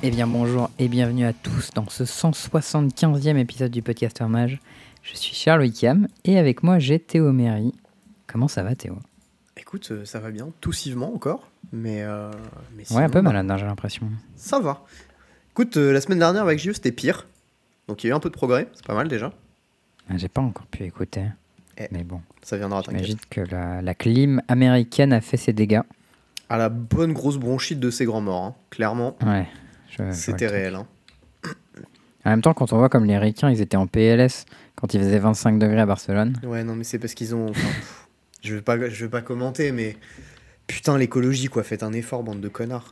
Eh bien bonjour et bienvenue à tous dans ce 175e épisode du Podcaster Mage. Je suis Charles Wickham et avec moi j'ai Théo Méry. Comment ça va Théo ? Écoute, ça va bien, toussivement encore, mais sinon, Ouais, un peu malade j'ai l'impression. ça va. Écoute, la semaine dernière avec Gio c'était pire, donc il y a eu un peu de progrès, c'est pas mal déjà. J'ai pas encore pu écouter, mais bon. Ça viendra, t'inquiète. J'imagine que la clim américaine a fait ses dégâts. À la bonne grosse bronchite de ces grands morts, hein. Clairement, Ouais, c'était réel. Hein. En même temps, quand on voit comme les Ricains, ils étaient en PLS quand il faisait 25 degrés à Barcelone. Ouais, non mais c'est parce qu'ils ont... je veux pas commenter, mais... Putain, l'écologie quoi, faites un effort, bande de connards.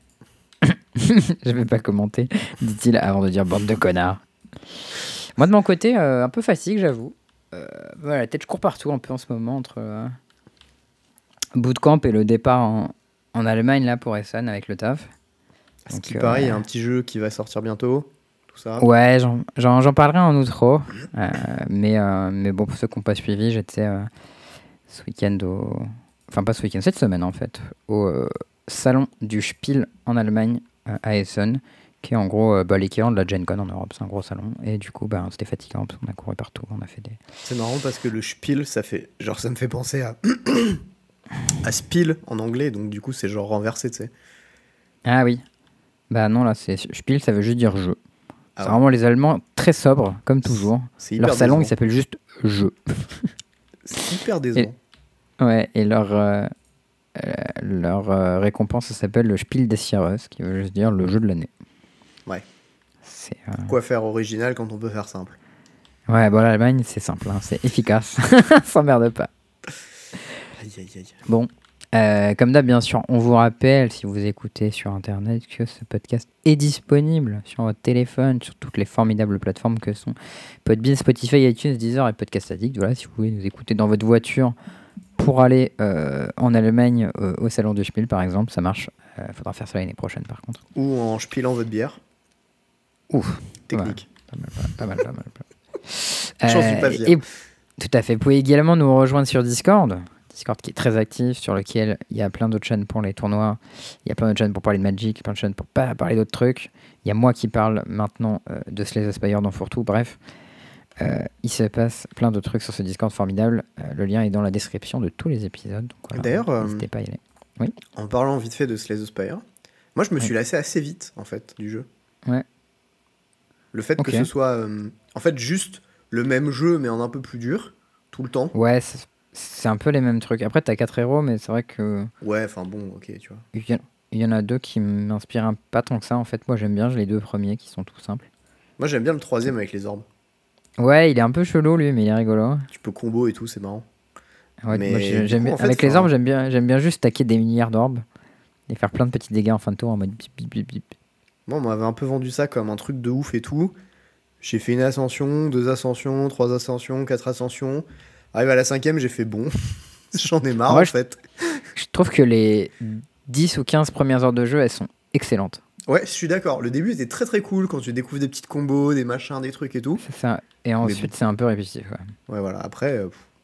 Je vais pas commenter, dit-il avant de dire bande de connards. Moi de mon côté, un peu fatigue, j'avoue. Voilà, peut-être je cours partout un peu en ce moment entre bootcamp et le départ en Allemagne là pour Essen avec le taf. Ce qui paraît, il y a un petit jeu qui va sortir bientôt, tout ça. Ouais, j'en parlerai en outro. Mais bon, pour ceux qui n'ont pas suivi, j'étais ce week-end Enfin pas ce week-end, cette semaine en fait, au salon du Spiel en Allemagne à Essen, qui est en gros l'équivalent de la Gen Con en Europe. C'est un gros salon et du coup c'était fatigant parce qu'on a couru partout, on a fait des... C'est marrant parce que le Spiel, ça me fait penser à Spiel en anglais, donc du coup c'est genre renversé, tu sais. Ah oui. Bah non, là c'est Spiel, ça veut juste dire jeu. C'est Ouais. vraiment les Allemands très sobres, comme toujours. C'est hyper Leur salon, décevant. il s'appelle juste jeu. C'est hyper décevant. Ouais, et leur récompense, ça s'appelle le Spiel des Jahres, qui veut juste dire le jeu de l'année. Ouais. C'est, Quoi faire original quand on peut faire simple. Ouais, bon, l'Allemagne, c'est simple, hein, c'est efficace. S'emmerde pas. Aïe, aïe, aïe. Bon, comme d'hab, bien sûr, on vous rappelle, si vous écoutez sur Internet, que ce podcast est disponible sur votre téléphone, sur toutes les formidables plateformes que sont Podbean, Spotify, iTunes, Deezer et Podcast Addict. Voilà, si vous voulez nous écouter dans votre voiture pour aller en Allemagne au salon du Spiel, par exemple, ça marche. Faudra faire ça l'année prochaine, par contre. Ou en spilant votre bière. Ouf. Technique. Ouais, pas mal. Chance du papier. Et tout à fait. Vous pouvez également nous rejoindre sur Discord qui est très actif, sur lequel il y a plein d'autres chaînes pour les tournois, il y a plein d'autres chaînes pour parler de Magic, plein de chaînes pour parler d'autres trucs. Il y a moi qui parle maintenant de Slay the Spire dans Fourre-Tout, bref. Il se passe plein de trucs sur ce Discord formidable. Le lien est dans la description de tous les épisodes. Donc voilà, d'ailleurs, n'hésitez pas à y aller. Oui. En parlant vite fait de Slay the Spire, moi je me suis lassé assez vite en fait du jeu. Ouais. Le fait que ce soit en fait juste le même jeu mais en un peu plus dur tout le temps. Ouais, c'est un peu les mêmes trucs. Après, t'as 4 héros, mais c'est vrai que... Ouais, enfin bon, ok, tu vois. Il y en a 2 qui m'inspirent pas tant que ça. En fait, moi, j'aime bien les 2 premiers qui sont tout simples. Moi, j'aime bien le troisième avec les orbes. Ouais, il est un peu chelou, lui, mais il est rigolo. Tu peux combo et tout, c'est marrant. Ouais, mais moi, j'aime bien. En fait, avec les orbes, j'aime bien juste taquer des milliards d'orbes et faire plein de petits dégâts en fin de tour en mode bip bip bip bip. Moi, on m'avait un peu vendu ça comme un truc de ouf et tout. J'ai fait une ascension, 2 ascensions, 3 ascensions, 4 ascensions. Arrive à la 5e, j'ai fait bon. J'en ai marre en fait. Je trouve que les 10 ou 15 premières heures de jeu, elles sont excellentes. Ouais, je suis d'accord. Le début était très très cool quand tu découvres des petites combos, des machins, des trucs et tout. C'est ça. Et ensuite, c'est un peu répétitif. Ouais, voilà. Après.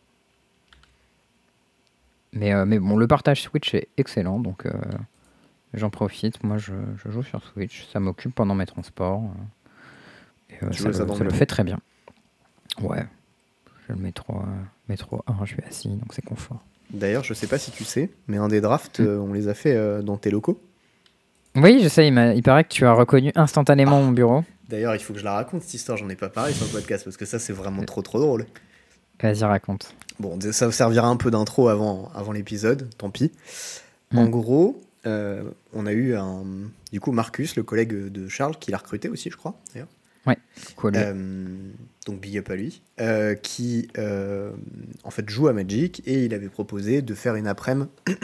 Mais bon, le partage Switch est excellent, donc j'en profite. Moi, je joue sur Switch. Ça m'occupe pendant mes transports. Et ça le fait très bien. Ouais. Le métro 1, je suis assis, donc c'est confort. D'ailleurs, je sais pas si tu sais, mais un des drafts, on les a fait dans tes locaux. Oui, je sais, il paraît que tu as reconnu instantanément mon bureau. D'ailleurs, il faut que je la raconte cette histoire, j'en ai pas parlé sur le podcast, parce que ça, c'est vraiment trop drôle. Vas-y, raconte. Bon, ça servira un peu d'intro avant l'épisode, tant pis. En gros, on a eu du coup Marcus, le collègue de Charles, qui l'a recruté aussi, je crois, d'ailleurs. Ouais, cool. Donc big up à lui, qui en fait joue à Magic et il avait proposé de faire une après-midi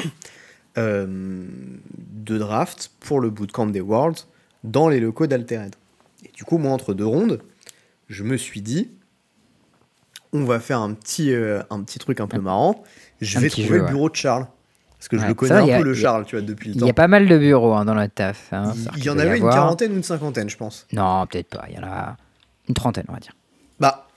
de draft pour le bootcamp des Worlds dans les locaux d'Altered. Et du coup, moi, entre 2 rondes, je me suis dit, on va faire un petit truc un peu marrant. Je vais trouver le bureau de Charles. Parce que je le connais un peu, le Charles, tu vois, depuis le temps. Il y a pas mal de bureaux dans le taf. Il y en avait une quarantaine ou une cinquantaine, je pense. Non, peut-être pas. Il y en a une trentaine, on va dire. Bah.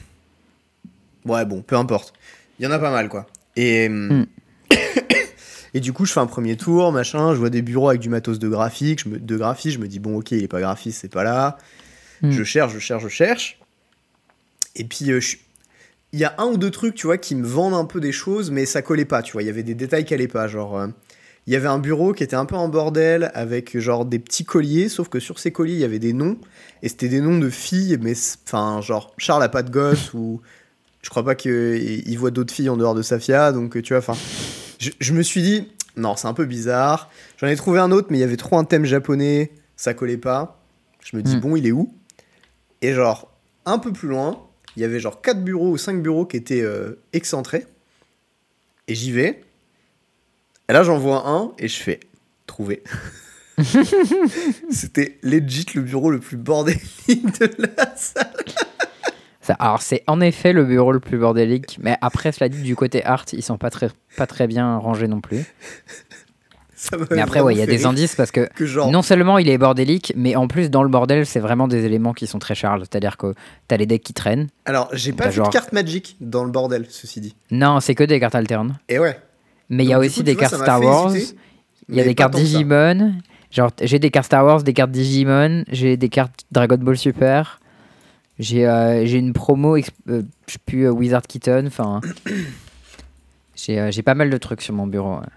Ouais, bon, peu importe. Il y en a pas mal, quoi. Et Et du coup, je fais un premier tour, machin, je vois des bureaux avec du matos de graphique, je me dis, bon, ok, il est pas graphiste, c'est pas là. Je cherche. Et puis, il y a un ou deux trucs, tu vois, qui me vendent un peu des choses, mais ça collait pas, tu vois. Il y avait des détails qui allaient pas, genre... il y avait un bureau qui était un peu en bordel, avec genre des petits colliers, sauf que sur ces colliers, il y avait des noms, et c'était des noms de filles, mais... Enfin, genre, Charles a pas de gosse, ou... Je crois pas qu'il voit d'autres filles en dehors de Safia, donc tu vois, enfin... Je me suis dit, non, c'est un peu bizarre. J'en ai trouvé un autre, mais il y avait trop un thème japonais, ça collait pas. Je me dis, bon, il est où ? Et genre, un peu plus loin, il y avait genre 4 bureaux ou 5 bureaux qui étaient excentrés. Et j'y vais. Et là, j'en vois un et je fais trouver. C'était legit le bureau le plus bordélique de la salle. Alors, c'est en effet le bureau le plus bordélique, mais après, cela dit, du côté art, ils sont pas très bien rangés non plus. Mais après, ouais, il y a des indices parce que genre... non seulement il est bordélique, mais en plus, dans le bordel, c'est vraiment des éléments qui sont très Charles. C'est-à-dire que t'as les decks qui traînent. Alors, j'ai pas vu de carte Magic dans le bordel, ceci dit. Non, c'est que des cartes alternes. Et ouais. Mais il y a aussi des cartes Star Wars. Il y a des cartes Digimon. Genre, j'ai des cartes Star Wars, des cartes Digimon. J'ai des cartes Dragon Ball Super. J'ai une promo, je sais plus, Wizard Keaton. Enfin, j'ai pas mal de trucs sur mon bureau. Ouais.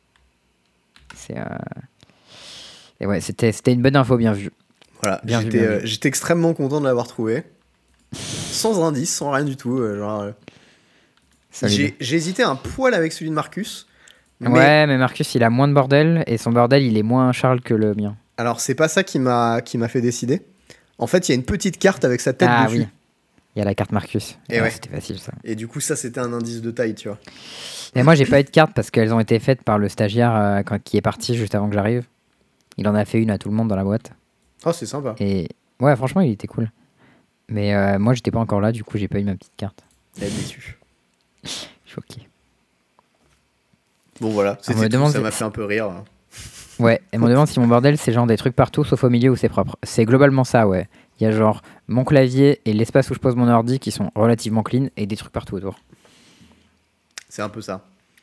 Et ouais, c'était une bonne info, bien vue. Voilà, j'étais extrêmement content de l'avoir trouvé. Sans indice, sans rien du tout. J'ai hésité un poil avec celui de Marcus. Ouais, mais Marcus, il a moins de bordel, et son bordel, il est moins Charles que le mien. Alors, c'est pas ça qui m'a fait décider. En fait, il y a une petite carte avec sa tête dessus. Oui. Il y a la carte Marcus. Et ouais. C'était facile, ça. Et du coup, ça, c'était un indice de taille, tu vois. Et moi, j'ai pas eu de carte parce qu'elles ont été faites par le stagiaire qui est parti juste avant que j'arrive. Il en a fait une à tout le monde dans la boîte. Oh, c'est sympa. Et ouais, franchement, il était cool. Mais moi, j'étais pas encore là, du coup, j'ai pas eu ma petite carte. Elle est déçue. Choqué. Bon, voilà, c'était tout, ça m'a fait un peu rire. Là. Ouais, elle me demande si mon bordel, c'est genre des trucs partout, sauf au milieu où c'est propre. C'est globalement ça, ouais. Il y a genre mon clavier et l'espace où je pose mon ordi qui sont relativement clean et des trucs partout autour. C'est un peu ça.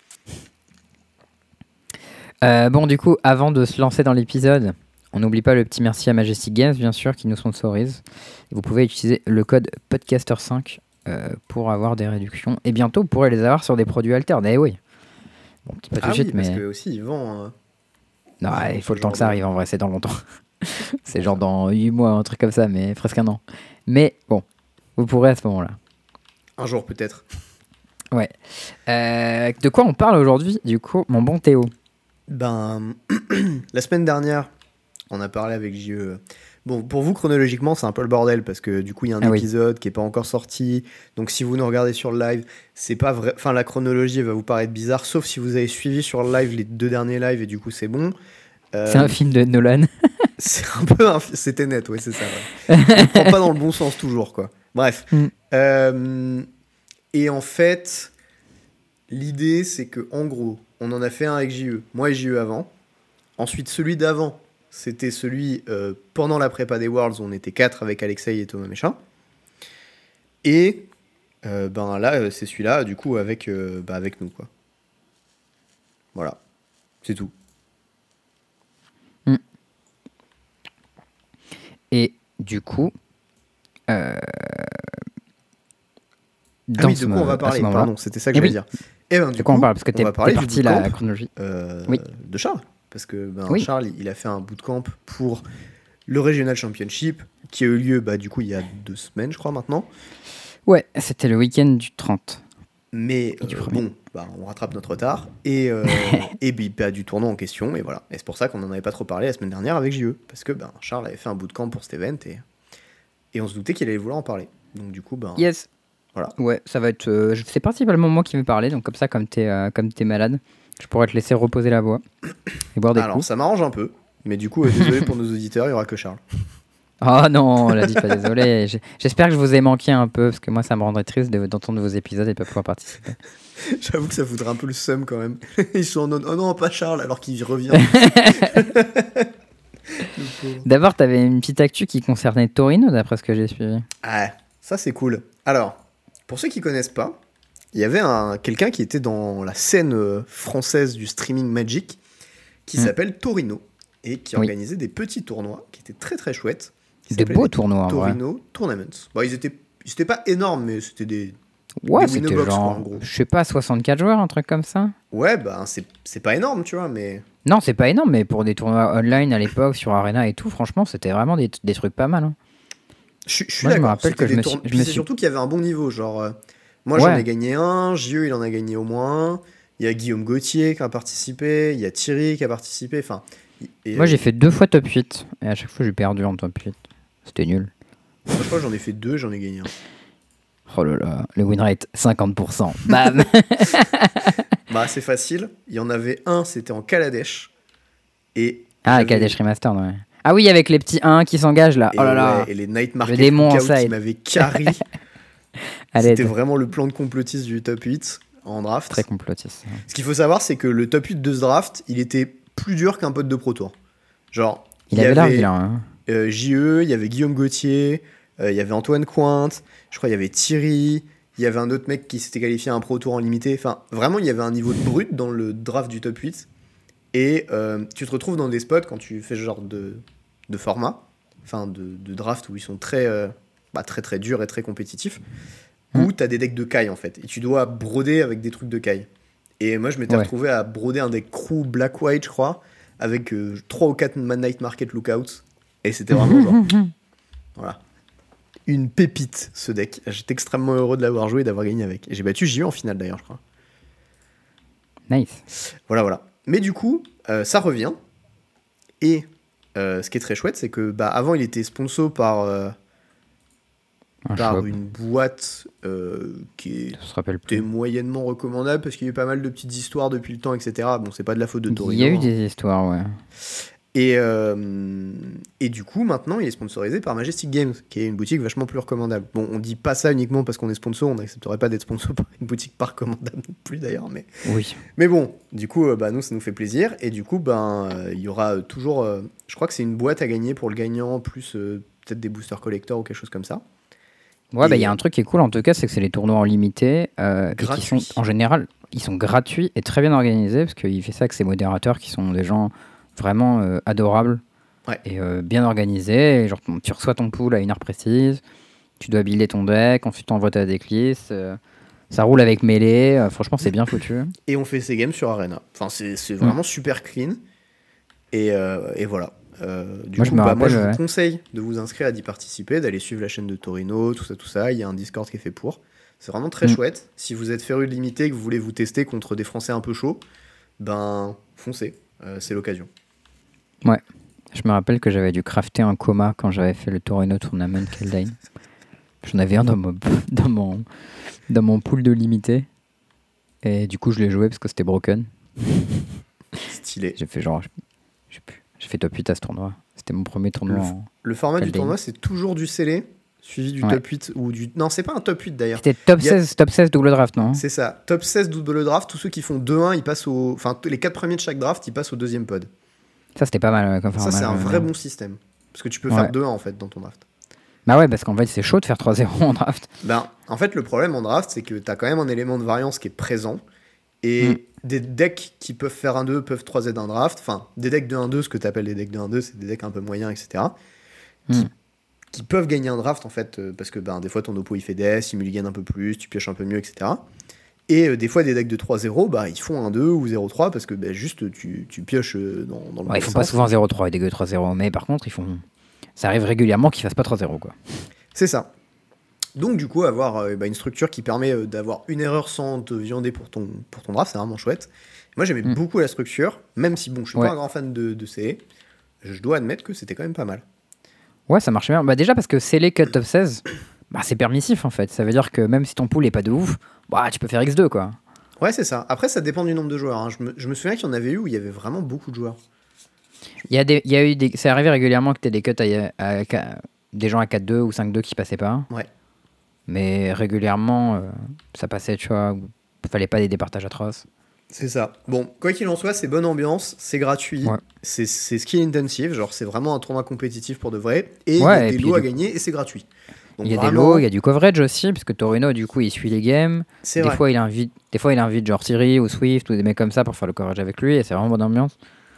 Bon, du coup, avant de se lancer dans l'épisode, on n'oublie pas le petit merci à Majestic Games, bien sûr, qui nous sponsorise. Vous pouvez utiliser le code podcaster5 pour avoir des réductions. Et bientôt, vous pourrez les avoir sur des produits alternes. Eh oui. Bon, pas tout de suite, mais... parce que aussi, ils vendent... Non, il faut le temps que ça arrive, en vrai, c'est dans longtemps. C'est genre dans 8 mois, un truc comme ça, mais presque un an. Mais bon, vous pourrez à ce moment-là. Un jour, peut-être. Ouais. De quoi on parle aujourd'hui, du coup, mon bon Théo ? Ben, la semaine dernière, on a parlé avec JE. Bon, pour vous, chronologiquement, c'est un peu le bordel parce que du coup, il y a un épisode qui n'est pas encore sorti. Donc, si vous nous regardez sur le live, c'est pas vrai. Enfin, la chronologie va vous paraître bizarre, sauf si vous avez suivi sur le live les 2 derniers lives et du coup, c'est bon. C'est un film de Nolan. C'est un peu c'était net, ouais, c'est ça. Ouais. On prend pas dans le bon sens toujours, quoi. Bref. Et en fait, l'idée, c'est que en gros, on en a fait un avec JE. Moi et JE avant. Ensuite, celui d'avant, c'était celui pendant la prépa des Worlds, on était 4 avec Alexei et Thomas Méchin. Et ben là, c'est celui-là, du coup, avec nous, quoi. Voilà. C'est tout. Et du coup, de quoi on va parler, pardon, c'était ça que je voulais dire. Et ben, de quoi on parle, parce que t'es parti la chronologie. De Charles, parce que Charles, il a fait un bootcamp pour le Regional Championship, qui a eu lieu, du coup, il y a 2 semaines, je crois, maintenant. Ouais, c'était le week-end du 30. Mais on rattrape notre retard, et du tournoi en question, et voilà. Et c'est pour ça qu'on n'en avait pas trop parlé la semaine dernière avec JE, parce que Charles avait fait un bootcamp pour cet event, et on se doutait qu'il allait vouloir en parler. Donc du coup, yes. Voilà. Ouais, ça va être... c'est principalement moi qui vais parler, donc comme ça, comme t'es malade, je pourrais te laisser reposer la voix et boire des coups. Alors, ça m'arrange un peu, mais du coup, désolé pour nos auditeurs, il n'y aura que Charles. Oh non, on l'a dit, pas désolé. J'espère que je vous ai manqué un peu, parce que moi, ça me rendrait triste d'entendre vos épisodes et de pas pouvoir participer. J'avoue que ça foutrait un peu le seum quand même. Ils sont en mode, oh non, pas Charles, alors qu'il revient. D'abord, t'avais une petite actu qui concernait Torino, d'après ce que j'ai suivi. Ah, ça c'est cool. Alors, pour ceux qui connaissent pas, il y avait quelqu'un qui était dans la scène française du streaming Magic qui s'appelle Torino et qui organisait des petits tournois qui étaient très très chouettes. Des beaux tournois, Torino Tournaments. Bon, ils étaient pas énormes, mais c'était des. Ouais, des c'était Winobox, genre, quoi, en gros. je sais pas, 64 joueurs, un truc comme ça. Ouais, bah c'est pas énorme, tu vois, mais. Non, c'est pas énorme, mais pour des tournois online à l'époque, sur Arena et tout, franchement, c'était vraiment des trucs pas mal. Hein. Je suis Moi, je me d'accord. rappelle que je me suis. Puis c'est surtout qu'il y avait un bon niveau. Genre, moi j'en ai gagné un, JE il en a gagné au moins un. Il y a Guillaume Gauthier qui a participé, il y a Thierry qui a participé. Enfin, moi j'ai fait 2 fois top 8 et à chaque fois j'ai perdu en top 8. C'était nul. Moi, je crois que j'en ai fait 2, j'en ai gagné un. Oh là là, le win rate 50%. Bam. Bah c'est facile. Il y en avait un, c'était en Kaladesh. Et Kaladesh Remastered, ouais. Ah oui, avec les petits 1 qui s'engagent là. Et oh là là. Et les Night Market démon Lookout inside. qui m'avaient carry. C'était vraiment le plan de complotiste du top 8 en draft. Très complotiste. Ce qu'il faut savoir, c'est que le top 8 de ce draft, il était plus dur qu'un pote de Pro Tour. Genre, il avait l'air vilain. Hein. JE, il y avait Guillaume Gauthier, il y avait Antoine Cointe, je crois il y avait Thierry, il y avait un autre mec qui s'était qualifié à un Pro Tour en limité. Enfin, vraiment, il y avait un niveau de brut dans le draft du top 8. Et tu te retrouves dans des spots quand tu fais ce genre de format, enfin de draft où ils sont très, très très durs et très compétitifs, où tu as des decks de Kai en fait. Et tu dois broder avec des trucs de Kai. Et moi, je m'étais retrouvé à broder un deck crew Black-White, je crois, avec 3 ou 4 Night Market Lookouts. Et c'était vraiment genre. Voilà. Une pépite, ce deck. J'étais extrêmement heureux de l'avoir joué et d'avoir gagné avec. Et j'ai battu JE en finale d'ailleurs, je crois. Nice. Voilà. Mais du coup, ça revient. Et ce qui est très chouette, c'est que avant, il était sponsor par une boîte qui était moyennement recommandable parce qu'il y a eu pas mal de petites histoires depuis le temps, etc. Bon, c'est pas de la faute de Torino. Il y a eu des histoires, ouais. Et du coup, maintenant, il est sponsorisé par Majestic Games, qui est une boutique vachement plus recommandable. Bon, on dit pas ça uniquement parce qu'on est sponsor, on n'accepterait pas d'être sponsor par une boutique pas recommandable non plus d'ailleurs. Oui. Mais bon, du coup, nous, ça nous fait plaisir. Et du coup, il y aura toujours. Je crois que c'est une boîte à gagner pour le gagnant, plus peut-être des boosters collector ou quelque chose comme ça. Ouais, il y a un truc qui est cool en tout cas, c'est que c'est les tournois en limité. Qui sont, en général, ils sont gratuits et très bien organisés parce qu'il fait ça avec ses modérateurs qui sont des gens vraiment adorables et bien organisés. Et genre, tu reçois ton pool à une heure précise, tu dois builder ton deck, ensuite tu envoies ta decklist. Ça roule avec mêlée, franchement c'est bien foutu. Et on fait ces games sur Arena. Enfin, c'est vraiment super clean. Et voilà. Moi, je vous conseille de vous inscrire, d'y participer, d'aller suivre la chaîne de Torino, tout ça. Il y a un Discord qui est fait pour. C'est vraiment très chouette. Si vous êtes féru de limité, que vous voulez vous tester contre des Français un peu chauds, foncez. C'est l'occasion. Ouais. Je me rappelle que j'avais dû crafter un coma quand j'avais fait le Torino Tournament Kaldheim. J'en avais un dans mon pool de limité. Et du coup, je l'ai joué parce que c'était broken. Stylé. J'ai fait j'ai fait top 8 à ce tournoi. C'était mon premier tournoi. Le format du tournoi, c'est toujours du scellé, suivi du top 8 ou du. Non, c'est pas un top 8 d'ailleurs. C'était top 16 double draft, non ? C'est ça. Top 16 double draft. Tous ceux qui font 2-1, ils passent au. Enfin, les 4 premiers de chaque draft, ils passent au deuxième pod. Ça, c'était pas mal comme format. Ça, c'est un vrai bon système. Parce que tu peux faire 2-1 en fait dans ton draft. Bah ouais, parce qu'en fait, c'est chaud de faire 3-0 en draft. En fait, le problème en draft, c'est que t'as quand même un élément de variance qui est présent. Et des decks qui peuvent faire 1-2 peuvent 3Z un draft. Enfin, des decks de 1-2, ce que tu appelles des decks de 1-2, c'est des decks un peu moyens, etc. Qui peuvent gagner un draft, en fait, parce que des fois, ton oppo, il fait DS, il mulligan un peu plus, tu pioches un peu mieux, etc. Et des fois, des decks de 3-0, ils font 1-2 ou 0-3, parce que juste, tu pioches dans le bon ils font sens. pas souvent 0-3 et des decks de 3-0, mais par contre, ça arrive régulièrement qu'ils fassent pas 3-0, quoi. C'est ça. Donc du coup, avoir une structure qui permet d'avoir une erreur sans te viander pour ton draft, c'est vraiment chouette. Moi, j'aimais beaucoup la structure, même si je suis pas un grand fan de CE. Je dois admettre que c'était quand même pas mal. Ouais, ça marchait bien. Déjà parce que CL cut top 16, c'est permissif en fait. Ça veut dire que même si ton pool est pas de ouf, tu peux faire X2 quoi. Ouais, c'est ça. Après, ça dépend du nombre de joueurs. Hein. Je me souviens qu'il y en avait eu où il y avait vraiment beaucoup de joueurs. C'est arrivé régulièrement que tu aies des cuts à des gens à 4-2 ou 5-2 qui passaient pas. Ouais. Mais régulièrement, ça passait, tu vois, il fallait pas des départages atroces. C'est ça. Bon, quoi qu'il en soit, c'est bonne ambiance, c'est gratuit, c'est skill intensive, genre c'est vraiment un tournoi compétitif pour de vrai, et il y a des lots à gagner et c'est gratuit. Donc Il y a des vraiment, lots, il y a du coverage aussi, parce que Torino, du coup, il suit les games. c'est Des vrai. fois, il invite genre Siri ou Swift ou des mecs comme ça pour faire le coverage avec lui, et c'est vraiment bonne ambiance.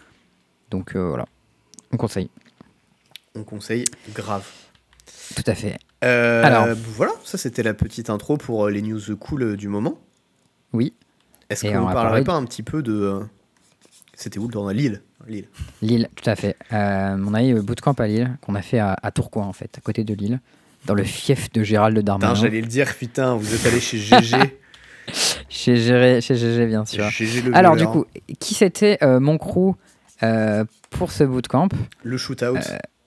Donc voilà, on conseille. On conseille grave. Tout à fait. Alors. Voilà, ça c'était la petite intro pour les news cool du moment. Oui. Est-ce Et qu'on on va parlerait parler pas un petit peu de... C'était où dans Lille. Lille, tout à fait. On a eu le bootcamp à Lille, qu'on a fait à Tourcoing, en fait, à côté de Lille, dans le fief de Gérald Putain, Darmanin. j'allais le dire, putain, vous êtes allé chez GG. Chez GG, bien sûr. GG le Alors, du violeur. coup, qui c'était mon crew pour ce bootcamp? Le shootout.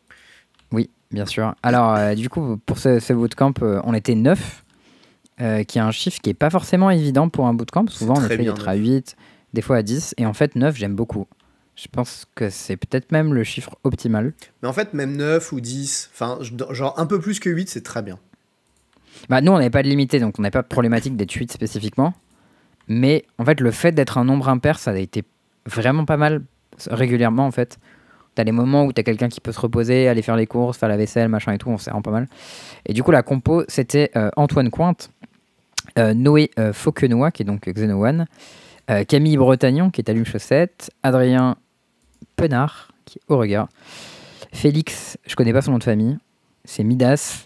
Oui, bien sûr. Alors, du coup, pour ce bootcamp, on était 9, qui est un chiffre qui est pas forcément évident pour un bootcamp. Souvent, on très essaie bien, d'être à 9. 8, des fois à 10. Et en fait, 9, j'aime beaucoup. Je pense que c'est peut-être même le chiffre optimal. Mais en fait, même 9 ou 10, enfin, genre un peu plus que 8, c'est très bien. Bah, nous, on n'avait pas de limité, donc on n'avait pas de problématique d'être 8 spécifiquement. Mais en fait, le fait d'être un nombre impair, ça a été vraiment pas mal régulièrement, en fait. T'as les moments où t'as quelqu'un qui peut se reposer, aller faire les courses, faire la vaisselle, machin et tout, c'est vraiment pas mal. Et du coup, la compo, c'était Antoine Cointe, Noé Fauquenois, qui est donc Xeno One, Camille Bretagnon, qui est Allume Chaussette, Adrien Penard, qui est Au Regard, Félix, je connais pas son nom de famille, c'est Midas,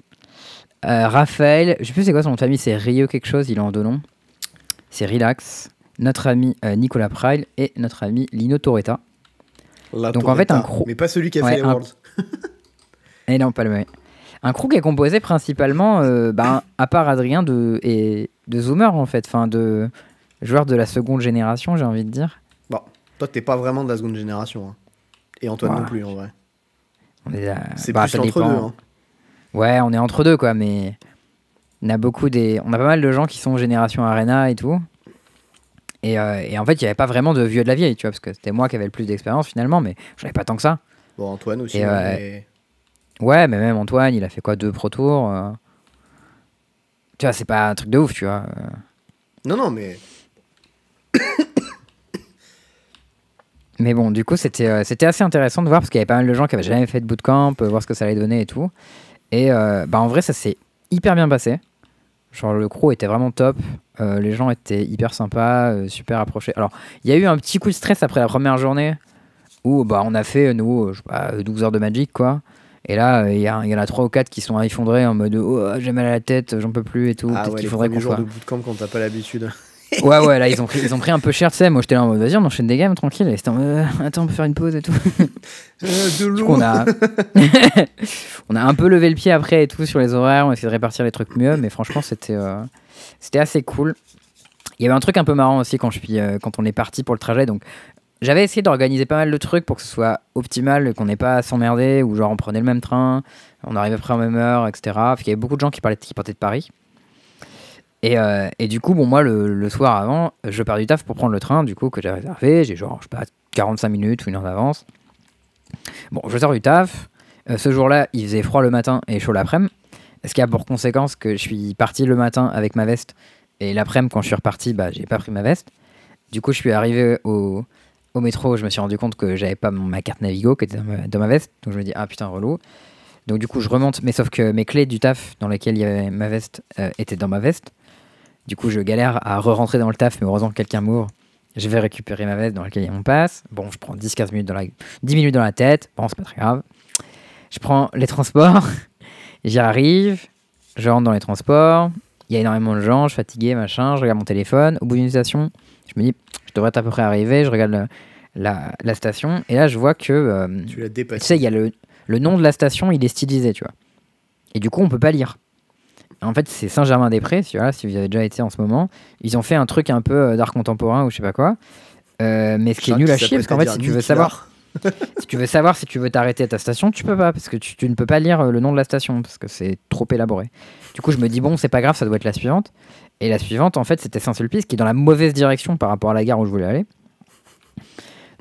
Raphaël, je sais plus c'est quoi son nom de famille, c'est Rio quelque chose, il est en deux noms, c'est Relax, notre ami Nicolas Prail et notre ami Lino Torretta. Donc en fait, un crew. Mais pas celui qui a Ouais, fait les Worlds. Et non, pas le même. Un crew qui est composé principalement, à part Adrien, de Zoomers en fait, enfin de joueurs de la seconde génération, j'ai envie de dire. Bon, toi, t'es pas vraiment de la seconde génération. Hein. Et Antoine Ouais. non plus, en vrai. On est C'est bah, plus ça entre dépend. deux. Hein. Ouais, on est entre deux quoi, mais on a on a pas mal de gens qui sont génération Arena et tout. Et en fait, il n'y avait pas vraiment de vieux de la vieille, tu vois, parce que c'était moi qui avais le plus d'expérience finalement, mais j'en avais pas tant que ça. Bon, Antoine aussi. Et, mais... Ouais, mais même Antoine, il a fait quoi, 2 Pro Tours Tu vois, c'est pas un truc de ouf, tu vois. Non, mais... Mais bon, du coup, c'était assez intéressant de voir parce qu'il y avait pas mal de gens qui avaient jamais fait de bootcamp, voir ce que ça allait donner et tout. Et en vrai, ça s'est hyper bien passé. Genre, le crew était vraiment top. Les gens étaient hyper sympas, super approchés. Alors, il y a eu un petit coup de stress après la première journée où on a fait, nous, je sais pas, 12 heures de Magic, quoi. Et là, il y en a 3 ou 4 qui sont effondrés en mode oh, j'ai mal à la tête, j'en peux plus et tout. Ah Peut-être ouais, qu'il les faudrait premiers qu'on jours soit. de bootcamp quand t'as pas l'habitude. Ouais, là, ils ont pris un peu cher, tu sais. Moi, j'étais là en mode vas-y, on enchaîne des games tranquille. Et c'était en mode attends, on peut faire une pause et tout. De Du l'eau. coup, on a un peu levé le pied après et tout sur les horaires. On a essayé de répartir les trucs mieux, mais franchement, c'était assez cool. Il y avait un truc un peu marrant aussi quand on est parti pour le trajet. Donc, j'avais essayé d'organiser pas mal de trucs pour que ce soit optimal, qu'on n'ait pas à s'emmerder, ou genre on prenait le même train, on arrivait après en même heure, etc. Parce qu'il y avait beaucoup de gens qui partaient de Paris. Et du coup, moi, le soir avant, je pars du taf pour prendre le train, du coup, que j'ai réservé. J'ai genre, je sais pas, 45 minutes ou une heure d'avance. Bon, je sors du taf. Ce jour-là, il faisait froid le matin et chaud l'après-midi. Ce qui a pour conséquence que je suis parti le matin avec ma veste. Et l'après-midi, quand je suis reparti, j'ai pas pris ma veste. Du coup, je suis arrivé au métro. Je me suis rendu compte que j'avais pas ma carte Navigo qui était dans ma veste. Donc je me dis, ah putain, relou. Donc du coup, je remonte. Mais sauf que mes clés du taf dans lesquelles il y avait ma veste étaient dans ma veste. Du coup, je galère à re-rentrer dans le taf, mais heureusement que quelqu'un m'ouvre. Je vais récupérer ma veste dans laquelle on passe. Bon, je prends 10-15 minutes 10 minutes dans la tête. Bon, c'est pas très grave. Je prends les transports. J'y arrive. Je rentre dans les transports. Il y a énormément de gens. Je suis fatigué, machin. Je regarde mon téléphone. Au bout d'une station, je me dis, je devrais être à peu près arrivé. Je regarde la station. Et là, je vois que... Tu l'as dépassé. Tu sais, il y a le nom de la station, il est stylisé, tu vois. Et du coup, on peut pas lire. En fait, c'est Saint-Germain-des-Prés, si vous avez déjà été en ce moment. Ils ont fait un truc un peu d'art contemporain ou je sais pas quoi. Mais ce qui est nul à chier, parce qu'en fait, si tu veux savoir si tu veux t'arrêter à ta station, tu peux pas, parce que tu ne peux pas lire le nom de la station, parce que c'est trop élaboré. Du coup, je me dis, bon, c'est pas grave, ça doit être la suivante. Et la suivante, en fait, c'était Saint-Sulpice, qui est dans la mauvaise direction par rapport à la gare où je voulais aller.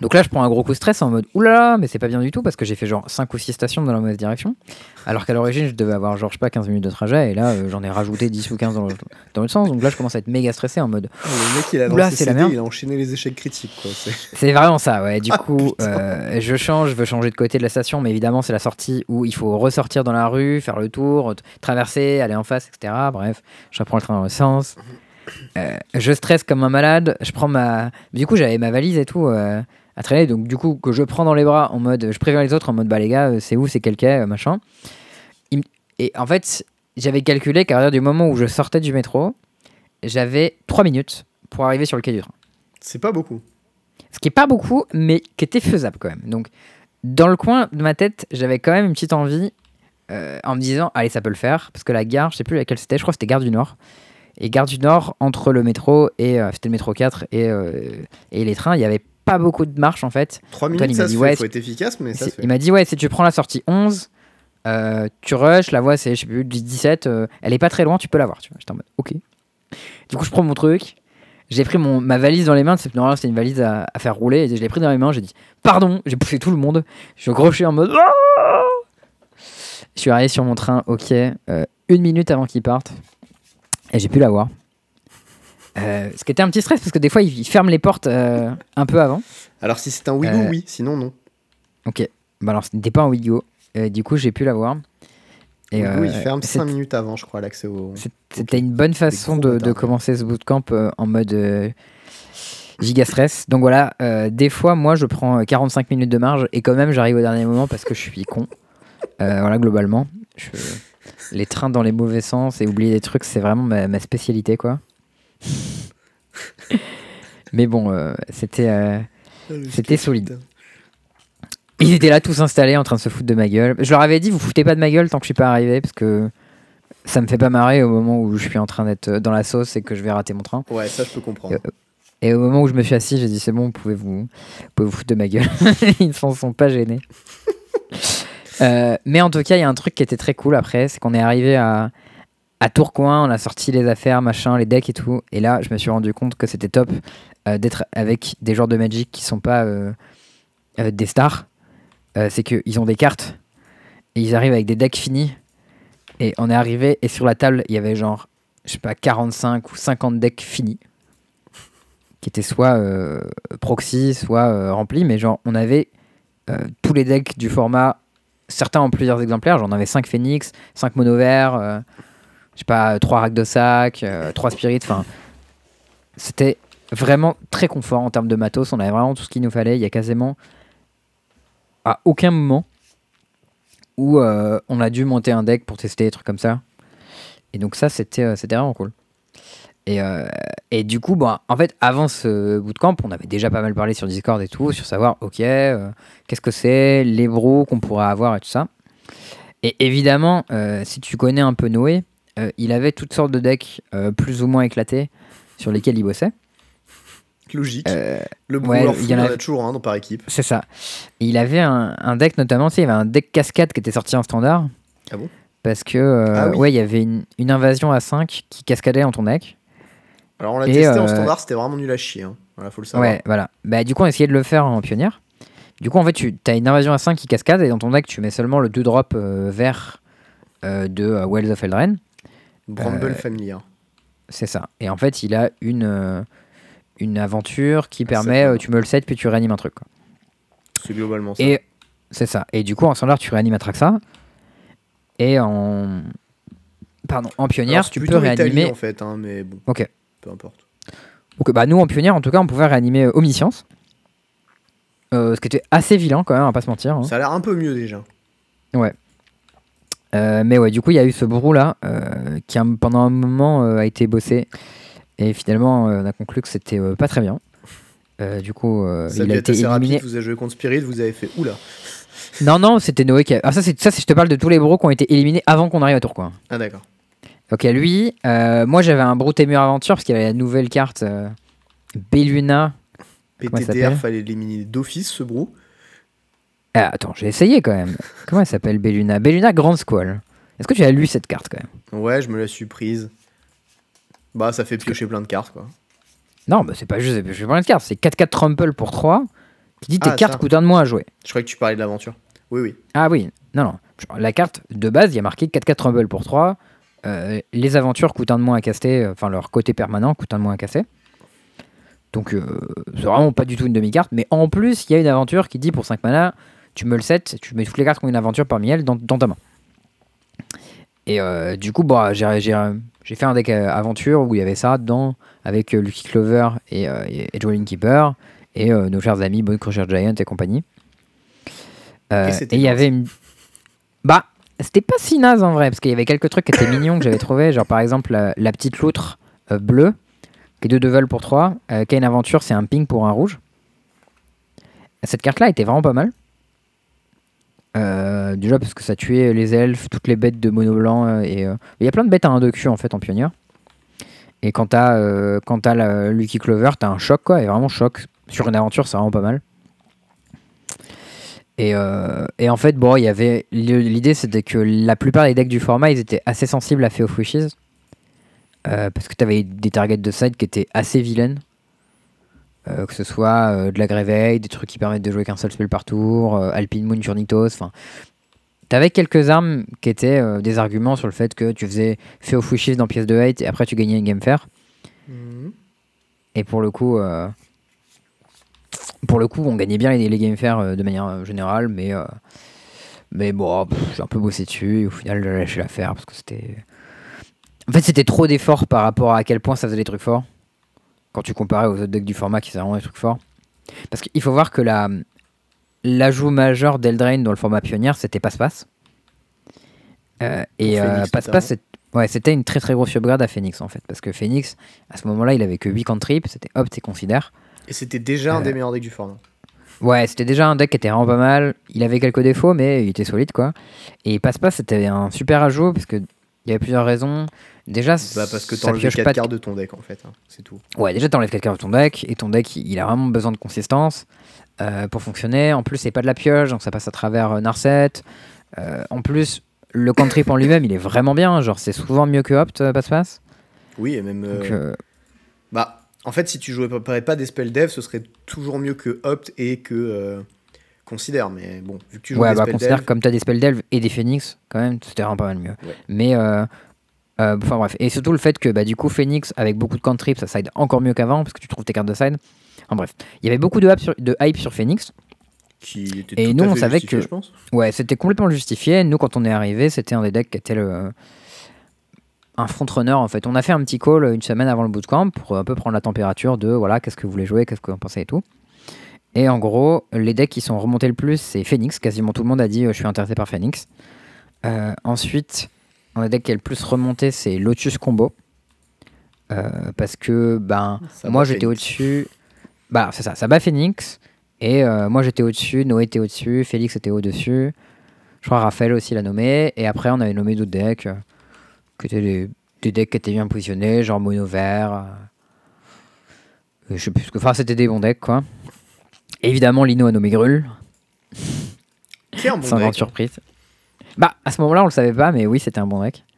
Donc là, je prends un gros coup de stress en mode oulala, mais c'est pas bien du tout parce que j'ai fait genre 5 ou 6 stations dans la mauvaise direction. Alors qu'à l'origine, je devais avoir genre, je sais pas, 15 minutes de trajet et là, j'en ai rajouté 10 ou 15 dans l'autre sens. Donc là, je commence à être méga stressé en mode Le mec, il a oula, lancé c'est la CD, merde. il a enchaîné les échecs critiques, quoi. C'est vraiment ça, ouais. Du Ah, coup, putain. je veux changer de côté de la station, mais évidemment, c'est la sortie où il faut ressortir dans la rue, faire le tour, traverser, aller en face, etc. Bref, je reprends le train dans le sens. Je stresse comme un malade. Je prends ma. Du coup, j'avais ma valise et tout à traîner, donc du coup, que je prends dans les bras en mode. Je préviens les autres en mode, bah les gars, c'est où, c'est quel quai, machin. Et en fait, j'avais calculé qu'à partir du moment où je sortais du métro, j'avais 3 minutes pour arriver sur le quai du train. C'est pas beaucoup. Ce qui est pas beaucoup, mais qui était faisable quand même. Donc, dans le coin de ma tête, j'avais quand même une petite envie en me disant, allez, ça peut le faire. Parce que la gare, je sais plus laquelle c'était, je crois que c'était Gare du Nord. Et Gare du Nord, entre le métro et c'était le métro 4 et les trains, il y avait pas beaucoup de marche en fait. 3 Antoine, minutes, il m'a ça dit, se ouais, fait. Faut être efficace, mais ça se fait. il m'a dit, ouais, si tu prends la sortie 11, tu rushes, la voie c'est, je sais plus, 17, elle est pas très loin, tu peux l'avoir. Tu vois. J'étais en mode, ok. Du coup, je prends mon truc. J'ai pris ma valise dans les mains, normalement c'était une valise à faire rouler, et je l'ai pris dans les mains, j'ai dit pardon, j'ai poussé tout le monde, je suis groché en mode ah. Je suis arrivé sur mon train au quai 1 minute avant qu'il parte, et j'ai pu l'avoir. Ce qui était un petit stress, parce que des fois ils ferment les portes un peu avant. Alors, si c'est un Wigo, oui, sinon, non. Ok, bah alors ce n'était pas un Wigo, du coup j'ai pu l'avoir. Et Wigo, il ferme 5 minutes avant, je crois, l'accès au. C'était une bonne façon de commencer ce bootcamp en mode giga stress. Donc voilà, des fois, moi, je prends 45 minutes de marge et quand même, j'arrive au dernier moment parce que je suis con. Voilà, globalement. Les trains dans les mauvais sens et oublier des trucs, c'est vraiment ma spécialité, quoi. Mais bon, c'était solide. Ils étaient là tous installés en train de se foutre de ma gueule. Je leur avais dit, vous foutez pas de ma gueule tant que je suis pas arrivé parce que ça me fait pas marrer au moment où je suis en train d'être dans la sauce et que je vais rater mon train. Ouais, ça je peux comprendre. Et au moment où je me suis assis, j'ai dit c'est bon, vous pouvez vous foutre de ma gueule. Ils ne s'en sont pas gênés. Mais en tout cas, il y a un truc qui était très cool après, c'est qu'on est arrivé à Tourcoing, on a sorti les affaires, machin, les decks et tout. Et là, je me suis rendu compte que c'était top d'être avec des joueurs de Magic qui sont pas des stars. C'est qu'ils ont des cartes et ils arrivent avec des decks finis. Et on est arrivé et sur la table, il y avait genre, je sais pas, 45 ou 50 decks finis qui étaient soit proxy, soit remplis. Mais genre, on avait tous les decks du format, certains en plusieurs exemplaires. J'en avais 5 Phoenix, 5 mono verts, je sais pas, 3 Rakdosak, 3 Spirit. Enfin, c'était vraiment très confort en termes de matos. On avait vraiment tout ce qu'il nous fallait. Il y a quasiment à aucun moment où on a dû monter un deck pour tester des trucs comme ça. Et donc ça, c'était vraiment cool. Et du coup, bon, en fait, avant ce bootcamp, on avait déjà pas mal parlé sur Discord et tout, sur savoir, ok, qu'est-ce que c'est, les bros qu'on pourrait avoir et tout ça. Et évidemment, si tu connais un peu Noé, il avait toutes sortes de decks plus ou moins éclatés sur lesquels il bossait. Logique. Le brouillard fou, il y en a toujours un par équipe. C'est ça. Et il avait un deck notamment, tu sais, il y avait un deck cascade qui était sorti en standard. Ah bon? Parce que, oui. ouais, il y avait une invasion à 5 qui cascadait en ton deck. Alors on l'a testé en standard, c'était vraiment nul à chier. Hein. Voilà, faut le savoir. Ouais, voilà. Bah, du coup, on essayait de le faire en pionnière. Du coup, en fait, tu as une invasion à 5 qui cascade et dans ton deck, tu mets seulement le 2-drop vert de Wells of Eldraine. Bramble Familiar. C'est ça. Et en fait, il a une aventure qui permet, tu me le set puis tu réanimes un truc. Quoi. C'est globalement ça. Et c'est ça. Et du coup, en standard, tu réanimes Atraxa. Et en pionnière, tu peux réanimer. Italie, en fait, hein, mais bon. Ok. Peu importe. Donc, bah, nous, en pionnière, en tout cas, on pouvait réanimer Omniscience. Ce qui était assez vilain, quand même, on va pas se mentir. Hein. Ça a l'air un peu mieux déjà. Ouais. Mais ouais, du coup, il y a eu ce brou là qui, pendant un moment, a été bossé. Et finalement, on a conclu que c'était pas très bien. Du coup, ça il a été assez éliminé. Rapide, vous avez joué contre Spirit, vous avez fait oula. Non, c'était Noé qui a... Ah, ça, je te parle de tous les bros qui ont été éliminés avant qu'on arrive à Tourcoing. Ah, d'accord. Ok, lui, moi j'avais un brou Témur Aventure parce qu'il y avait la nouvelle carte Belluna. PTDR, fallait l'éliminer d'office ce brou. Ah, attends, j'ai essayé quand même. Comment elle s'appelle Belluna? Belluna Grand Squall. Est-ce que tu as lu cette carte quand même? Ouais, je me la suis prise. Bah, ça fait piocher plein de cartes quoi. Non, bah c'est pas juste piocher plein de cartes. C'est 4-4 Trample pour 3 qui dit tes Ah, cartes ça. coûtent 1 de moins à jouer. Je croyais que tu parlais de l'aventure. Oui, oui. Ah oui, non. La carte de base, il y a marqué 4-4 Rumble pour 3. Les aventures coûtent 1 de moins à caster, enfin leur côté permanent coûte 1 de moins à casser. Donc c'est vraiment pas du tout une demi-carte, mais en plus, il y a une aventure qui dit pour 5 mana, tu me le set, tu mets toutes les cartes qui ont une aventure parmi elles dans ta main. Et du coup, j'ai fait un deck aventure où il y avait ça dedans, avec Lucky Clover et Dwelling Keeper, et nos chers amis Bone Crusher Giant et compagnie. Et il y avait une... Bah, c'était pas si naze en vrai, parce qu'il y avait quelques trucs qui étaient mignons que j'avais trouvé, genre par exemple la petite loutre bleue, qui est 2 vol pour 3, qui a une aventure, c'est un ping pour un rouge. Cette carte-là était vraiment pas mal. Déjà parce que ça tuait les elfes, toutes les bêtes de mono blanc, et il y a plein de bêtes à 1/2 Q en fait en pionnier. Et quand t'as la Lucky Clover, t'as un choc quoi, et vraiment choc. Sur une aventure, c'est vraiment pas mal. Et en fait, bon, il y avait l'idée, c'était que la plupart des decks du format, ils étaient assez sensibles à Fey of Wishes, parce que t'avais des targets de side qui étaient assez vilaines, que ce soit de la Greveille, des trucs qui permettent de jouer qu'un seul spell par tour, Alpine Moon sur Nykthos, enfin. T'avais quelques armes qui étaient des arguments sur le fait que tu faisais Fey of Wishes dans pièce de hate et après tu gagnais une game fair. Et pour le coup, on gagnait bien les game fair de manière générale, mais bon, j'ai un peu bossé dessus et au final j'ai lâché l'affaire parce que c'était... En fait, c'était trop d'efforts par rapport à quel point ça faisait des trucs forts. Quand tu comparais aux autres decks du format qui faisaient vraiment des trucs forts. Parce qu'il faut voir que l'ajout majeur d'Eldrain dans le format pionnière, c'était Passe-Passe. Et Passe-Passe, c'était une très très grosse upgrade à Phoenix en fait. Parce que Phoenix, à ce moment-là, il avait que 8 cantrips, c'était Opt et Considère. Et c'était déjà un des meilleurs decks du format. Ouais, c'était déjà un deck qui était vraiment pas mal. Il avait quelques défauts, mais il était solide quoi. Et Passe-Passe, c'était un super ajout parce que il y avait plusieurs raisons. Déjà, parce que t'enlèves 4 cartes de ton deck en fait, hein. C'est tout. Ouais, déjà t'enlèves 4 cartes de ton deck, et ton deck il a vraiment besoin de consistance pour fonctionner. En plus, c'est pas de la pioche, donc ça passe à travers Narset. En plus, le cantrip en lui-même il est vraiment bien, genre c'est souvent mieux que Opt, Passe-Passe. Oui, et même. Donc, en fait, si tu jouais pas des spells dev, ce serait toujours mieux que Opt et que Considère. Mais bon, vu que tu joues des spells Considère dev. comme t'as des spells delve et des Phoenix, quand même, c'était vraiment pas mal mieux. Ouais. Mais enfin bref, et surtout le fait que du coup Phoenix avec beaucoup de cantrips ça side encore mieux qu'avant parce que tu trouves tes cartes de side. En bref, il y avait beaucoup de hype sur Phoenix. Qui était et tout nous à fait on savait justifié, que je pense. ouais, c'était complètement justifié. Nous quand on est arrivé, c'était un des decks qui était un frontrunner en fait. On a fait un petit call une semaine avant le bootcamp pour un peu prendre la température de voilà, qu'est-ce que vous voulez jouer, qu'est-ce que vous en pensez et tout. Et en gros, les decks qui sont remontés le plus, c'est Phoenix. Quasiment tout le monde a dit je suis intéressé par Phoenix. Ensuite, un des decks qui est le plus remonté, c'est Lotus Combo. Parce que moi j'étais au-dessus. C'est ça bat Phoenix. Et moi j'étais au-dessus, Noé était au-dessus, Félix était au-dessus. Je crois Raphaël aussi l'a nommé. Et après, on avait nommé d'autres decks qui étaient des decks qui étaient bien positionnés, genre mono vert. Je sais plus ce que. Enfin, c'était des bons decks quoi. Évidemment, Lino a nommé Grul. C'est un bon sans deck. grande surprise. À ce moment-là, on le savait pas, mais oui, c'était un bon deck.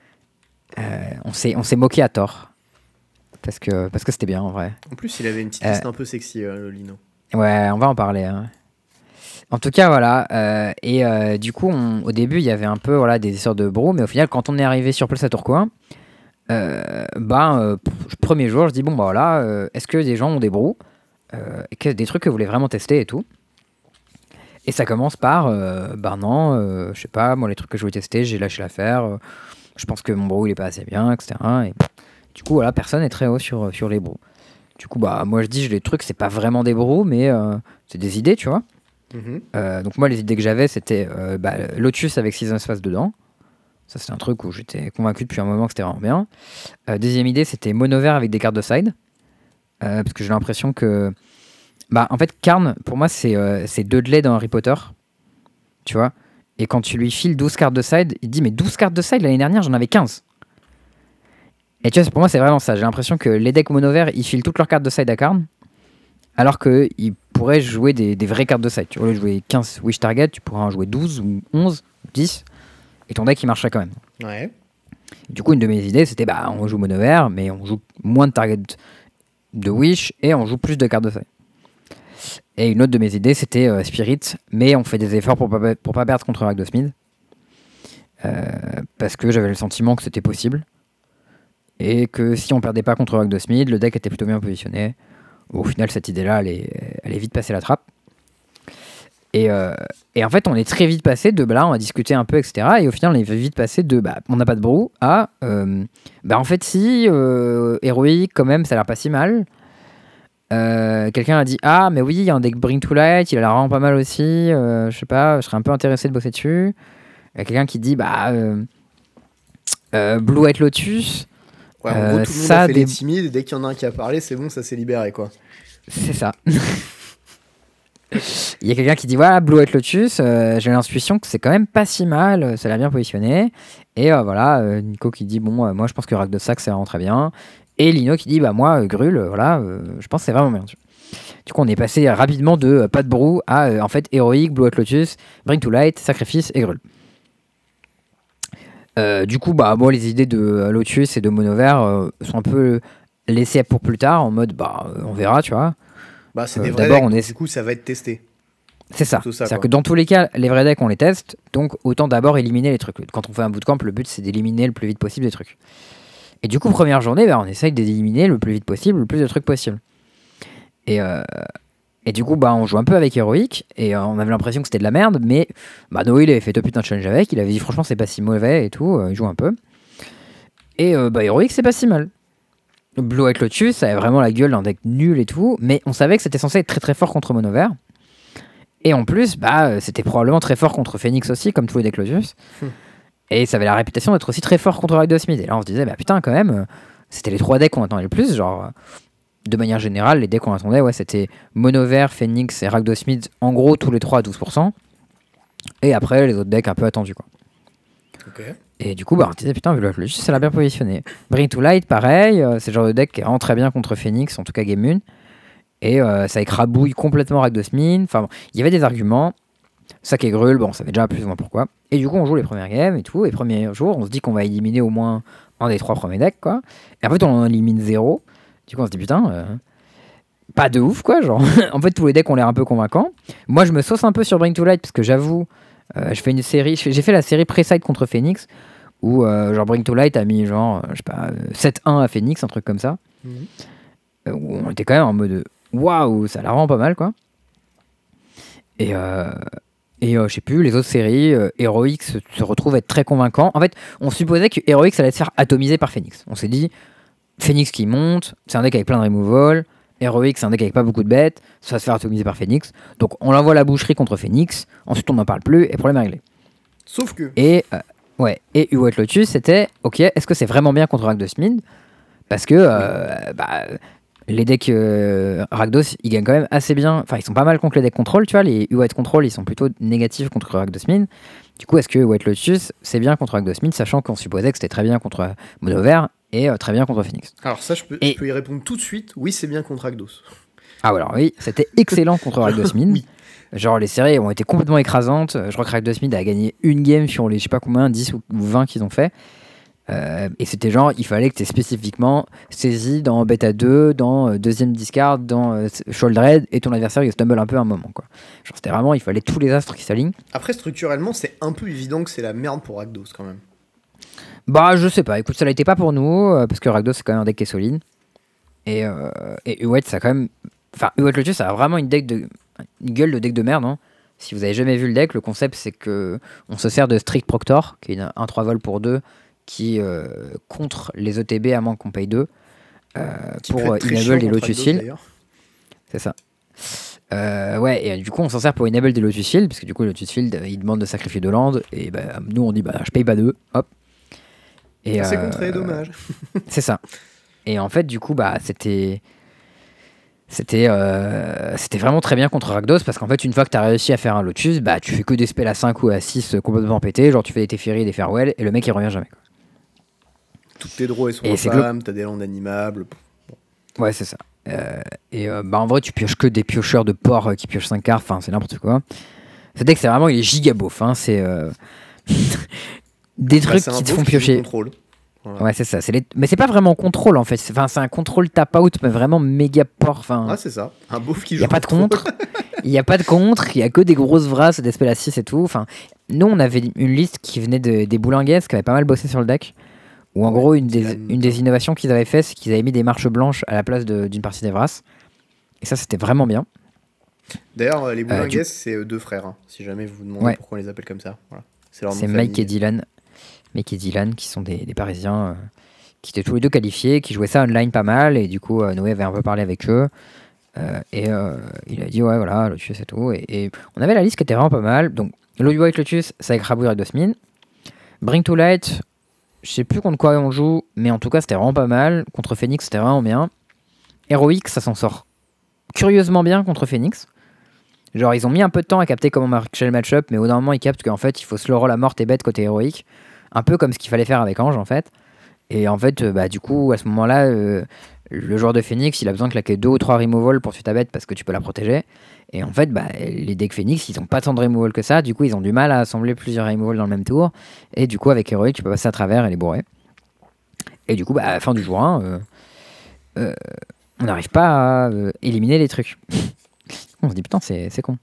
On s'est moqué à tort. Parce que c'était bien en vrai. En plus, il avait une petite liste un peu sexy, le Lino. Ouais, on va en parler. Hein. En tout cas, voilà. Du coup, au début, il y avait un peu des histoires de brou, mais au final, quand on est arrivé sur place à Tourcoing, premier jour, je dis est-ce que des gens ont des brous des trucs que vous voulez vraiment tester et tout. Et ça commence par non, je sais pas, moi les trucs que je voulais tester, j'ai lâché l'affaire. Je pense que mon brou il est pas assez bien, etc. Et du coup, personne n'est très haut sur les brous. Du coup, moi je dis les trucs, c'est pas vraiment des brous, mais c'est des idées, tu vois. Donc moi les idées que j'avais, c'était Lotus avec Season's Pass dedans. Ça c'est un truc où j'étais convaincu depuis un moment que c'était vraiment bien. Deuxième idée, c'était mono vert avec des cartes de side. Parce que j'ai l'impression que en fait Karn pour moi c'est Dudley dans Harry Potter, tu vois, et quand tu lui files 12 cartes de side, il dit mais 12 cartes de side, l'année dernière j'en avais 15. Et tu vois, pour moi c'est vraiment ça, j'ai l'impression que les decks mono vert ils filent toutes leurs cartes de side à Karn alors qu'ils pourraient jouer des vraies cartes de side. Tu vois, jouer 15 wish target, tu pourrais en jouer 12 ou 11 ou 10 et ton deck il marcherait quand même. Ouais. Du coup une de mes idées c'était on joue mono vert mais on joue moins de target de wish et on joue plus de cartes de side. Et une autre de mes idées, c'était Spirit, mais on fait des efforts pour pas perdre contre Rakdosmith. Parce que j'avais le sentiment que c'était possible. Et que si on perdait pas contre Rakdosmith, le deck était plutôt bien positionné. Au final, cette idée-là, elle est vite passée la trappe. Et en fait, on est très vite passé de là, on a discuté un peu, etc. Et au final, on est vite passé de on n'a pas de brou à en fait, si, héroïque, quand même, ça a l'air pas si mal. Quelqu'un a dit ah, mais oui, il y a un deck Bring to Light, il a l'air vraiment pas mal aussi. Je sais pas, je serais un peu intéressé de bosser dessus. Il y a quelqu'un qui dit Blue White Lotus. Ouais, en gros, tout le monde a fait les timides, et dès qu'il y en a un qui a parlé, c'est bon, ça s'est libéré, quoi. C'est ça. Il y a quelqu'un qui dit voilà, Blue White Lotus, j'ai l'intuition que c'est quand même pas si mal, ça l'a bien positionné. Et voilà, Nico qui dit bon, moi je pense que Rakdos Sax c'est vraiment très bien. Et Lino qui dit moi, Grul, voilà, je pense que c'est vraiment bien. Du coup, on est passé rapidement de pas de brou à en fait héroïque, Blue White Lotus, Bring to Light, Sacrifice et Grul. Du coup, moi, les idées de Lotus et de Mono Vert sont un peu laissées pour plus tard, en mode on verra, tu vois. C'est des vrais decks, du coup, ça va être testé. C'est ça. C'est-à-dire que dans tous les cas, les vrais decks, on les teste, donc autant d'abord éliminer les trucs. Quand on fait un bootcamp, le but, c'est d'éliminer le plus vite possible les trucs. Et du coup, première journée, on essaye d'éliminer le plus vite possible, le plus de trucs possible. Et du coup, on joue un peu avec Heroic, et on avait l'impression que c'était de la merde, mais Noé, il avait fait tout putain de challenge avec, il avait dit franchement, c'est pas si mauvais et tout, il joue un peu. Et Heroic, c'est pas si mal. Blue White Lotus, ça avait vraiment la gueule d'un deck nul et tout, mais on savait que c'était censé être très très fort contre Mono Vert. Et en plus, c'était probablement très fort contre Phoenix aussi, comme tous les decks Lotus. Et ça avait la réputation d'être aussi très fort contre Rakdosmith. Et là, on se disait, putain, quand même, c'était les 3 decks qu'on attendait le plus. Genre, de manière générale, les decks qu'on attendait, c'était Mono Vert, Phoenix et Rakdosmith, en gros, tous les 3 à 12%. Et après, les autres decks un peu attendus, quoi. Ok. Et du coup, on se disait, putain, Blue White Lotus, ça l'a bien positionné. Bring to Light, pareil, c'est le genre de deck qui est vraiment très bien contre Phoenix, en tout cas Game 1. Et ça écrabouille complètement Rakdosmith. Enfin, il y avait des arguments. Sac et Grul, on savait déjà plus ou moins pourquoi. Et du coup, on joue les premières games et tout. Et premier jour, on se dit qu'on va éliminer au moins un des 3 premiers decks, quoi. Et en fait, on en élimine 0. Du coup, on se dit, putain, pas de ouf, quoi. Genre, en fait, tous les decks ont l'air un peu convaincants. Moi, je me sauce un peu sur Bring to Light parce que j'avoue, je fais une série. J'ai fait la série Pré-Side contre Phoenix où, Bring to Light a mis, 7-1 à Phoenix, un truc comme ça. Où on était quand même en mode waouh, ça a l'air vraiment pas mal, quoi. Et je sais plus, les autres séries, Heroic se retrouve être très convaincant. En fait, on supposait que Heroic, ça allait se faire atomiser par Phoenix. On s'est dit, Phoenix qui monte, c'est un deck avec plein de removal. Heroic, c'est un deck avec pas beaucoup de bêtes, ça va se faire atomiser par Phoenix. Donc on l'envoie à la boucherie contre Phoenix, ensuite on n'en parle plus, et problème réglé. Sauf que... Et White Lotus, c'était, ok, est-ce que c'est vraiment bien contre Rakdosmith ? Parce que, les decks Rakdos, ils gagnent quand même assez bien. Enfin, ils sont pas mal contre les decks control, tu vois. Les White Control, ils sont plutôt négatifs contre Rakdosmith. Du coup, est-ce que White Lotus, c'est bien contre Rakdosmith, sachant qu'on supposait que c'était très bien contre Mono Vert et très bien contre Phoenix. Alors ça, je peux y répondre tout de suite. Oui, c'est bien contre Rakdos. Ah, alors oui, c'était excellent contre Rakdosmith. Oui. Genre, les séries ont été complètement écrasantes. Je crois que Rakdosmith a gagné une game sur les, je sais pas combien, 10 ou 20 qu'ils ont fait. Et c'était genre, il fallait que tu aies spécifiquement saisi dans Beta 2, dans deuxième discard, dans Sholdred, et ton adversaire il stumble un peu à un moment, quoi. Genre, c'était vraiment, il fallait tous les astres qui s'alignent. Après, structurellement, c'est un peu évident que c'est la merde pour Rakdos quand même. Je sais pas, écoute, ça l'a été pas pour nous, parce que Rakdos c'est quand même un deck qui est solide. Et Uwet, ça a quand même. Enfin, Uwet Lotus, ça a vraiment une gueule de deck de merde, hein. Si vous avez jamais vu le deck, le concept c'est que on se sert de Strict Proctor, qui est un 3 vol pour 2, qui contre les ETB à moins qu'on paye 2 pour enable des Lotus Field. C'est ça. Et du coup on s'en sert pour enable des Lotus Field, parce que du coup Lotus Field il demande de sacrifier 2 landes, et nous on dit je paye pas 2, hop. Et c'est contré, dommage. C'est ça. Et en fait du coup c'était vraiment très bien contre Rakdos, parce qu'en fait une fois que tu as réussi à faire un Lotus, tu fais que des spells à 5 ou à 6 complètement pétés, genre tu fais des Teferi et des Farewell, et le mec il revient jamais, quoi. Toutes tes draws sont infâmes, t'as des landes animables. Bon. Ouais, c'est ça. En vrai, tu pioches que des piocheurs de porc qui piochent 5 cartes, enfin, c'est n'importe quoi. Ce deck, c'est vraiment, il est giga beauf, hein. C'est des trucs qui te font piocher. Voilà. Ouais, c'est ça. Mais c'est pas vraiment contrôle en fait. C'est un contrôle tap-out, mais vraiment méga port. Ah, c'est ça. Un beauf qui Il joue. n'y a pas de contre. Il n'y a pas de contre. Il n'y a que des grosses vrasses d'Espela 6 et tout. Enfin, nous, on avait une liste qui venait des Boulingues qui avaient pas mal bossé sur le deck. Où en gros, une des innovations qu'ils avaient fait, c'est qu'ils avaient mis des marches blanches à la place d'une partie des vrasses. Et ça, c'était vraiment bien. D'ailleurs, les Boulingues, c'est 2 frères. Hein, si jamais vous vous demandez pourquoi on les appelle comme ça. Voilà. C'est Mike et Dylan. Mike et Dylan, qui sont des Parisiens qui étaient tous les deux qualifiés, qui jouaient ça online pas mal. Et du coup, Noé avait un peu parlé avec eux. Il a dit, ouais, voilà, Lotus et tout. Et on avait la liste qui était vraiment pas mal. Donc, White Lotus, c'est avec Rabouir et Dosmin. Bring to Light, je sais plus contre quoi on joue, mais en tout cas, c'était vraiment pas mal. Contre Phoenix, c'était vraiment bien. Heroic, ça s'en sort curieusement bien contre Phoenix. Genre, ils ont mis un peu de temps à capter comment marcher le match-up, mais au bout d'un moment, ils captent qu'en fait, il faut slow roll à mort et bête côté Heroic. Un peu comme ce qu'il fallait faire avec Ange, en fait. Et en fait, du coup, à ce moment-là, le joueur de Phoenix, il a besoin de claquer 2 ou 3 removal pour tuer ta bête parce que tu peux la protéger. Et en fait, les decks Phoenix, ils ont pas tant de removal que ça. Du coup, ils ont du mal à assembler plusieurs removal dans le même tour. Et du coup, avec Heroic, tu peux passer à travers et les bourrer. Et du coup, à la fin du jour 1, on n'arrive pas à éliminer les trucs. On se dit, putain, c'est con.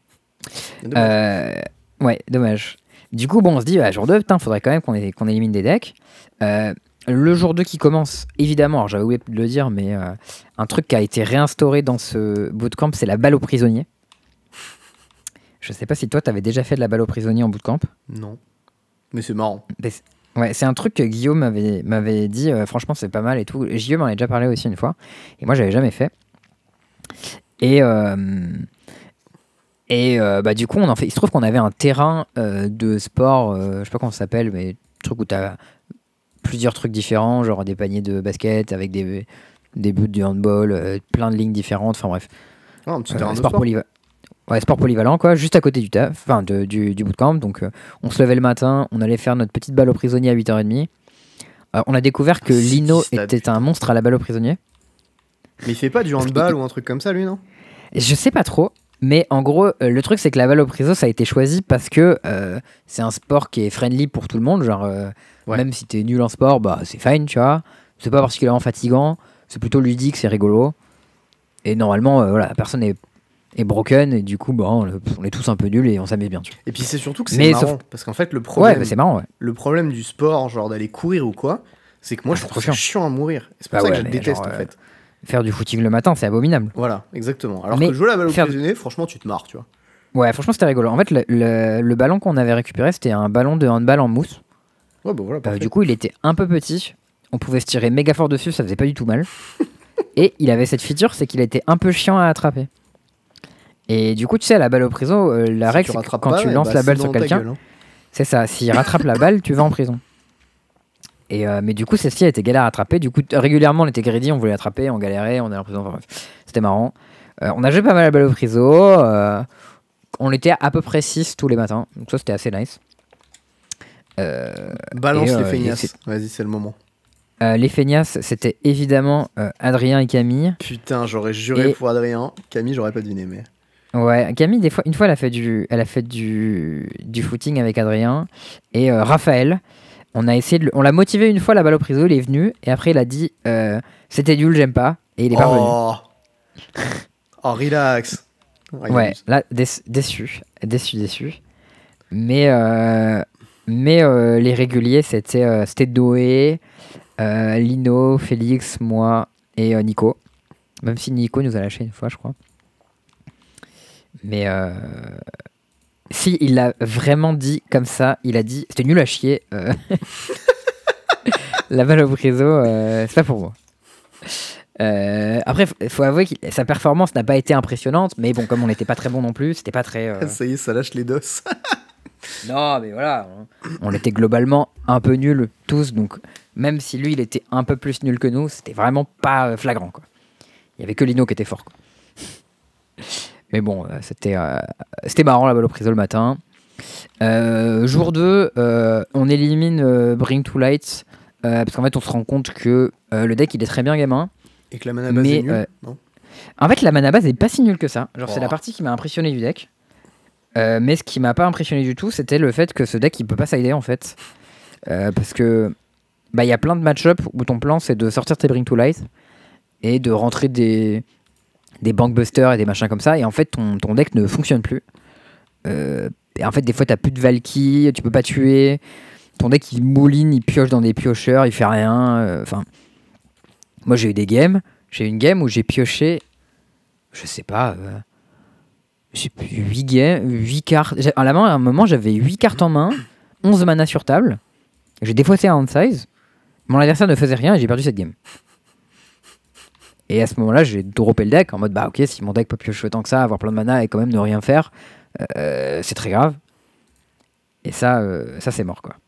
Ouais, dommage. Du coup, on se dit, jour 2, putain, faudrait quand même qu'on élimine des decks. Le jour 2 qui commence, évidemment, alors j'avais oublié de le dire, mais un truc qui a été réinstauré dans ce bootcamp, c'est la balle aux prisonniers. Je sais pas si toi, t'avais déjà fait de la balle aux prisonniers en bootcamp. Non. Mais c'est marrant. Ouais, c'est un truc que Guillaume m'avait dit, franchement, c'est pas mal et tout. Guillaume m'en a déjà parlé aussi une fois. Et moi, j'avais jamais fait. Et du coup, il se trouve qu'on avait un terrain de sport, je sais pas comment ça s'appelle, mais truc où t'as plusieurs trucs différents, genre des paniers de basket avec des buts de handball, plein de lignes différentes, enfin bref. Ah, un petit terrain de sport. Ouais, sport polyvalent, quoi, juste à côté du taf, enfin du bootcamp. Donc on se levait le matin, on allait faire notre petite balle aux prisonniers à 8h30. On a découvert que Lino était un monstre à la balle aux prisonniers. Mais il fait pas du handball ou un truc comme ça, lui, non? Je sais pas trop. Mais en gros, le truc, c'est que la balle au priso, ça a été choisi parce que c'est un sport qui est friendly pour tout le monde. Genre, même si t'es nul en sport, c'est fine, tu vois. C'est pas particulièrement fatigant. C'est plutôt ludique, c'est rigolo. Et normalement, voilà, personne est broken. Et du coup, on est tous un peu nuls et on s'amuse bien, tu vois. Et puis c'est surtout que c'est marrant. Parce qu'en fait, le problème du sport, genre d'aller courir ou quoi, c'est que moi, je trouve ça chiant à mourir. C'est pour ça que je le déteste, en fait. Faire du footing le matin, c'est abominable. Voilà, exactement. Alors que jouer à la balle au prisonnier, franchement, tu te marres, tu vois. Ouais, franchement, c'était rigolo. En fait, le ballon qu'on avait récupéré, c'était un ballon de handball en mousse. Ouais, voilà, du coup, il était un peu petit. On pouvait se tirer méga fort dessus, ça faisait pas du tout mal. Et il avait cette feature, c'est qu'il était un peu chiant à attraper. Et du coup, tu sais, à la balle au prison, la règle, c'est que quand tu lances la balle sur quelqu'un, c'est ça. S'il rattrape la balle, tu vas en prison. Mais du coup, celle-ci, elle était galère à attraper. Du coup, régulièrement, on était greedy, on voulait l'attraper, on galérait, on allait en prison. Enfin, bref, c'était marrant. On a joué pas mal à la balle au priso. On était à peu près 6 tous les matins. Donc ça, c'était assez nice. Balance les feignasses. Vas-y, c'est le moment. Les feignasses, c'était évidemment Adrien et Camille. Putain, j'aurais juré pour Adrien. Camille, j'aurais pas deviné, mais... Ouais, Camille, une fois, elle a fait du footing avec Adrien. Et Raphaël... On l'a motivé une fois, la balle au priso, il est venu et après il a dit c'était nul, j'aime pas, et il est pas revenu. Oh, relax. Ouais, là déçu. Mais les réguliers, c'était Noé, Lino, Félix, moi et Nico. Même si Nico nous a lâché une fois, je crois. Mais si, il l'a vraiment dit comme ça. Il a dit c'était nul à chier. La balle au priso, c'est pas pour moi. Après, il faut avouer que sa performance n'a pas été impressionnante. Mais bon, comme on n'était pas très bon non plus, c'était pas très. Ça y est, ça lâche les dos. Non, mais voilà. On était globalement un peu nuls tous. Donc, même si lui, il était un peu plus nul que nous, c'était vraiment pas flagrant, quoi. Il y avait que Lino qui était fort, quoi. Mais bon, c'était marrant la balle au priso le matin. Jour 2, on élimine Bring to Light parce qu'en fait on se rend compte que le deck il est très bien gamin. Et que la mana base est nulle, non ? En fait la mana base est pas si nulle que ça. Genre c'est la partie qui m'a impressionné du deck. Mais ce qui m'a pas impressionné du tout, c'était le fait que ce deck il peut pas sider en fait. Parce que bah, y a plein de match-up où ton plan c'est de sortir tes Bring to Light et de rentrer des bankbusters et des machins comme ça, et en fait ton deck ne fonctionne plus. Et en fait, des fois, t'as plus de Valky, tu peux pas tuer. Ton deck il mouline, il pioche dans des piocheurs, il fait rien. Enfin, moi j'ai eu des games. J'ai eu une game où j'ai pioché, je sais pas, j'ai 8 cartes. À la main, à un moment, j'avais 8 cartes en main, 11 mana sur table. J'ai défaussé un hand size. Mon adversaire ne faisait rien et j'ai perdu cette game. Et à ce moment-là, j'ai droppé le deck en mode bah ok, si mon deck peut piocher autant que ça, avoir plein de mana et quand même ne rien faire, c'est très grave. Et ça c'est mort quoi.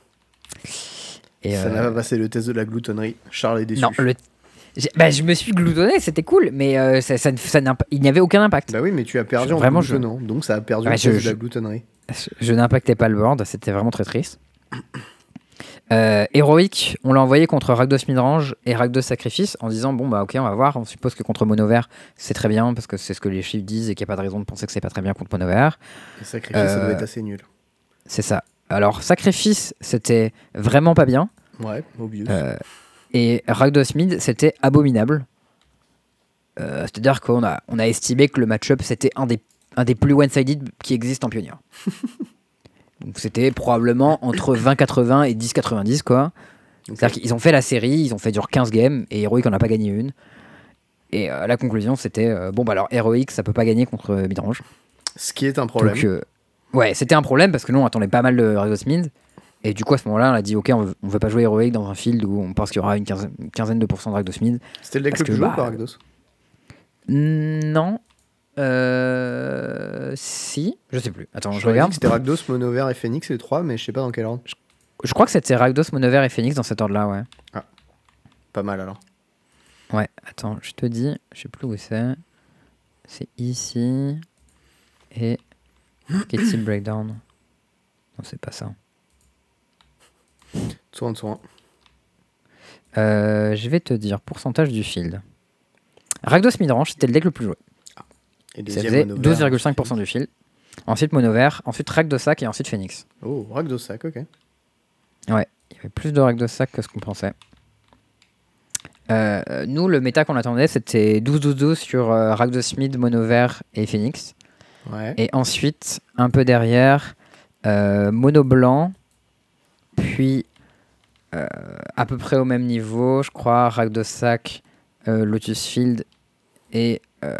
Et Ça n'a pas passé le test de la gloutonnerie. Charles est déçu. non, je me suis gloutonné, c'était cool, mais il n'y avait aucun impact. Bah oui, mais tu as perdu en Vraiment, gloutonnant, donc ça a perdu Ouais, le test de la gloutonnerie. Je n'impactais pas le board, c'était vraiment très triste. Héroïque, on l'a envoyé contre Rakdos Midrange et Rakdos Sacrifice en disant bon bah ok, on va voir, on suppose que contre Mono Vert c'est très bien parce que c'est ce que les chiffres disent et qu'il n'y a pas de raison de penser que c'est pas très bien contre Mono Vert. Et Sacrifice, ça doit être assez nul. C'est ça. Alors Sacrifice c'était vraiment pas bien. Ouais, obvious. Et Rakdos Mid c'était abominable. C'est-à-dire qu'on a estimé que le match-up c'était un des plus one-sided qui existent en Pionnier. Donc c'était probablement entre 20-80 et 10-90 quoi. Okay. C'est-à-dire qu'ils ont fait la série, ils ont fait genre 15 games et Heroic en a pas gagné une. Et la conclusion c'était bon bah alors Heroic ça peut pas gagner contre Midrange. Ce qui est un problème. Donc ouais, c'était un problème parce que nous on attendait pas mal de Rakdos Mid. Et du coup à ce moment-là on a dit ok, on veut pas jouer Heroic dans un field où on pense qu'il y aura une quinzaine de pourcents de Rakdos Mid. C'était le deck le plus joué par Rakdos? Non. Si, je sais plus. Attends, je regarde. C'était Rakdos, Mono Vert et Phoenix les trois, mais je sais pas dans quel ordre. Je crois que c'était Rakdos, Mono Vert et Phoenix dans cet ordre-là, ouais. Ah, pas mal alors. Ouais, attends, je te dis, je sais plus où c'est. C'est ici. Et. Archetype Breakdown. Non, c'est pas ça. Soin. Je vais te dire pourcentage du field. Rakdos Midrange, c'était le deck le plus joué. Ça faisait 12,5% du field. Ensuite Mono Vert, ensuite Rakdosak et ensuite Phoenix. Oh, Rakdosak, ok. Ouais, il y avait plus de Rakdosak que ce qu'on pensait. Nous, le méta qu'on attendait, c'était 12-12-12 sur Rakdos Mid, Mono Vert et Phoenix. Ouais. Et ensuite, un peu derrière, Mono Blanc, puis à peu près au même niveau, je crois, Rakdosak, Lotus Field et...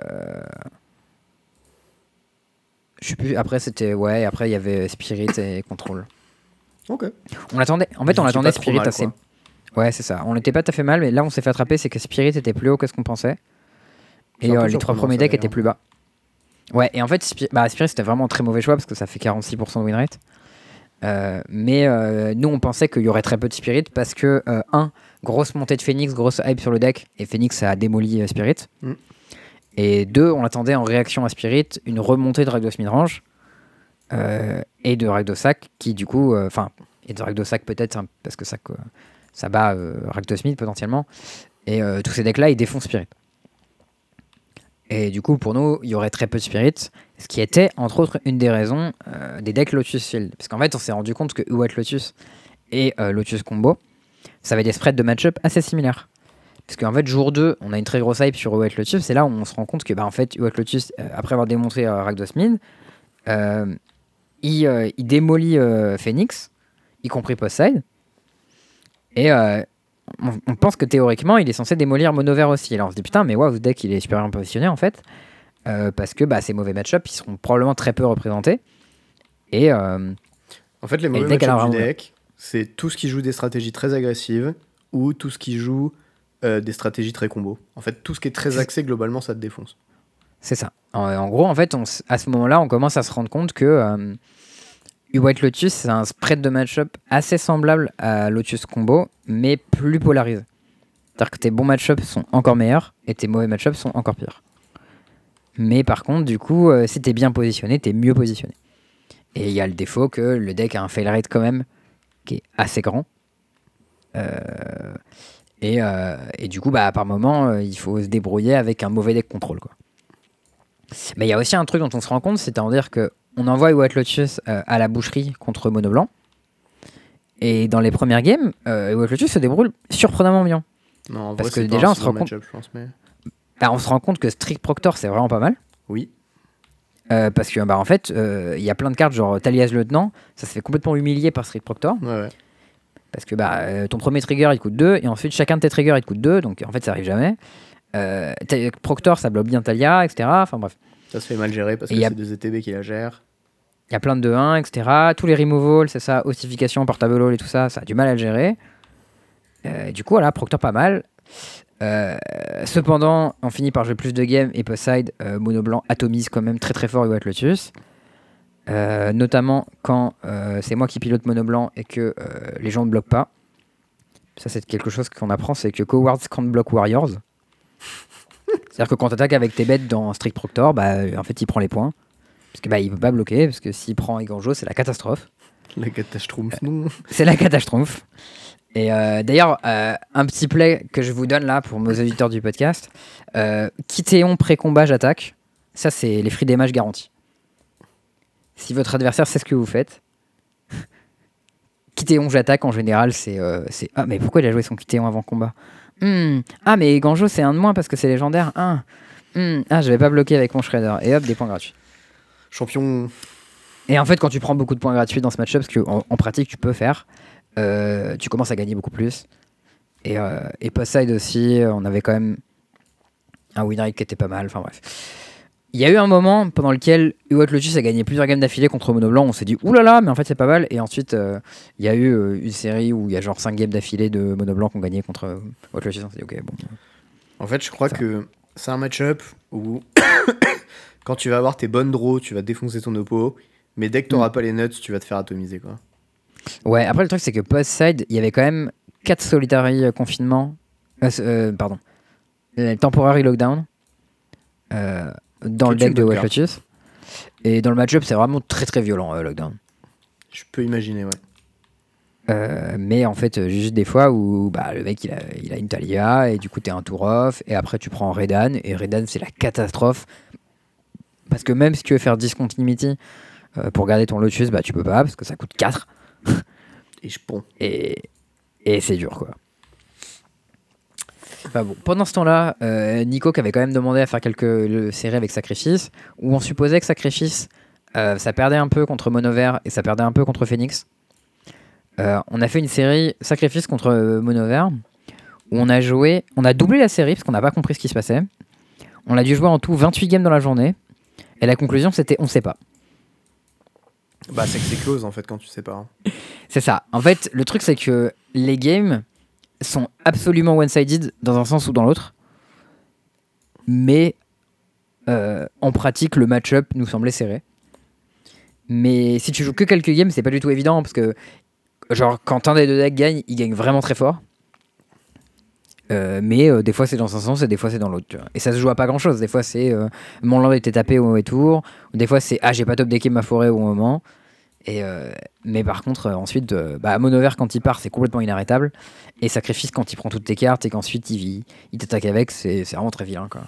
je sais plus, après c'était... Ouais, après il y avait Spirit et Control. Ok. On attendait Spirit mal, assez... Ouais, c'est ça. On n'était pas tout à fait mal, mais là on s'est fait attraper, c'est que Spirit était plus haut que ce qu'on pensait. Et les trois premiers decks étaient plus bas. Ouais, et en fait, Spirit c'était vraiment un très mauvais choix parce que ça fait 46% de win rate. Mais nous on pensait qu'il y aurait très peu de Spirit parce que, grosse montée de Phoenix, grosse hype sur le deck, et Phoenix a démoli Spirit. Et 2, on attendait en réaction à Spirit une remontée de Rakdos Midrange et de Rakdosak qui du coup, et de Rakdosak peut-être parce que ça bat Rakdos Mid potentiellement, et tous ces decks là ils défoncent Spirit. Et du coup pour nous il y aurait très peu de Spirit, ce qui était entre autres une des raisons des decks Lotus Field, parce qu'en fait on s'est rendu compte que White Lotus et Lotus Combo ça avait des spreads de match-up assez similaires. Parce qu'en fait, jour 2, on a une très grosse hype sur White Lotus. C'est là où on se rend compte que, en fait, White Lotus, après avoir démontré Rakdos Mid, il démolit Phoenix, y compris post-side. Et on pense que théoriquement, il est censé démolir Mono Vert aussi. Alors on se dit, putain, mais ce deck, il est supérieur positionné, en fait. Parce que ces mauvais match-up, ils seront probablement très peu représentés. Et, en fait, les mauvais match-up du deck, c'est tout ce qui joue des stratégies très agressives ou tout ce qui joue... des stratégies très combo. En fait, tout ce qui est très axé, globalement, ça te défonce. C'est ça. En gros, en fait, à ce moment-là, on commence à se rendre compte que White Lotus, c'est un spread de match-up assez semblable à Lotus Combo, mais plus polarisé. C'est-à-dire que tes bons match-up sont encore meilleurs et tes mauvais match-up sont encore pires. Mais par contre, du coup, si t'es bien positionné, t'es mieux positionné. Et il y a le défaut que le deck a un fail rate quand même qui est assez grand. Et du coup, par moment, il faut se débrouiller avec un mauvais deck contrôle, quoi. Mais il y a aussi un truc dont on se rend compte, c'est-à-dire qu'on envoie White Lotus à la boucherie contre Mono Blanc. Et dans les premières games, White Lotus se débrouille surprenamment bien. Non, en Parce vrai, que c'est déjà, pas un on se si rend bon compte- match-up, je pense, mais... On se rend compte que Strict Proctor, c'est vraiment pas mal. Oui. Parce que, en fait, il y a plein de cartes, genre Talia's Lieutenant, ça se fait complètement humilier par Strict Proctor. Ouais. Parce que ton premier trigger, il coûte 2, et ensuite, chacun de tes triggers, il te coûte 2, donc en fait, ça arrive jamais. Proctor, ça bloque bien Talia, etc. Enfin bref. Ça se fait mal gérer parce Et que y a- c'est des ETB qui la gèrent. Il y a plein de 2-1, etc. Tous les removals, c'est ça, ossification, portable all et tout ça, ça a du mal à le gérer. Du coup, voilà, Proctor pas mal. Cependant, on finit par jouer plus de games et post-side, mono blanc atomise quand même très très fort White Lotus. Notamment quand c'est moi qui pilote mono blanc et que les gens ne bloquent pas. Ça, c'est quelque chose qu'on apprend, c'est que Cowards can't block Warriors. C'est-à-dire que quand tu attaques avec tes bêtes dans Strict Proctor, en fait, il prend les points. Parce que il peut pas bloquer, parce que s'il prend Iganjo, c'est la catastrophe. La catastrophe, non. C'est la catastrophe. Et d'ailleurs, un petit play que je vous donne là pour nos auditeurs du podcast. Kitéon pré-combat, j'attaque. Ça, c'est les free damage garantis. Si votre adversaire sait ce que vous faites, Kitéon, j'attaque, en général, c'est ah, mais pourquoi il a joué son Kitéon avant combat? Ah, mais Ganjo, c'est un de moins parce que c'est légendaire. Ah, je vais pas bloquer avec mon Shredder. Et hop, des points gratuits. Champion. Et en fait, quand tu prends beaucoup de points gratuits dans ce match-up, parce qu'en pratique, tu peux faire, tu commences à gagner beaucoup plus. Et post-side aussi, on avait quand même un win rate qui était pas mal. Enfin bref. Il y a eu un moment pendant lequel White Lotus a gagné plusieurs games d'affilée contre Mono Blanc. On s'est dit oulala, mais en fait c'est pas mal. Et ensuite, il y a eu une série où il y a genre 5 games d'affilée de Mono Blanc qui ont gagné contre White Lotus. On s'est dit ok, bon. En fait, je crois que c'est un match-up où quand tu vas avoir tes bonnes draws, tu vas défoncer ton oppo. Mais dès que tu n'auras pas les nuts, tu vas te faire atomiser, quoi. Ouais, après le truc c'est que post-side, il y avait quand même 4 solitary confinements. Pardon. Temporary lockdown. Dans le deck de White Lotus. Et dans le match-up, c'est vraiment très très violent, lockdown. Je peux imaginer, ouais. Mais en fait, juste des fois où le mec il a une Talia et du coup t'es un tour off et après tu prends Redan et Redan c'est la catastrophe parce que même si tu veux faire discontinuity pour garder ton Lotus, tu peux pas parce que ça coûte 4 et je ponds. Et c'est dur quoi. Enfin bon, pendant ce temps-là, Nico qui avait quand même demandé à faire quelques séries avec Sacrifice, où on supposait que Sacrifice, ça perdait un peu contre Monover et ça perdait un peu contre Phoenix. On a fait une série Sacrifice contre Monover, où on a doublé la série parce qu'on n'a pas compris ce qui se passait. On a dû jouer en tout 28 games dans la journée, et la conclusion c'était on sait pas. C'est que c'est close en fait quand tu sais pas. C'est ça. En fait, le truc c'est que les games sont absolument one-sided dans un sens ou dans l'autre, mais en pratique le match-up nous semblait serré. Mais si tu joues que quelques games, c'est pas du tout évident parce que genre quand un des deux decks gagne, il gagne vraiment très fort. Mais des fois c'est dans un sens et des fois c'est dans l'autre. Et ça se joue à pas grand chose. Des fois c'est mon land était tapé au mauvais tour, ou des fois c'est j'ai pas top decké ma forêt au moment. Mais par contre, ensuite, Monover quand il part, c'est complètement inarrêtable. Et Sacrifice quand il prend toutes tes cartes et qu'ensuite il t'attaque avec, c'est vraiment très vilain, quoi.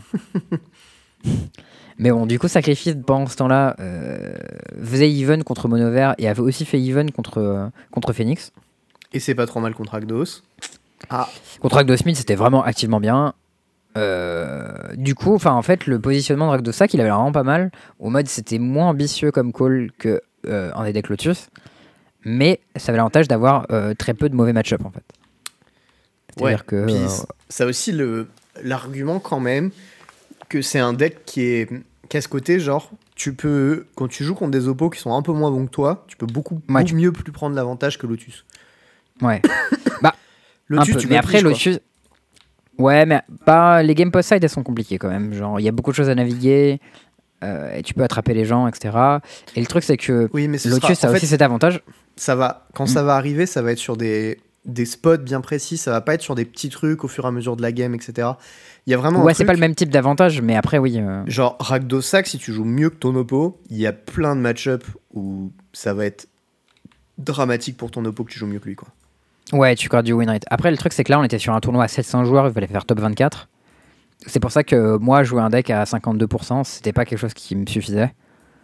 Mais bon, du coup, Sacrifice pendant ce temps-là faisait even contre Monover et avait aussi fait even contre Phoenix. Et c'est pas trop mal contre Agdos. Contre Agdosmith, c'était vraiment activement bien. Du coup, en fait, le positionnement de Rakdosak, il avait vraiment pas mal. Au mode, c'était moins ambitieux comme call que un des decks Lotus, mais ça avait l'avantage d'avoir très peu de mauvais match-up en fait. C'est-à-dire que ça a aussi l'argument quand même que c'est un deck qui a ce côté genre quand tu joues contre des oppos qui sont un peu moins bons que toi, tu peux beaucoup mieux plus prendre l'avantage que Lotus. Ouais. Lotus, mais après Lotus. Ouais, mais les game post-side elles sont compliquées quand même. Genre, il y a beaucoup de choses à naviguer. Et tu peux attraper les gens, etc. Et le truc, c'est que Lotus a aussi cet avantage. Ça va, quand ça va arriver, ça va être sur des spots bien précis. Ça va pas être sur des petits trucs au fur et à mesure de la game, etc. Il y a vraiment. Ouais, c'est pas le même type d'avantage, mais après, oui. Genre, Rakdosak, si tu joues mieux que ton oppo, il y a plein de match-up où ça va être dramatique pour ton oppo que tu joues mieux que lui, quoi. Ouais, tu gardes du win rate. Après, le truc, c'est que là, on était sur un tournoi à 700 joueurs, il fallait faire top 24. C'est pour ça que moi, jouer un deck à 52%, c'était pas quelque chose qui me suffisait.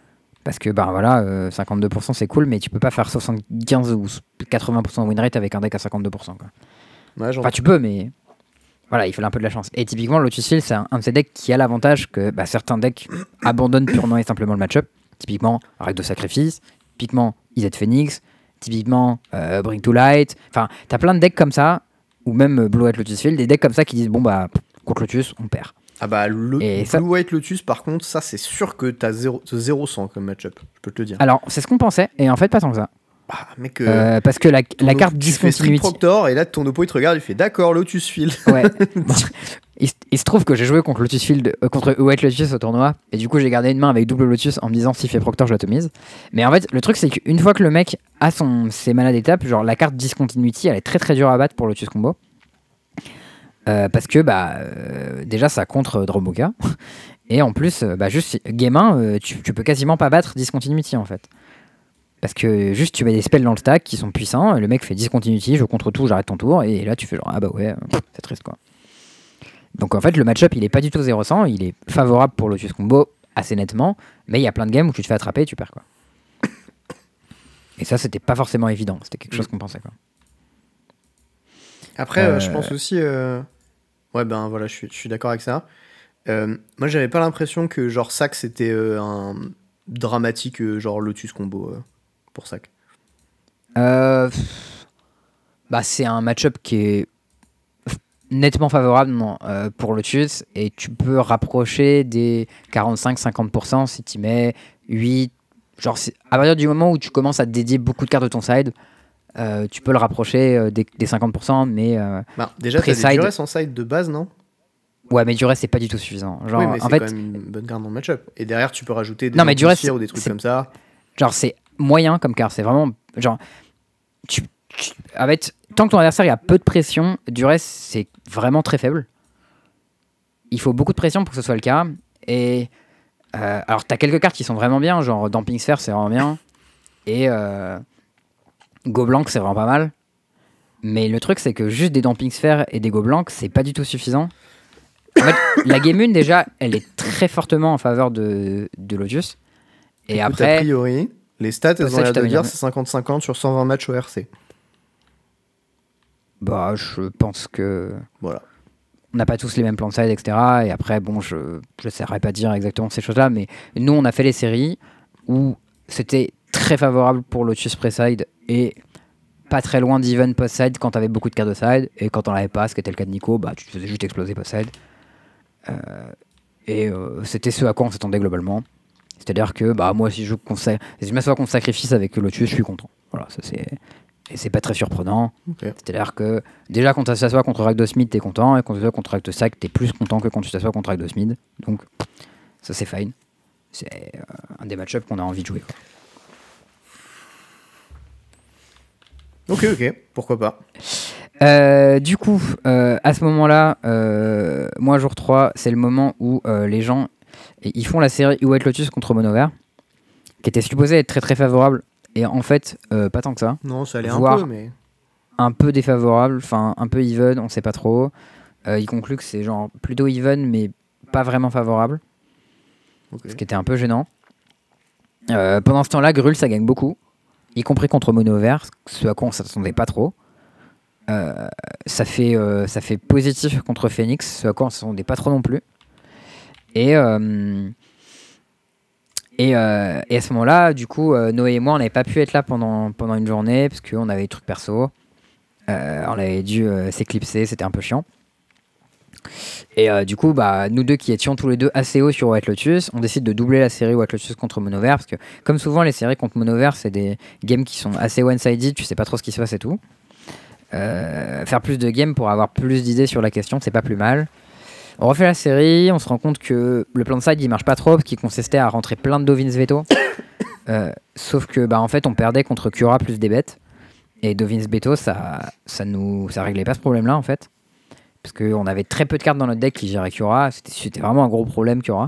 Parce que 52% c'est cool, mais tu peux pas faire 75 ou 80% de win rate avec un deck à 52%. Quoi. Ouais, Enfin, tu peux, mais voilà, il fallait un peu de la chance. Et typiquement, Lotus Field, c'est un de ces decks qui a l'avantage que certains decks abandonnent purement et simplement le match-up. Typiquement, Règle de Sacrifice, typiquement, Izzet Phoenix, typiquement, Bring to Light. Enfin, t'as plein de decks comme ça, ou même Blue White Lotus Field, des decks comme ça qui disent contre Lotus, on perd. Ah bah, Blue White Lotus, par contre, ça, c'est sûr que t'as 0-100 comme match-up, je peux te le dire. Alors, c'est ce qu'on pensait, et en fait, pas tant que ça. Ah, mec, parce que la carte tu fais Street Proctor, et là, ton oppo, il te regarde, il fait d'accord, Lotus Field. Ouais. Il se trouve que j'ai joué contre Lotus Field, contre White Lotus au tournoi, et du coup, j'ai gardé une main avec double Lotus en me disant s'il fait Proctor, je l'atomise. Mais en fait, le truc, c'est qu'une fois que le mec a ses manas d'étape, genre la carte Discontinuity, elle est très très dure à battre pour Lotus Combo. Parce que déjà ça contre Dromoka et en plus juste game 1 tu peux quasiment pas battre Discontinuity en fait parce que juste tu mets des spells dans le stack qui sont puissants, le mec fait Discontinuity, je contre tout, j'arrête ton tour et là tu fais genre ah bah ouais c'est triste quoi. Donc en fait le match-up il est pas du tout 0-100, il est favorable pour Lotus Combo assez nettement, mais il y a plein de games où tu te fais attraper et tu perds quoi. Et ça c'était pas forcément évident, c'était quelque chose qu'on pensait quoi. Après je pense aussi ouais, ben voilà, je suis d'accord avec ça. Moi, j'avais pas l'impression que genre Sac c'était un dramatique genre Lotus combo pour Sac. C'est un match-up qui est nettement favorable pour Lotus et tu peux rapprocher des 45-50% si tu mets 8. Genre, à partir du moment où tu commences à dédier beaucoup de cartes de ton side, tu peux le rapprocher des 50%, mais déjà, t'as des durées en side de base, non? Ouais, mais durée, c'est pas du tout suffisant. Genre, oui, mais en c'est quand même une bonne carte dans le match-up. Et derrière, tu peux rajouter des amplifiers ou des trucs comme ça. Genre, c'est moyen comme carte. C'est vraiment... Genre, en fait, tant que ton adversaire a peu de pression, durée, c'est vraiment très faible. Il faut beaucoup de pression pour que ce soit le cas. Et... alors, t'as quelques cartes qui sont vraiment bien. Genre, Damping Sphere, c'est vraiment bien. Et... Go Blanc, c'est vraiment pas mal. Mais le truc, c'est que juste des Damping Sphere et des Go Blanc, c'est pas du tout suffisant. En fait, la Game 1, déjà, elle est très fortement en faveur de Lotus. Et écoute, après... a priori, les stats, elles ont l'air de dire c'est 50-50 sur 120 matchs au RC. Je pense que... Voilà. On n'a pas tous les mêmes plans de side, etc. Et après, je ne saurais pas dire exactement ces choses-là, mais nous, on a fait les séries où c'était très favorable pour Lotus Pre-side et pas très loin d'Even Post-side quand t'avais beaucoup de cartes de side. Et quand on l'avait pas, ce qui était le cas de Nico, tu te faisais juste exploser Post-side. C'était ce à quoi on s'attendait globalement. C'est-à-dire que moi, si je m'assois contre Sacrifice avec Lotus, je suis content. Voilà, ça c'est... Et c'est pas très surprenant. Okay. C'est-à-dire que déjà quand tu t'assois contre Ragdos Smith, t'es content, et quand tu t'assois contre Ragdos Sac, t'es plus content que quand tu t'assois contre Ragdos Smith. Donc ça c'est fine. C'est un des match-ups qu'on a envie de jouer. Quoi. Ok, pourquoi pas. Du coup, à ce moment-là, moi jour 3, c'est le moment où les gens ils font la série White Lotus contre Monover, qui était supposée être très très favorable. Et en fait, pas tant que ça. Non, ça allait un peu, mais... Un peu défavorable, enfin un peu even, on sait pas trop. Il conclut que c'est genre plutôt even, mais pas vraiment favorable. Okay. Ce qui était un peu gênant. Pendant ce temps-là, Gruul, ça gagne beaucoup. Y compris contre Monover, ce à quoi on s'attendait pas trop. Ça fait positif contre Phoenix, ce à quoi on s'attendait pas trop non plus. Et à ce moment-là, du coup, Noé et moi, on n'avait pas pu être là pendant une journée parce qu'on avait des trucs perso. On avait dû s'éclipser, c'était un peu chiant. Et du coup, nous deux qui étions tous les deux assez hauts sur White Lotus, on décide de doubler la série White Lotus contre Monover parce que, comme souvent, les séries contre Monover, c'est des games qui sont assez one-sided, tu sais pas trop ce qui se passe et tout. Faire plus de games pour avoir plus d'idées sur la question, c'est pas plus mal. On refait la série, on se rend compte que le plan de side il marche pas trop parce qu'il consistait à rentrer plein de Dovin's Veto. Sauf que en fait on perdait contre Cura plus des bêtes. Et Dovin's Veto ça réglait pas ce problème là en fait. Parce qu'on avait très peu de cartes dans notre deck qui géraient Cura. C'était vraiment un gros problème Cura.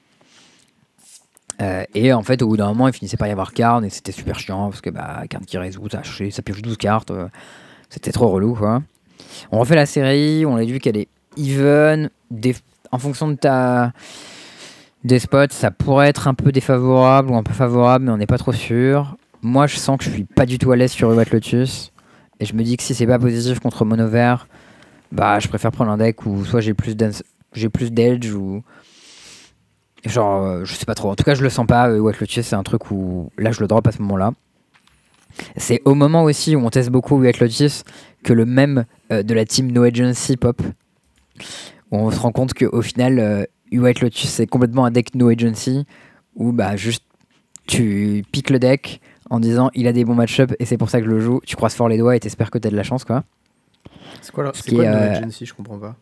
Et en fait au bout d'un moment il finissait par y avoir Karn et c'était super chiant parce que Karn qui résout, ça pioche 12 cartes. C'était trop relou quoi. On refait la série, on a vu qu'elle est even, en fonction de Des spots, ça pourrait être un peu défavorable ou un peu favorable, mais on n'est pas trop sûr. Moi, je sens que je suis pas du tout à l'aise sur White Lotus. Et je me dis que si c'est pas positif contre mono vert, bah je préfère prendre un deck où soit j'ai plus d'edge ou. Genre, je sais pas trop. En tout cas, je le sens pas. White Lotus, c'est un truc où là, je le drop à ce moment-là. C'est au moment aussi où on teste beaucoup White Lotus que le mème de la team No Agency pop. Où on se rend compte qu'au final, White Lotus, c'est complètement un deck No Agency. Où bah, juste tu piques le deck en disant il a des bons match-up et c'est pour ça que je le joue. Tu croises fort les doigts et t'espères que t'as de la chance, quoi. C'est quoi le No Agency? Je comprends pas.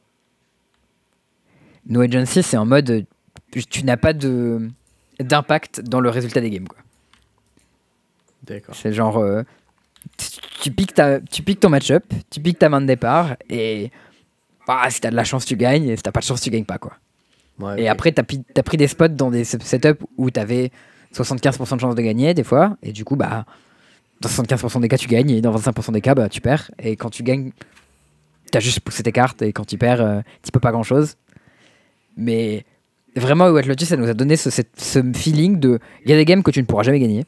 No Agency, c'est en mode tu n'as pas d'impact dans le résultat des games, quoi. D'accord. C'est genre tu piques ton match-up, tu piques ta main de départ et bah, si t'as de la chance tu gagnes et si t'as pas de chance tu gagnes pas, quoi. Ouais, Et okay. après t'as pris des spots dans des setups où t'avais 75% de chance de gagner des fois et du coup bah dans 75% des cas tu gagnes et dans 25% des cas bah tu perds et quand tu gagnes t'as juste poussé tes cartes et quand tu perds tu peux pas grand chose. Mais vraiment White Lotus ça nous a donné ce feeling de il y a des games que tu ne pourras jamais gagner.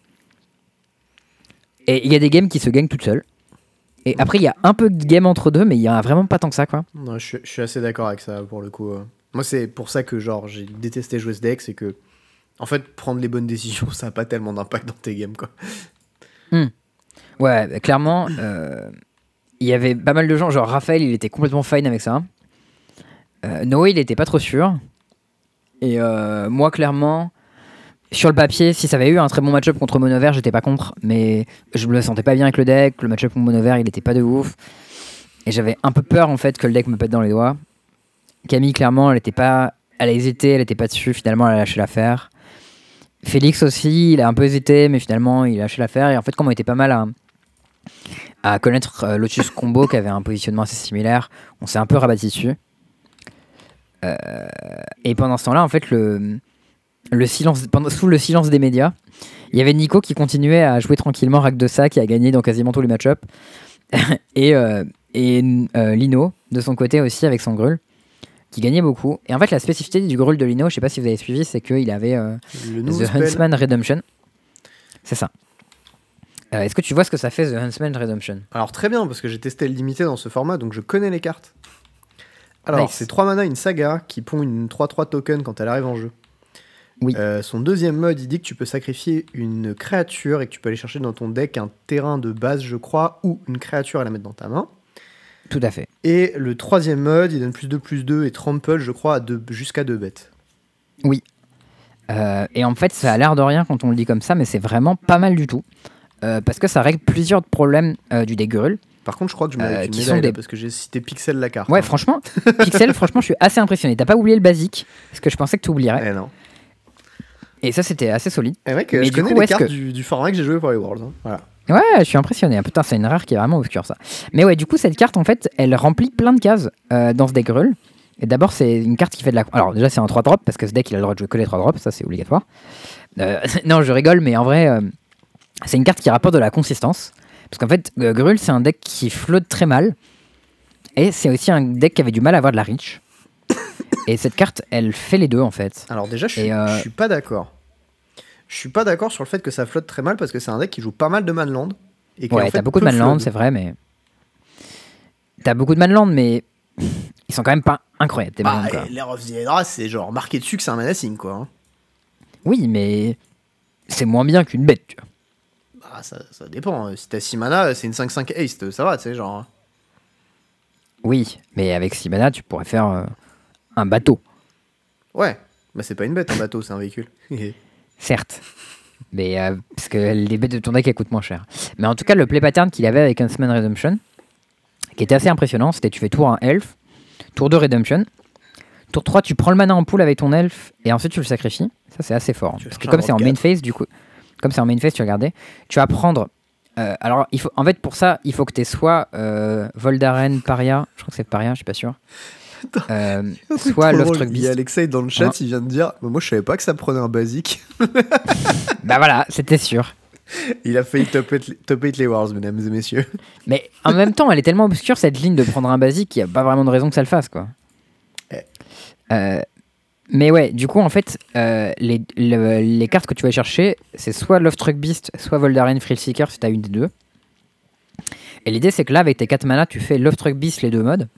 Et il y a des games qui se gagnent toutes seules. Et après, il y a un peu de game entre deux, mais il y a vraiment pas tant que ça, quoi. Non, je suis assez d'accord avec ça, pour le coup. Moi, c'est pour ça que genre j'ai détesté jouer ce deck, c'est que, en fait, prendre les bonnes décisions, ça a pas tellement d'impact dans tes games, quoi. Ouais, bah, clairement, il y avait pas mal de gens, genre Raphaël, il était complètement fine avec ça. Noé, il était pas trop sûr. Et moi, clairement, sur le papier, si ça avait eu un très bon match-up contre mono vert, j'étais pas contre, mais je me le sentais pas bien avec le deck. Le match-up contre mono vert, il était pas de ouf. Et j'avais un peu peur en fait que le deck me pète dans les doigts. Camille, clairement, elle a hésité, elle était pas dessus, finalement, elle a lâché l'affaire. Félix aussi, il a un peu hésité, mais finalement, il a lâché l'affaire. Et en fait, comme on était pas mal à connaître Lotus Combo, qui avait un positionnement assez similaire, on s'est un peu rabattu dessus. Et pendant ce temps-là, en fait, sous le silence des médias, il y avait Nico qui continuait à jouer tranquillement Rakdosa, qui a gagné dans quasiment tous les match-ups. et Lino, de son côté aussi, avec son Grul, qui gagnait beaucoup. Et en fait, la spécificité du Grul de Lino, je sais pas si vous avez suivi, c'est qu'il avait The Huntsman Redemption. C'est ça. Est-ce que tu vois ce que ça fait, The Huntsman Redemption? Alors, très bien, parce que j'ai testé le limité dans ce format, donc je connais les cartes. Alors, Nice. c'est 3 mana, une saga, qui pond une 3-3 token quand elle arrive en jeu. Oui. Son deuxième mode, il dit que tu peux sacrifier une créature et que tu peux aller chercher dans ton deck un terrain de base, je crois, ou une créature et la mettre dans ta main. Tout à fait. Et le troisième mode, il donne +2/+2 et trample, je crois, jusqu'à 2 bêtes. Oui. Et en fait, ça a l'air de rien quand on le dit comme ça, mais c'est vraiment pas mal du tout. Parce que ça règle plusieurs problèmes du deck Grul. Par contre, je crois que je mérite une qui médaille sont là, parce que j'ai cité Pixel la carte. Ouais, hein. franchement, Pixel, franchement, je suis assez impressionné. T'as pas oublié le basique, parce que je pensais que tu oublierais. Eh non. Et ça, c'était assez solide. Et mec, Mais je du connais coup, les cartes du format que j'ai joué pour les Worlds. Hein. Voilà. Ouais, je suis impressionné. Putain, c'est une rare qui est vraiment obscure, ça. Mais ouais, du coup, cette carte, en fait, elle remplit plein de cases dans ce deck Grul. Et d'abord, c'est une carte qui fait de la... Alors déjà, c'est un 3 drops, parce que ce deck, il a le droit de jouer que les 3 drops, ça, c'est obligatoire. Non, je rigole, mais en vrai, c'est une carte qui rapporte de la consistance. Parce qu'en fait, Grul, c'est un deck qui flotte très mal. Et c'est aussi un deck qui avait du mal à avoir de la reach. Et cette carte, elle fait les deux, en fait. Alors déjà, je suis pas d'accord. Je suis pas d'accord sur le fait que ça flotte très mal, parce que c'est un deck qui joue pas mal de manland. Et Ouais, t'as beaucoup de manland, c'est vrai, mais... T'as beaucoup de manland, mais... Ils sont quand même pas incroyables, tes manland, quoi. L'air of the Hydra, c'est genre marqué dessus que c'est un menacing, quoi. Hein. Oui, mais... C'est moins bien qu'une bête, tu vois. Bah, ça dépend. Si t'as 6 mana, c'est une 5-5 haste, ça va, tu sais, genre... Oui, mais avec 6 mana, tu pourrais faire un bateau. Ouais, bah c'est pas une bête, un bateau, c'est un véhicule. Certes. Mais parce que les bêtes de ton deck, elles coûtent moins cher. Mais en tout cas, le play pattern qu'il avait avec Huntsman Redemption, qui était assez impressionnant, c'était tu fais tour 1 elf, tour 2 Redemption, tour 3 tu prends le mana en pool avec ton elf, et ensuite tu le sacrifies. Ça, c'est assez fort. Parce que comme c'est en main phase, du coup, comme c'est en main phase, tu regardais, tu vas prendre... alors, en fait, pour ça, il faut que tu aies soit Voldaren Paria, je crois que c'est Paria, je suis pas sûr. Soit Love Struck Beast. Il y a Alexei dans le chat, il vient de dire moi je savais pas que ça prenait un basique. Bah voilà, c'était sûr. Il a failli top 8 les Wars, mesdames et messieurs. Mais en même temps, elle est tellement obscure cette ligne de prendre un basique qu'il n'y a pas vraiment de raison que ça le fasse, quoi. Mais ouais, du coup, en fait, les cartes que tu vas chercher, c'est soit Love Struck Beast, soit Voldaren Thrillseeker si t'as une des deux. Et l'idée, c'est que là, avec tes 4 mana, tu fais Love Struck Beast les deux modes.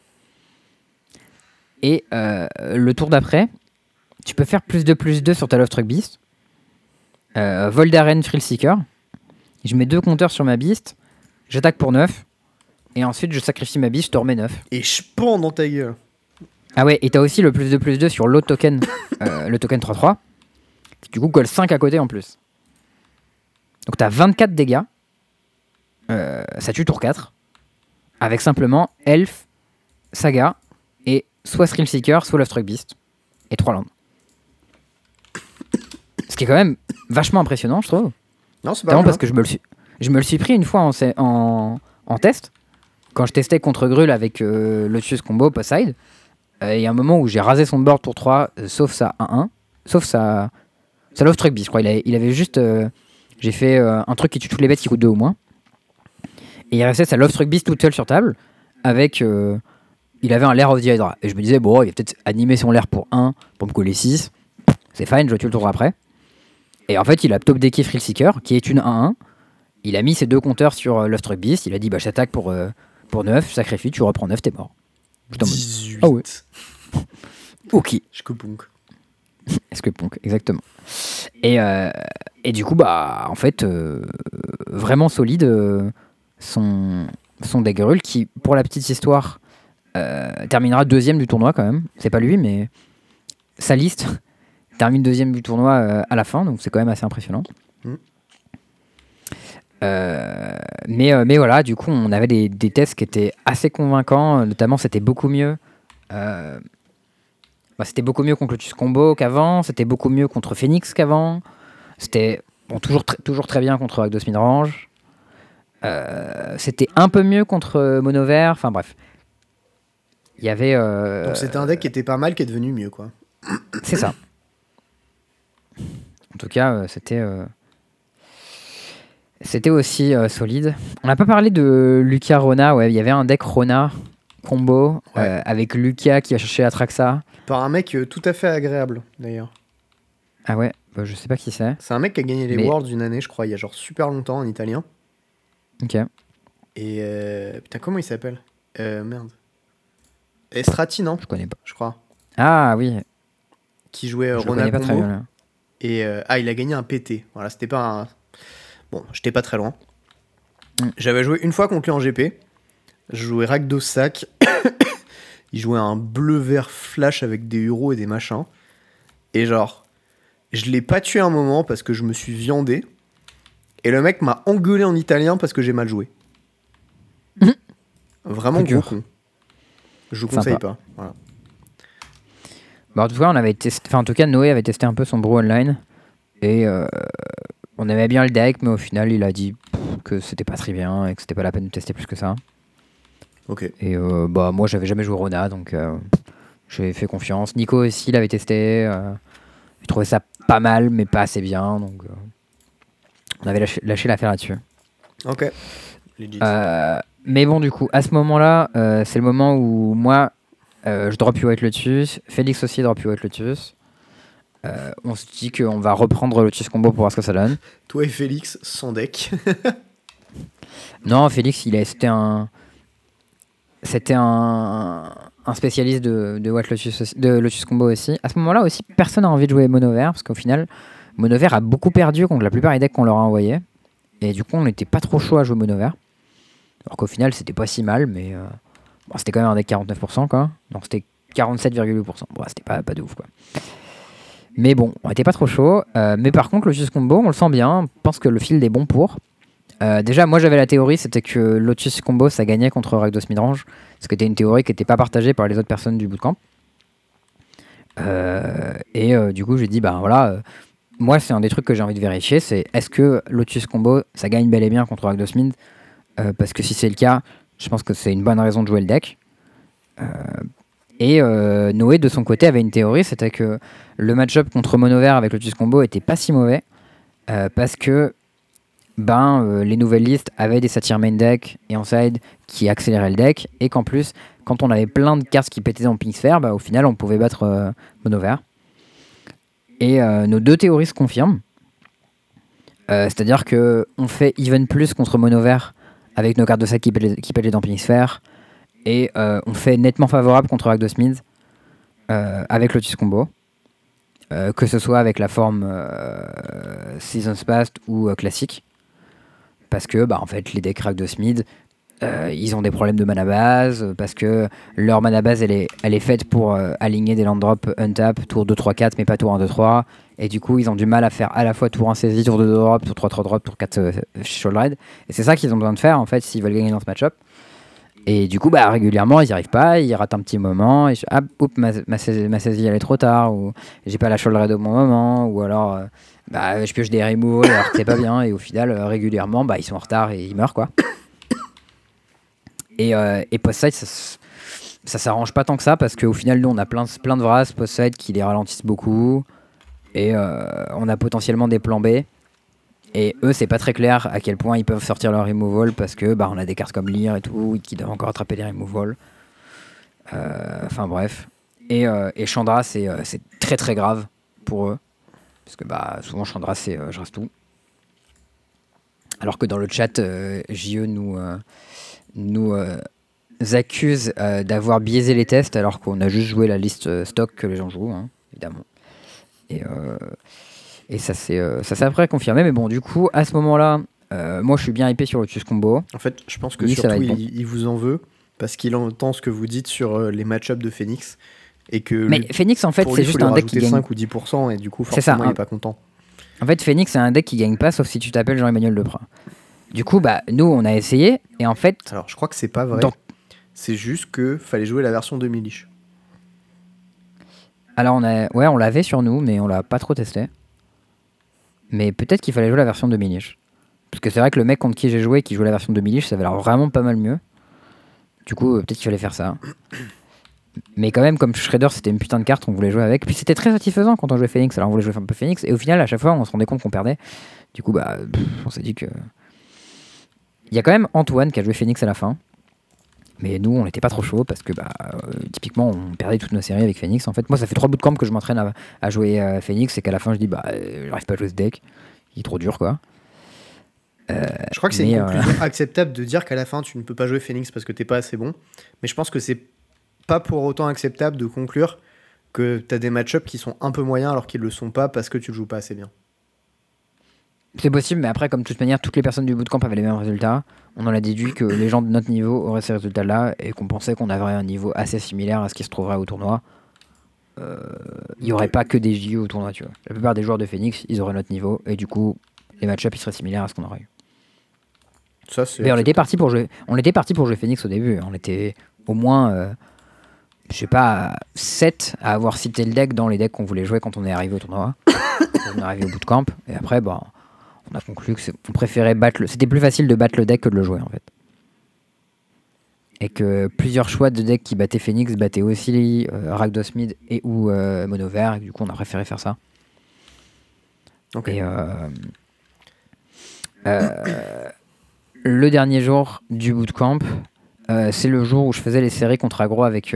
Et le tour d'après, tu peux faire +2/+2 sur ta Love Struck Beast. Voldaren Thrillseeker. Je mets 2 compteurs sur ma Beast. J'attaque pour 9. Et ensuite, je sacrifie ma Beast, je te remets 9. Et je pends dans ta gueule. Ah ouais, et t'as aussi le +2/+2 sur l'autre token, le token 3/3, qui du coup colle 5 à côté en plus. Donc t'as 24 dégâts, ça tue tour 4, avec simplement Elf, Saga, et soit Thrillseeker, soit Love Struck Beast, et 3 landes. Ce qui est quand même vachement impressionnant, je trouve. Non, c'est pas Notamment mal. parce que je me le suis pris une fois en test, quand je testais contre Grul avec Lotus Combo post-side. Il y a un moment où j'ai rasé son board tour 3, sauf sa 1-1, sauf sa Love Struck Beast, je crois. Il avait juste. J'ai fait un truc qui tue toutes les bêtes qui coûtent 2 ou moins. Et il restait sa Love Struck Beast toute seule sur table, avec. Il avait un Lair of the Hydra. Et je me disais, bon, il va peut-être animer son Lair pour 1, pour me coller 6. C'est fine, je le tue le tour après. Et en fait, il a top decké Thrillseeker, qui est une 1-1. Il a mis ses 2 compteurs sur Love Struck Beast. Il a dit, bah, j'attaque pour 9, sacrifie, tu reprends 9, t'es mort. 18. Ah ouais. Ok. Je coupe donc. Est-ce que Ponk, exactement. Et du coup, bah, en fait, vraiment solide son Daggerul qui, pour la petite histoire, terminera 2e du tournoi quand même. C'est pas lui, mais sa liste termine 2e du tournoi à la fin, donc c'est quand même assez impressionnant. Mais voilà, du coup, on avait des tests qui étaient assez convaincants. Notamment, c'était beaucoup mieux. C'était beaucoup mieux contre Lotus Combo qu'avant. C'était beaucoup mieux contre Phoenix qu'avant. C'était toujours très bien contre Rakdos Midrange. C'était un peu mieux contre Monovert. Enfin bref. Il y avait. Donc c'était un deck qui était pas mal, qui est devenu mieux, quoi. C'est ça. En tout cas, c'était aussi solide. On n'a pas parlé de Lucia Rona. Ouais, il y avait un deck Rona combo avec Lucia qui a cherché Atraxa. Par un mec tout à fait agréable, d'ailleurs. Ah ouais, je sais pas qui c'est. C'est un mec qui a gagné les Worlds une année, je crois, il y a genre super longtemps, en italien. Ok. Et putain, comment il s'appelle Merde. Estrati, non? Je connais pas. Je crois. Ah oui. Qui jouait Je le Rona connais pas combo. très bien, là. Et il a gagné un PT. Voilà, c'était pas un... Bon, j'étais pas très loin. J'avais joué une fois contre lui en GP. Je jouais Rakdos Sac. Il jouait un bleu-vert flash avec des euros et des machins. Et genre, je l'ai pas tué un moment parce que je me suis viandé. Et le mec m'a engueulé en italien parce que j'ai mal joué. Vraiment gros con. Je vous conseille pas. Voilà. Bah, en tout cas, en tout cas, Noé avait testé un peu son brew online. Et on aimait bien le deck, mais au final, il a dit que c'était pas très bien et que c'était pas la peine de tester plus que ça. Ok. Et moi, j'avais jamais joué Rona, donc j'ai fait confiance. Nico aussi l'avait testé. Il trouvait ça pas mal, mais pas assez bien. Donc on avait lâché l'affaire là-dessus. Ok. Legit. Mais bon, du coup, à ce moment-là, c'est le moment où moi, je drop White Lotus. Félix aussi drop White Lotus. On se dit qu'on va reprendre Lotus Combo pour voir ce que ça donne. Toi et Félix, sans deck. Non, Félix, c'était un spécialiste de White Lotus, de Lotus Combo aussi. À ce moment-là aussi, personne n'a envie de jouer Mono Vert, parce qu'au final, Mono Vert a beaucoup perdu contre la plupart des decks qu'on leur a envoyés. Et du coup, on n'était pas trop chaud à jouer Mono Vert. Alors qu'au final, c'était pas si mal, mais c'était quand même un deck 49%, quoi. Donc c'était 47,8%. Bon, c'était pas de ouf, quoi. Mais bon, on était pas trop chaud. Mais par contre, Lotus Combo, on le sent bien. On pense que le field est bon pour. Déjà, moi j'avais la théorie, c'était que Lotus Combo ça gagnait contre Rakdos Midrange, ce qui était une théorie qui n'était pas partagée par les autres personnes du bootcamp. Du coup, j'ai dit, bah voilà, moi c'est un des trucs que j'ai envie de vérifier, c'est est-ce que Lotus Combo ça gagne bel et bien contre Rakdos Mid, parce que si c'est le cas, je pense que c'est une bonne raison de jouer le deck. Noé de son côté avait une théorie, c'était que le match-up contre Monovert avec Lotus Combo était pas si mauvais, parce que les nouvelles listes avaient des Satyr main deck et en side qui accéléraient le deck, et qu'en plus, quand on avait plein de cartes qui pétaient en pink sphere, au final on pouvait battre Monovert. Et nos deux théories se confirment. C'est-à-dire qu'on fait even plus contre mono vert avec nos cartes de sac qui pètent les Damping Sphere. Et on fait nettement favorable contre Rakdos-Mid avec Lotus Combo. Que ce soit avec la forme Seasons Past ou classique. Parce que en fait, les decks Rakdos-Mid, ils ont des problèmes de mana base, parce que leur mana base elle est faite pour aligner des land drops untap tour 2, 3, 4, mais pas tour 1, 2, 3. Et du coup, ils ont du mal à faire à la fois tour 1 saisie, tour 2 drop, tour 3, 3 drop, tour 4 shoulder raid. Et c'est ça qu'ils ont besoin de faire en fait s'ils veulent gagner dans ce match-up. Et du coup, régulièrement, ils n'y arrivent pas, ils ratent un petit moment, et ma saisie elle est trop tard, ou j'ai pas la shoulder raid au bon moment, ou alors je pioche des removals alors que c'est pas bien, et au final, régulièrement, ils sont en retard et ils meurent quoi. Et post-side, ça s'arrange pas tant que ça, parce qu'au final, nous, on a plein de Vras post-side qui les ralentissent beaucoup, et on a potentiellement des plans B. Et eux, c'est pas très clair à quel point ils peuvent sortir leur removal, parce que on a des cartes comme Lear et tout, qui doivent encore attraper les removals. Enfin bref. Et Chandra, c'est très très grave pour eux, parce que souvent Chandra, c'est je reste tout. Alors que dans le chat, JE nous accuse d'avoir biaisé les tests, alors qu'on a juste joué la liste stock que les gens jouent, hein, évidemment. Et ça s'est après confirmé, mais bon, du coup, à ce moment-là, moi je suis bien hypé sur Lotus Combo. En fait, je pense que surtout il vous en veut, parce qu'il entend ce que vous dites sur les match-ups de Phoenix. Et que mais Phoenix, en fait, c'est juste un deck qui gagne 5 ou 10%, et du coup, forcément, il n'est pas content. En fait, Phoenix, c'est un deck qui gagne pas, sauf si tu t'appelles Jean-Emmanuel Deprat. Du coup, nous, on a essayé, et en fait... Alors, je crois que c'est pas vrai. C'est juste que fallait jouer la version de Milish. Alors, on l'avait sur nous, mais on l'a pas trop testé. Mais peut-être qu'il fallait jouer la version de Milish. Parce que c'est vrai que le mec contre qui j'ai joué, qui jouait la version de Milish, ça avait l'air vraiment pas mal mieux. Du coup, peut-être qu'il fallait faire ça. Mais quand même, comme Shredder, c'était une putain de carte, on voulait jouer avec. Puis c'était très satisfaisant quand on jouait Phoenix, alors on voulait jouer un peu Phoenix. Et au final, à chaque fois, on se rendait compte qu'on perdait. Du coup, on s'est dit que... Il y a quand même Antoine qui a joué Phoenix à la fin. Mais nous, on n'était pas trop chaud parce que typiquement, on perdait toutes nos séries avec Phoenix. En fait, moi, ça fait 3 bootcamps que je m'entraîne à jouer Phoenix, et qu'à la fin, je dis j'arrive pas à jouer ce deck. Il est trop dur, quoi. Je crois que c'est une conclusion acceptable de dire qu'à la fin, tu ne peux pas jouer Phoenix parce que t'es pas assez bon. Mais je pense que c'est pas pour autant acceptable de conclure que t'as des match-ups qui sont un peu moyens alors qu'ils le sont pas parce que tu le joues pas assez bien. C'est possible, mais après, comme de toute manière, toutes les personnes du bootcamp avaient les mêmes résultats. On en a déduit que les gens de notre niveau auraient ces résultats-là, et qu'on pensait qu'on avait un niveau assez similaire à ce qui se trouverait au tournoi. Il n'y aurait pas que des JO au tournoi, tu vois. La plupart des joueurs de Phoenix, ils auraient notre niveau, et du coup, les match-ups, ils seraient similaires à ce qu'on aurait eu. Ça, c'est mais on était parti pour jouer Phoenix au début. On était au moins, 7 à avoir cité le deck dans les decks qu'on voulait jouer quand on est arrivé au tournoi. On est arrivé au bootcamp, et après, on a conclu qu'on préférait c'était plus facile de battre le deck que de le jouer, en fait. Et que plusieurs choix de decks qui battaient Phoenix battaient aussi Rakdos-Mid et ou Mono Vert, et du coup, on a préféré faire ça. Ok. Et le dernier jour du bootcamp, c'est le jour où je faisais les séries contre aggro avec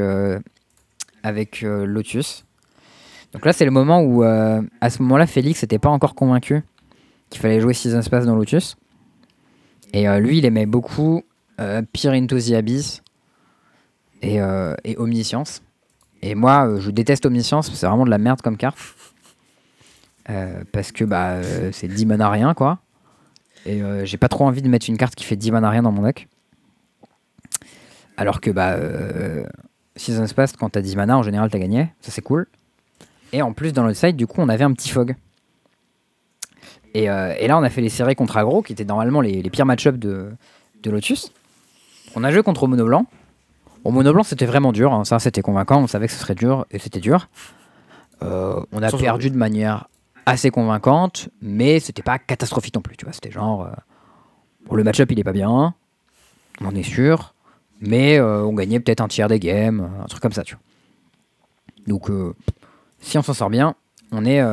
Lotus. Donc là, c'est le moment où, à ce moment-là, Félix n'était pas encore convaincu qu'il fallait jouer Season Space dans Lotus. Et lui, il aimait beaucoup Peer into the Abyss et Omniscience. Et moi, je déteste Omniscience, c'est vraiment de la merde comme carte. Parce que c'est 10 mana rien, quoi. Et j'ai pas trop envie de mettre une carte qui fait 10 mana rien dans mon deck. Alors que Season Space, quand t'as 10 mana, en général, t'as gagné. Ça, c'est cool. Et en plus, dans l'autre side, du coup, on avait un petit fog. Et là, on a fait les séries contre aggro, qui étaient normalement les pires match-ups de Lotus. On a joué contre Mono Blanc. Au Mono Blanc, c'était vraiment dur. Hein. Ça, c'était convaincant. On savait que ce serait dur, et c'était dur. On a perdu de manière assez convaincante, mais c'était pas catastrophique non plus. Tu vois, c'était genre... le match-up, il est pas bien. On en est sûr. Mais on gagnait peut-être un tiers des games. Un truc comme ça, tu vois. Donc, si on s'en sort bien, on est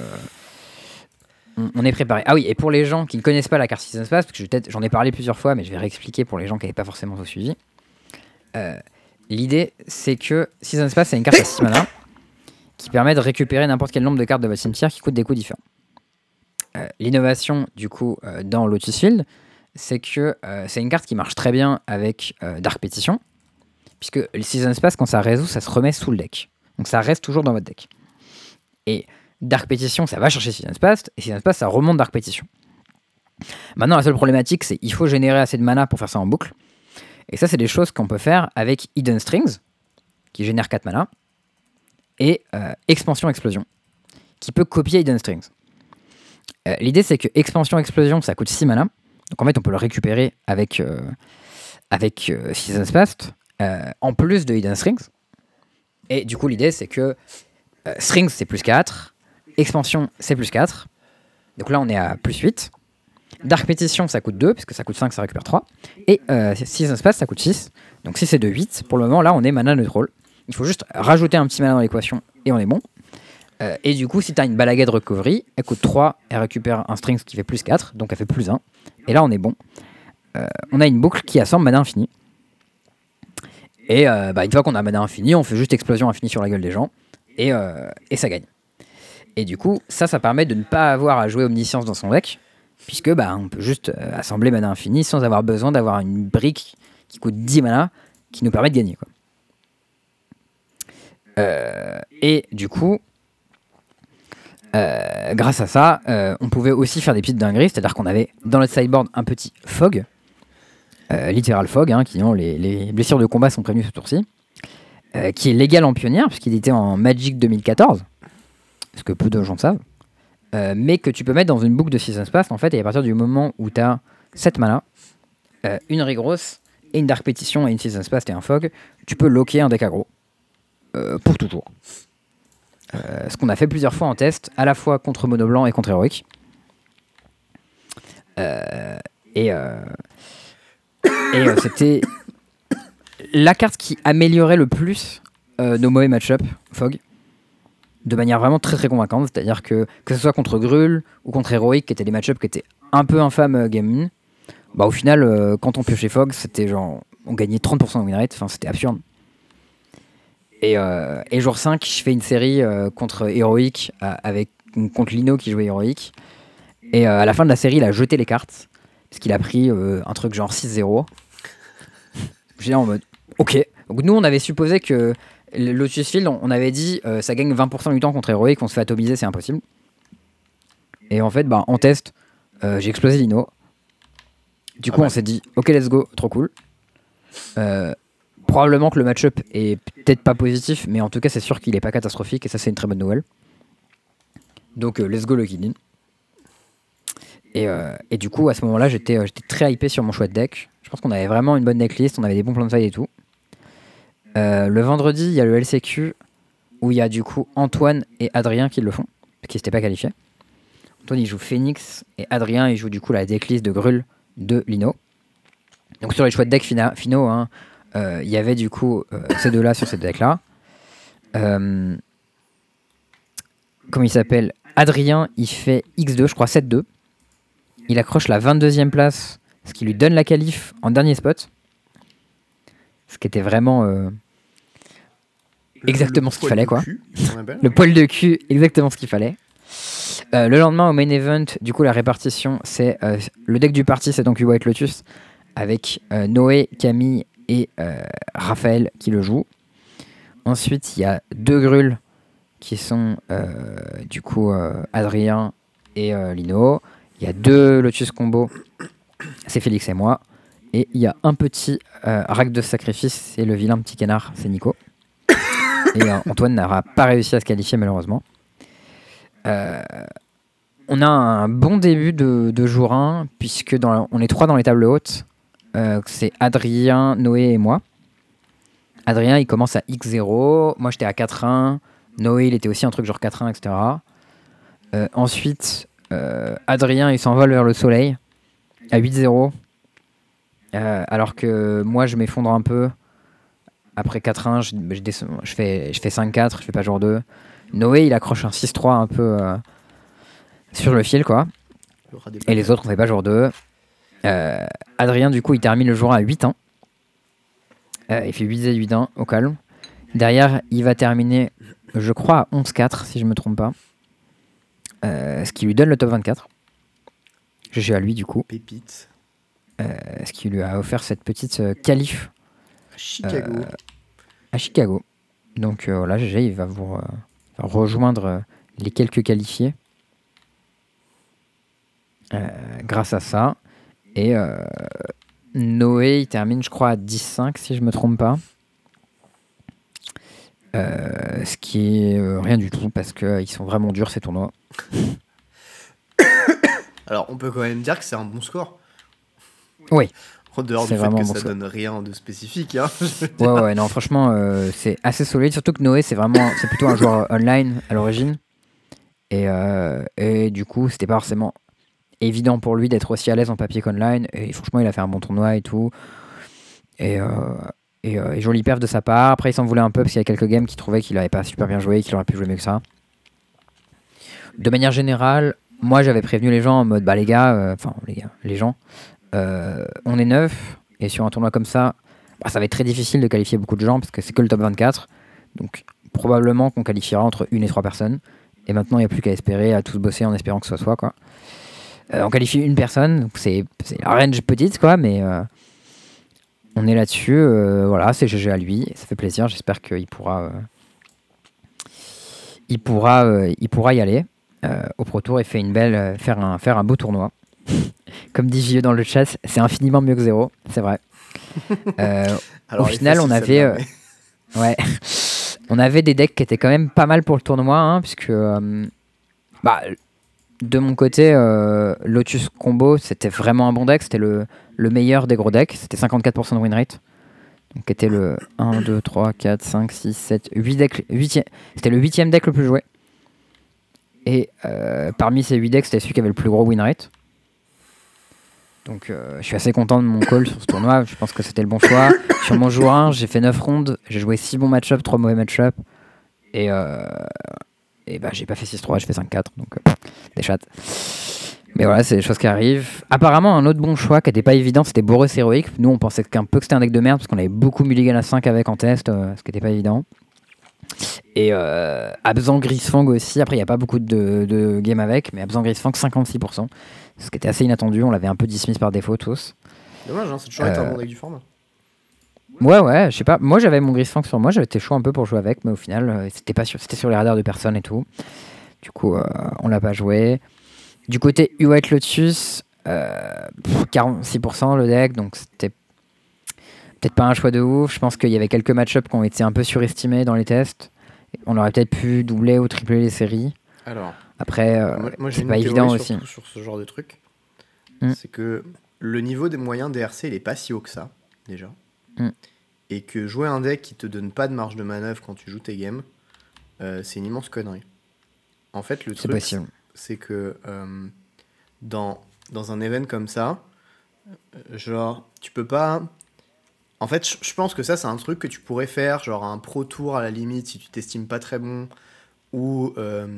préparé. Ah oui, et pour les gens qui ne connaissent pas la carte Season Space, parce que j'en ai parlé plusieurs fois, mais je vais réexpliquer pour les gens qui n'avaient pas forcément tout suivi. L'idée, c'est que Season Space, c'est une carte à 6 mana qui permet de récupérer n'importe quel nombre de cartes de votre cimetière qui coûtent des coûts différents. L'innovation, du coup, dans Lotus Field, c'est que c'est une carte qui marche très bien avec Dark Petition, puisque le Season's Pass, quand ça résout, ça se remet sous le deck. Donc ça reste toujours dans votre deck. Et Dark Petition, ça va chercher Season's Pass, et Season's Pass, ça remonte Dark Petition. Maintenant, la seule problématique, c'est qu'il faut générer assez de mana pour faire ça en boucle. Et ça, c'est des choses qu'on peut faire avec Hidden Strings, qui génère 4 mana, et Expansion Explosion, qui peut copier Hidden Strings. L'idée, c'est que Expansion Explosion, ça coûte 6 mana. Donc en fait, on peut le récupérer avec Season's Past, en plus de Hidden Strings. Et du coup, l'idée, c'est que Strings, c'est plus 4. Expansion, c'est plus 4. Donc là, on est à plus 8. Dark Petition, ça coûte 2, puisque ça coûte 5, ça récupère 3. Et Season's Past, ça coûte 6. Donc 6 et 2, 8. Pour le moment, là, on est mana neutral. Il faut juste rajouter un petit mana dans l'équation, et on est bon. Et du coup, si tu as une Balaguette Recovery, elle coûte 3, elle récupère un Strings qui fait plus 4, donc elle fait plus 1. Et là, on est bon. On a une boucle qui assemble mana infini. Et une fois qu'on a mana infini, on fait juste explosion infinie sur la gueule des gens. Et ça gagne. Et du coup, ça permet de ne pas avoir à jouer Omniscience dans son deck, puisque on peut juste assembler mana infini sans avoir besoin d'avoir une brique qui coûte 10 mana, qui nous permet de gagner, quoi. Et du coup, grâce à ça, on pouvait aussi faire des petites dingueries, c'est-à-dire qu'on avait dans notre sideboard un petit fog, littéral fog, qui ont les blessures de combat sont prévenues ce tour-ci, qui est légal en pionnière, puisqu'il était en Magic 2014, ce que peu de gens savent, mais que tu peux mettre dans une boucle de Season's Pass, en fait, et à partir du moment où tu as 7 mana, une Rigros, et une Dark Petition, et une Season's Pass, et un fog, tu peux locker un deck aggro, pour toujours. Ce qu'on a fait plusieurs fois en test, à la fois contre Mono Blanc et contre Heroic. C'était la carte qui améliorait le plus nos mauvais match-up, Fog, de manière vraiment très très convaincante. C'est-à-dire que ce soit contre Gruul ou contre Heroic, qui étaient des match-up qui étaient un peu infâmes game 1, au final, quand on piochait Fog, c'était genre, on gagnait 30% de win rate, enfin c'était absurde. Et jour 5, je fais une série contre Heroic, contre Lino qui jouait Heroic. Et à la fin de la série, il a jeté les cartes, parce qu'il a pris un truc genre 6-0. J'étais en mode, ok. Donc nous, on avait supposé que Lotus Field, on avait dit, ça gagne 20% du temps contre Heroic, on se fait atomiser, c'est impossible. Et en fait, en test, j'ai explosé Lino. Du coup, on s'est dit, ok, let's go, trop cool. Probablement que le match-up est peut-être pas positif, mais en tout cas, c'est sûr qu'il est pas catastrophique, et ça, c'est une très bonne nouvelle. Donc, let's go le Kidin. Et du coup, à ce moment-là, j'étais très hypé sur mon choix de deck. Je pense qu'on avait vraiment une bonne decklist, on avait des bons plans de faille et tout. Le vendredi, il y a le LCQ, où il y a du coup Antoine et Adrien qui le font, qui n'étaient pas qualifiés. Antoine, il joue Phoenix, et Adrien, il joue du coup la decklist de Gruul de Lino. Donc, sur les choix de deck finaux, il y avait du coup ces deux-là sur ces decks-là. Comment il s'appelle ? Adrien, il fait X2, je crois 7-2. Il accroche la 22e place, ce qui lui donne la qualif en dernier spot. Ce qui était vraiment exactement ce qu'il fallait, quoi. Le poil de cul, exactement ce qu'il fallait. Le lendemain, au main event, du coup, la répartition, c'est le deck du parti, c'est donc White Lotus, avec Noé, Camille et Raphaël qui le jouent. Ensuite, il y a deux Gruul qui sont du coup Adrien et Lino. Il y a deux Lotus combo, c'est Félix et moi. Et il y a un petit rack de sacrifice, c'est le vilain petit canard, c'est Nico. Et Antoine n'aura pas réussi à se qualifier malheureusement. On a un bon début de jour 1, puisque on est 3 dans les tables hautes. C'est Adrien, Noé et moi. Adrien, il commence à X0. Moi, j'étais à 4-1. Noé, il était aussi un truc genre 4-1, etc. Ensuite, Adrien, il s'envole vers le soleil à 8-0. Alors que moi, je m'effondre un peu. Après 4-1, je fais 5-4, je fais pas jour 2. Noé, il accroche un 6-3 un peu sur le fil, quoi. Et les autres, on fait pas jour 2. Adrien, du coup, il termine le jour 1 à 8-1. Il fait 8-1 au calme. Derrière, il va terminer je crois, à 11-4, si je me trompe pas. Ce qui lui donne le top 24. GG à lui, du coup. Pépite. Ce qui lui a offert cette petite qualif À Chicago. à Chicago. Donc voilà, GG, il va vous va rejoindre les quelques qualifiés grâce à ça. Et Noé, il termine, je crois, à 10-5, si je me trompe pas. Ce qui est rien du tout, parce qu'ils sont vraiment durs, ces tournois. Alors, on peut quand même dire que c'est un bon score. Oui. En dehors C'est du fait vraiment que bon ça score. donne rien de spécifique. Hein, je veux Ouais, dire. ouais, non, franchement, c'est assez solide. Surtout que Noé, c'est plutôt un joueur online à l'origine. Et du coup, c'était pas forcément évident pour lui d'être aussi à l'aise en papier qu'online. Et franchement, il a fait un bon tournoi et tout. Et jolie perf de sa part. Après, il s'en voulait un peu parce qu'il y a quelques games qu'il trouvait qu'il avait pas super bien joué et qu'il aurait pu jouer mieux que ça. De manière générale, moi, j'avais prévenu les gens en mode, bah les gars, les gens, on est 9 et sur un tournoi comme ça, bah, ça va être très difficile de qualifier beaucoup de gens parce que c'est que le top 24. Donc, probablement qu'on qualifiera entre 1 et 3 personnes. Et maintenant, il n'y a plus qu'à espérer, à tous bosser en espérant que ce soit quoi. On qualifie une personne, donc c'est la range petite, quoi, mais on est là-dessus. Voilà, c'est GG à lui, et ça fait plaisir. J'espère qu'il pourra y aller au Pro Tour et faire un beau tournoi. Comme dit JE dans le chat, c'est infiniment mieux que 0, c'est vrai. Alors, Au elle est final, on facile, avait, celle-là, mais- ouais, on avait des decks qui étaient quand même pas mal pour le tournoi, hein, puisque de mon côté, Lotus Combo, c'était vraiment un bon deck. C'était le meilleur des gros decks. C'était 54% de win rate. Donc, était le 1, 2, 3, 4, 5, 6, 7, 8 decks. C'était le 8ème deck le plus joué. Et parmi ces 8 decks, c'était celui qui avait le plus gros win rate. Donc, je suis assez content de mon call sur ce tournoi. Je pense que c'était le bon choix. Sur mon jour 1, j'ai fait 9 rondes. J'ai joué 6 bons match-ups, 3 mauvais match-ups. Et bah, j'ai pas fait 6-3, j'ai fait 5-4. Donc, des chattes. Mais voilà, c'est des choses qui arrivent. Apparemment, un autre bon choix qui n'était pas évident, c'était Boros Heroic. Nous, on pensait que c'était un deck de merde parce qu'on avait beaucoup mulligan à 5 avec en test, ce qui n'était pas évident. Et Abzan Grisfang aussi. Après, il n'y a pas beaucoup de games avec, mais Abzan Grisfang, 56%. Ce qui était assez inattendu. On l'avait un peu dismiss par défaut tous. Dommage, hein, c'est toujours été un bon deck du format. Ouais, je sais pas. Moi, j'avais mon Grisfang sur moi. J'avais été chaud un peu pour jouer avec, mais au final, c'était sur les radars de personne et tout. Du coup, on l'a pas joué. Du côté White Lotus, 46% le deck, donc c'était peut-être pas un choix de ouf. Je pense qu'il y avait quelques match-ups qui ont été un peu surestimés dans les tests. On aurait peut-être pu doubler ou tripler les séries. Alors, Après, moi j'ai c'est une pas théorie évident aussi. surtout sur ce genre de truc. Mm. C'est que le niveau des moyens DRC, il est pas si haut que ça, déjà. Mm. Et que jouer un deck qui te donne pas de marge de manœuvre quand tu joues tes games, c'est une immense connerie. En fait, le C'est truc, possible. c'est que dans un event comme ça, genre, tu peux pas... En fait, je pense que ça, c'est un truc que tu pourrais faire, genre un pro tour à la limite, si tu t'estimes pas très bon, ou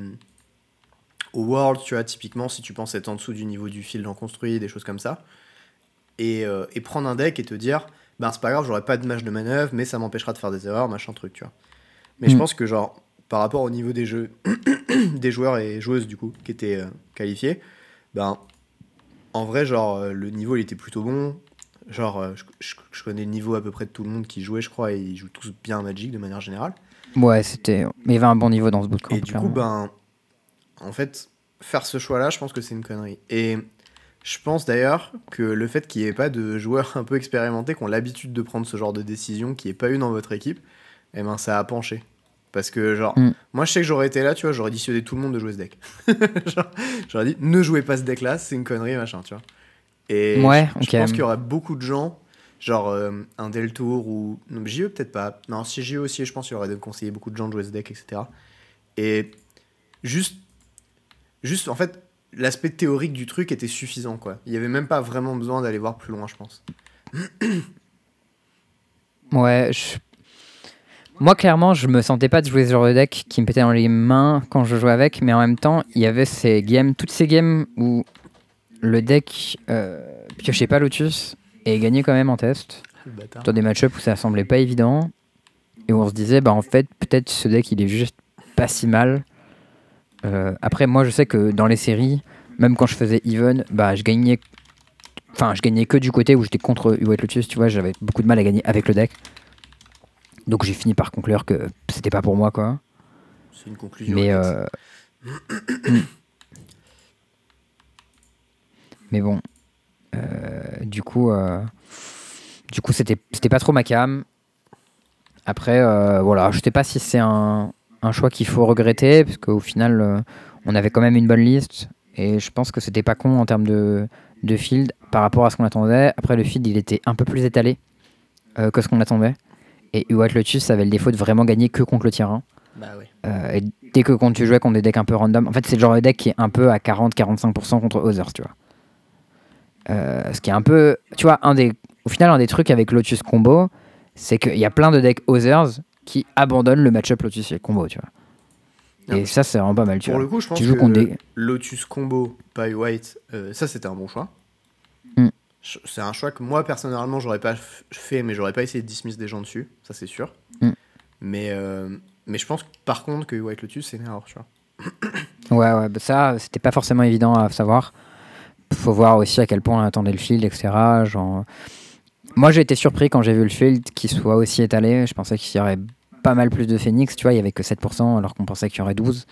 au World, tu vois, typiquement, si tu penses être en dessous du niveau du field en construit, des choses comme ça, et prendre un deck et te dire, ben c'est pas grave, j'aurai pas de match de manœuvre, mais ça m'empêchera de faire des erreurs, machin truc, tu vois. Mais je pense que, genre, par rapport au niveau des jeux, des joueurs et joueuses, du coup, qui étaient qualifiés, ben, en vrai, genre, le niveau, il était plutôt bon. Genre, je connais le niveau à peu près de tout le monde qui jouait, je crois, et ils jouent tous bien à Magic de manière générale. Ouais, mais il y avait un bon niveau dans ce bootcamp. Et du coup, ben, en fait, faire ce choix-là, je pense que c'est une connerie. Et je pense d'ailleurs que le fait qu'il n'y ait pas de joueurs un peu expérimentés qui ont l'habitude de prendre ce genre de décision, qui n'y ait pas eu dans votre équipe, eh ben, ça a penché. Parce que, genre, moi, je sais que j'aurais été là, tu vois, j'aurais dissuadé tout le monde de jouer ce deck. Genre, j'aurais dit, ne jouez pas ce deck-là, c'est une connerie, machin, tu vois. Et ouais, je pense qu'il y aurait beaucoup de gens, genre un Deltour ou... Non, JE peut-être pas. Non, si JE aussi, je pense qu'il y aurait conseillé beaucoup de gens de jouer ce deck, etc. Et juste en fait, l'aspect théorique du truc était suffisant, quoi. Il n'y avait même pas vraiment besoin d'aller voir plus loin, je pense. Ouais, moi, clairement, je me sentais pas de jouer ce genre de deck qui me pétait dans les mains quand je jouais avec, mais en même temps, il y avait toutes ces games où le deck piochait pas Lotus et gagnait quand même en test. Dans des match-ups où ça semblait pas évident et où on se disait, bah en fait, peut-être ce deck il est juste pas si mal. Après, moi, je sais que dans les séries, même quand je faisais even, bah, je gagnais que du côté où j'étais contre White Lotus, tu vois, j'avais beaucoup de mal à gagner avec le deck. Donc j'ai fini par conclure que c'était pas pour moi, quoi. C'est une conclusion Mais, honnête. mais bon, du coup, c'était pas trop ma cam. Après, voilà, je sais pas si c'est un choix qu'il faut regretter, parce qu'au final, on avait quand même une bonne liste, et je pense que c'était pas con en termes de field par rapport à ce qu'on attendait. Après, le field, il était un peu plus étalé que ce qu'on attendait, et White Lotus avait le défaut de vraiment gagner que contre le tier 1. Bah ouais. Et dès que quand tu jouais contre des decks un peu random, en fait, c'est le genre de deck qui est un peu à 40-45% contre Others, tu vois. Ce qui est un peu, tu vois, au final, un des trucs avec Lotus Combo, c'est qu'il y a plein de decks Others qui abandonnent le match-up Lotus et Combo, tu vois. Non, Et ça, c'est vraiment pas mal, tu pour vois. le coup, je pense Tu joues contre que des... Lotus Combo, Pie White, ça c'était un bon choix. Mm. C'est un choix que moi personnellement j'aurais pas fait, mais j'aurais pas essayé de dismiss des gens dessus, ça c'est sûr. Mm. Mais je pense par contre que White Lotus c'est une erreur, tu vois. Ouais, bah ça, c'était pas forcément évident à savoir. Faut voir aussi à quel point on attendait le field, etc. Genre... Moi, j'ai été surpris quand j'ai vu le field qui soit aussi étalé. Je pensais qu'il y aurait pas mal plus de Phoenix, tu vois, il y avait que 7%, alors qu'on pensait qu'il y aurait 12%.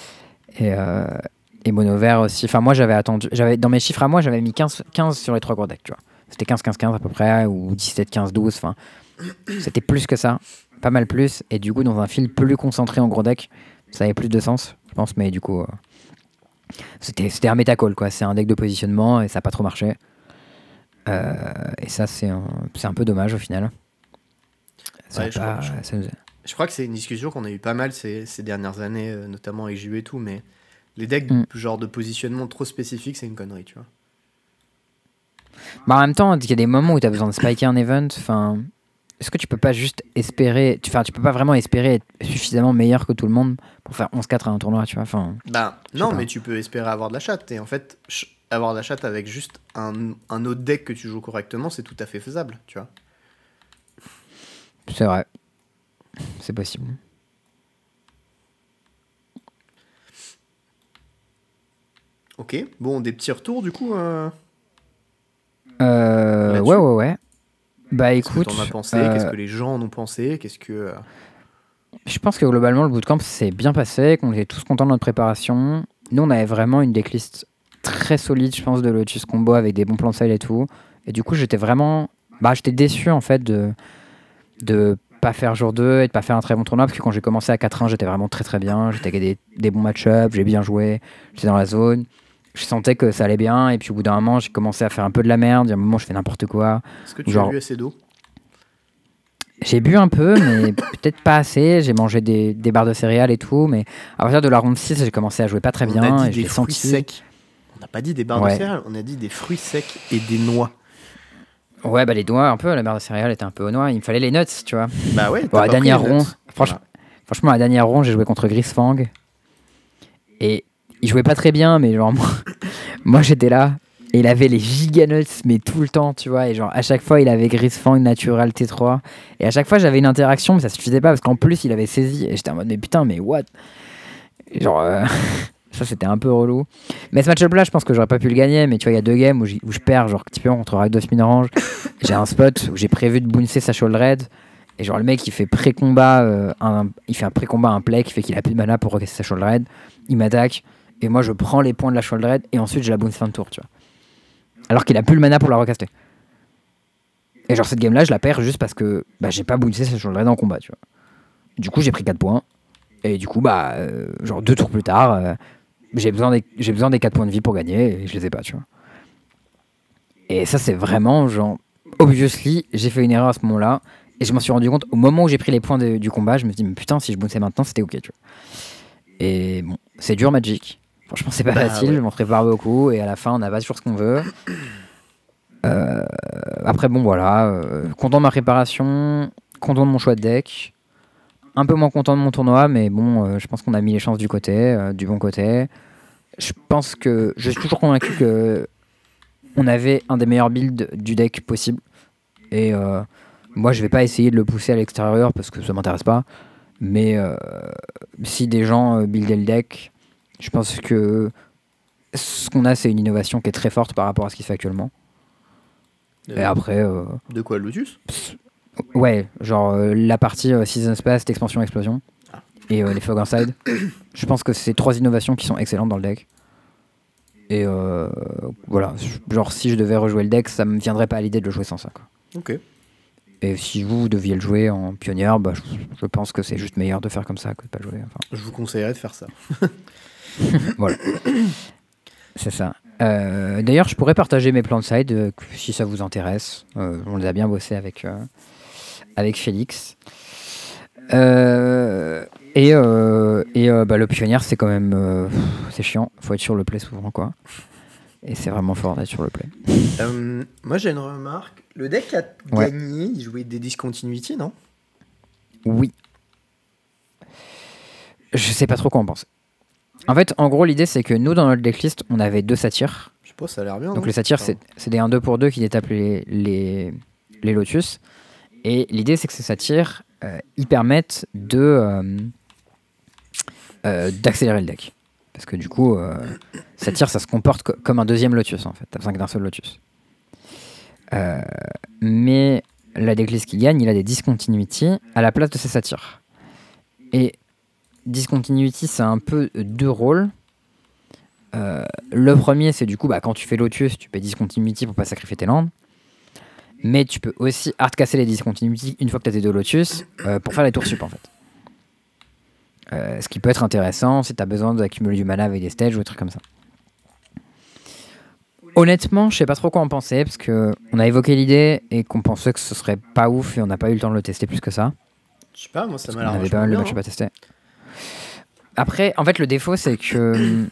Et Mono Vert aussi. Enfin, moi, dans mes chiffres à moi, j'avais mis 15 sur les 3 gros decks, tu vois. C'était 15-15-15 à peu près, ou 17-15-12. Enfin, c'était plus que ça. Pas mal plus. Et du coup, dans un field plus concentré en gros deck, ça avait plus de sens, je pense. Mais du coup, c'était un méta-call, quoi. C'est un deck de positionnement et ça n'a pas trop marché. Et ça, c'est un peu dommage au final. Ouais, je crois que c'est une discussion qu'on a eu pas mal ces dernières années, notamment avec JU et tout, mais les decks genre de positionnement trop spécifiques, c'est une connerie, tu vois. Bah en même temps, il y a des moments où tu as besoin de spiker un event. Enfin, est-ce que tu peux pas juste espérer... tu peux pas vraiment espérer être suffisamment meilleur que tout le monde pour faire 11-4 à un tournoi, tu vois. Enfin, bah non, mais tu peux espérer avoir de la chatte. Et en fait, avoir de la chatte avec juste un autre deck que tu joues correctement, c'est tout à fait faisable, tu vois. C'est vrai. C'est possible. Ok, bon, des petits retours du coup. Ouais. Bah écoute. Qu'est-ce que t'en as pensé Qu'est-ce que les gens en ont pensé Qu'est-ce que. Je pense que globalement, le bootcamp s'est bien passé, qu'on était tous contents de notre préparation. Nous, on avait vraiment une decklist très solide, je pense, de Lotus Combo avec des bons plans de sale et tout. Et du coup, j'étais déçu en fait de pas faire jour 2 et de pas faire un très bon tournoi, parce que quand j'ai commencé à 4-1, j'étais vraiment très très bien. J'étais avec des bons match-ups, j'ai bien joué, j'étais dans la zone. Je sentais que ça allait bien, et puis au bout d'un moment, j'ai commencé à faire un peu de la merde. Il y a un moment, je fais n'importe quoi. Est-ce que tu as bu assez d'eau? J'ai bu un peu, mais peut-être pas assez. J'ai mangé des barres de céréales et tout, mais à partir de la ronde 6, j'ai commencé à jouer pas très bien. On a dit et des fruits secs. On n'a pas dit des barres de céréales, on a dit des fruits secs et des noix. Ouais, bah les noix, un peu, la barre de céréales était un peu aux noix. Il me fallait les nuts, tu vois. Bah ouais, bon, à la dernière ronde, franchement, à la dernière ronde, j'ai joué contre Grisfang. Et il jouait pas très bien, mais genre, moi j'étais là. Et il avait les giganuts, mais tout le temps, tu vois. Et genre, à chaque fois, il avait Grisfang, Natural, T3. Et à chaque fois, j'avais une interaction, mais ça suffisait pas, parce qu'en plus, il avait saisi. Et j'étais en mode, mais putain, mais what? Et genre, ça, c'était un peu relou. Mais ce match-up-là, je pense que j'aurais pas pu le gagner. Mais tu vois, il y a 2 games où je perds, genre, typiquement contre Rakdos Minorange. J'ai un spot où j'ai prévu de bouncer sa Sholdred. Et genre, le mec, il fait pré-combat, il fait un pré-combat, un play qui fait qu'il a plus de mana pour recasser sa Sholdred. Il m'attaque. Et moi, je prends les points de la Sholdred. Et ensuite, je la bounce fin de tour, tu vois. Alors qu'il a plus le mana pour la recaster. Et genre cette game là je la perds juste parce que j'ai pas bouncé cette Sholdred en combat, tu vois. Du coup j'ai pris 4 points. Et du coup genre 2 tours plus tard, j'ai besoin des 4 points de vie pour gagner et je les ai pas, tu vois. Et ça c'est vraiment genre obviously j'ai fait une erreur à ce moment là. Et je m'en suis rendu compte au moment où j'ai pris les points du combat. Je me suis dit mais putain si je bounçais maintenant c'était ok, tu vois. Et bon c'est dur Magic. Franchement, c'est pas facile, ouais. Je m'en prépare beaucoup et à la fin, on n'a pas toujours ce qu'on veut. Après, bon, voilà. Content de ma préparation, content de mon choix de deck. Un peu moins content de mon tournoi, mais bon, je pense qu'on a mis les chances du bon côté. Je suis toujours convaincu que on avait un des meilleurs builds du deck possible. Et moi, je vais pas essayer de le pousser à l'extérieur parce que ça m'intéresse pas. Mais si des gens buildaient le deck, je pense que ce qu'on a, c'est une innovation qui est très forte par rapport à ce qui se fait actuellement. Et après, De quoi, Lotus? ouais, genre la partie Season Pass, expansion, explosion, et les Fog Inside. Je pense que c'est 3 innovations qui sont excellentes dans le deck. Et voilà, genre si je devais rejouer le deck, ça me viendrait pas à l'idée de le jouer sans ça, quoi. Ok. Et si vous deviez le jouer en pionnière, bah, je pense que c'est juste meilleur de faire comme ça que de pas le jouer. Enfin, Je vous conseillerais de faire ça. voilà, c'est ça. D'ailleurs, je pourrais partager mes plans de side si ça vous intéresse. On les a bien bossés avec Félix. Le pionnière, c'est quand même c'est chiant. Faut être sur le play souvent, quoi. Et c'est vraiment fort d'être sur le play. Moi, j'ai une remarque. Le deck a gagné, il jouait des discontinuities, non? Oui. Je sais pas trop quoi en penser. En fait, en gros, l'idée, c'est que nous, dans notre decklist, on avait 2 satyres. Je sais pas, ça a l'air bien. Donc non, les satyres, c'est des 1-2 pour 2 qui détapent les lotus. Et l'idée, c'est que ces satyres, ils permettent d'accélérer le deck. Parce que du coup, satyre, ça se comporte comme un deuxième lotus, en fait. T'as besoin que d'un seul lotus. Mais la decklist qui gagne, il a des discontinuity à la place de ces satyres. Et discontinuity, c'est un peu 2 rôles. Le premier, c'est du coup, quand tu fais lotus, tu peux discontinuity pour pas sacrifier tes landes. Mais tu peux aussi hardcasser les discontinuity une fois que tu as tes 2 lotus pour faire les tours sup, en fait. Ce qui peut être intéressant si tu as besoin d'accumuler du mana avec des stages ou des trucs comme ça. Honnêtement, je sais pas trop quoi en penser parce qu'on a évoqué l'idée et qu'on pensait que ce serait pas ouf et on n'a pas eu le temps de le tester plus que ça. Je sais pas, moi ça m'a On l'air avait pas mal de match à tester. Après, en fait, le défaut c'est que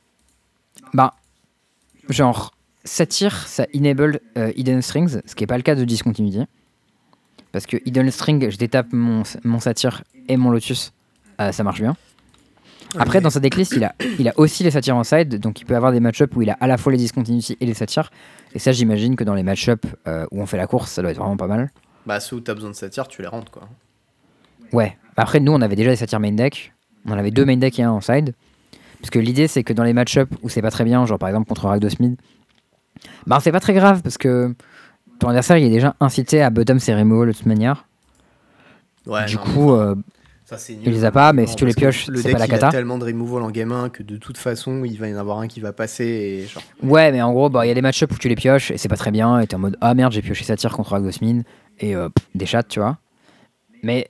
genre Satyr, ça enable Hidden Strings, ce qui est pas le cas de Discontinuity. Parce que Hidden String, je détape mon Satyr et mon Lotus, ça marche bien. Après, dans sa decklist, il a aussi les satyres en side, donc il peut avoir des match-ups où il a à la fois les discontinuity et les satyres. Et ça, j'imagine que dans les match-ups où on fait la course, ça doit être vraiment pas mal. Bah, ceux où t'as besoin de satyres, tu les rentres, quoi. Ouais. Après, nous, on avait déjà les satyres main deck. On en avait 2 main deck et un en side. Parce que l'idée, c'est que dans les match-ups où c'est pas très bien, genre par exemple contre Rakdos Mid, c'est pas très grave parce que ton adversaire, il est déjà incité à bottom ses removal de toute manière. Ouais, du coup... ça, c'est nul, il les a pas, mais si tu les pioches, c'est pas la cata. Il a tellement de removal en game 1 que de toute façon, il va y en avoir un qui va passer. Et genre... Ouais, mais en gros, il y a des match-ups où tu les pioches et c'est pas très bien. Et t'es en mode ah merde, j'ai pioché Satyr contre Rakdos-Mid et des chats, tu vois. Mais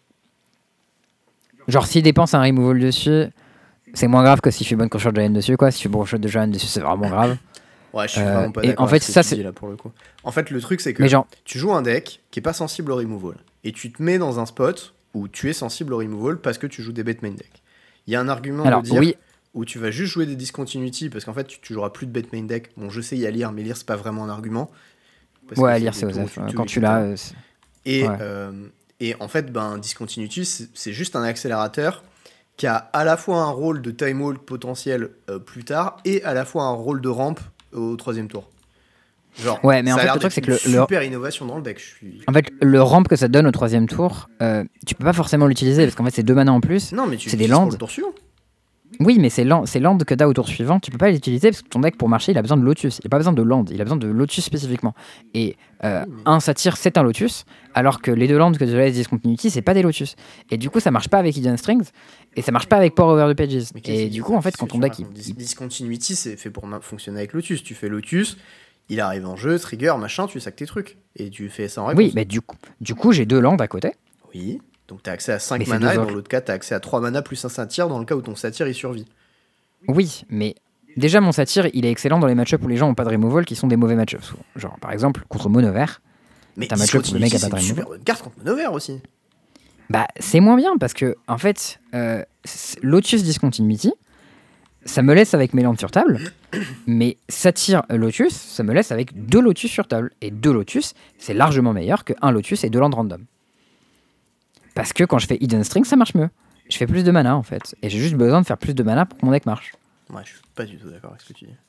genre, s'il dépense un removal dessus, c'est moins grave que s'il fait bonne crochet de Giant dessus, quoi. Si tu fais bon crochet de Giant dessus, c'est vraiment grave. Ouais, je suis vraiment pas d'accord. En fait, ça c'est là pour le coup. En fait, le truc c'est que tu joues un deck qui est pas sensible au removal et tu te mets dans un spot où tu es sensible au removal parce que tu joues des bet main deck. Il y a un argument de dire où tu vas juste jouer des discontinuity parce qu'en fait tu joueras plus de bet main deck. Bon, je sais, il y a lire, mais lire c'est pas vraiment un argument. Ouais, lire c'est osef. Quand tu l'as. Et en fait, discontinuity c'est juste un accélérateur qui a à la fois un rôle de time hold potentiel plus tard et à la fois un rôle de rampe au 3e tour. Genre, ouais, mais en fait, le truc, c'est que super innovation dans le deck. En fait, le ramp que ça donne au 3e tour, tu peux pas forcément l'utiliser parce qu'en fait, c'est 2 mana en plus. Non, mais tu c'est des landes. Le tour suivant. Oui, mais c'est land que t'as au tour suivant. Tu peux pas l'utiliser parce que ton deck, pour marcher, il a besoin de Lotus. Il a pas besoin de land, il a besoin de Lotus spécifiquement. Et un Satyr, c'est un Lotus, alors que les 2 lands que tu as Discontinuity, c'est pas des Lotus. Et du coup, ça marche pas avec Hidden Strings et ça marche pas avec Pour Over the Pages. Et du coup, en fait, quand ton deck. Discontinuity, c'est fait pour fonctionner avec Lotus. Tu fais Lotus. Il arrive en jeu, trigger, machin, tu sacs tes trucs. Et tu fais ça en réponse. Oui, mais du coup j'ai 2 landes à côté. Oui, donc t'as accès à 5 mana, et dans l'autre cas, t'as accès à 3 mana plus un satyre, dans le cas où ton satyre, il survit. Oui, mais déjà, mon satyre, il est excellent dans les match-ups où les gens ont pas de removal, qui sont des mauvais match-ups. Genre, par exemple, contre Mono Vert. Mais t'as un match-up où le mec a pas de removal. C'est une super bonne carte contre Mono Vert aussi. C'est moins bien, parce que, en fait, Lotus Discontinuity, ça me laisse avec mes landes sur table, mais Satyr Lotus, ça me laisse avec 2 Lotus sur table. Et 2 Lotus, c'est largement meilleur que 1 Lotus et 2 landes random. Parce que quand je fais Hidden String, ça marche mieux. Je fais plus de mana en fait. Et j'ai juste besoin de faire plus de mana pour que mon deck marche. Ouais, je suis pas du tout d'accord avec ce que tu dis.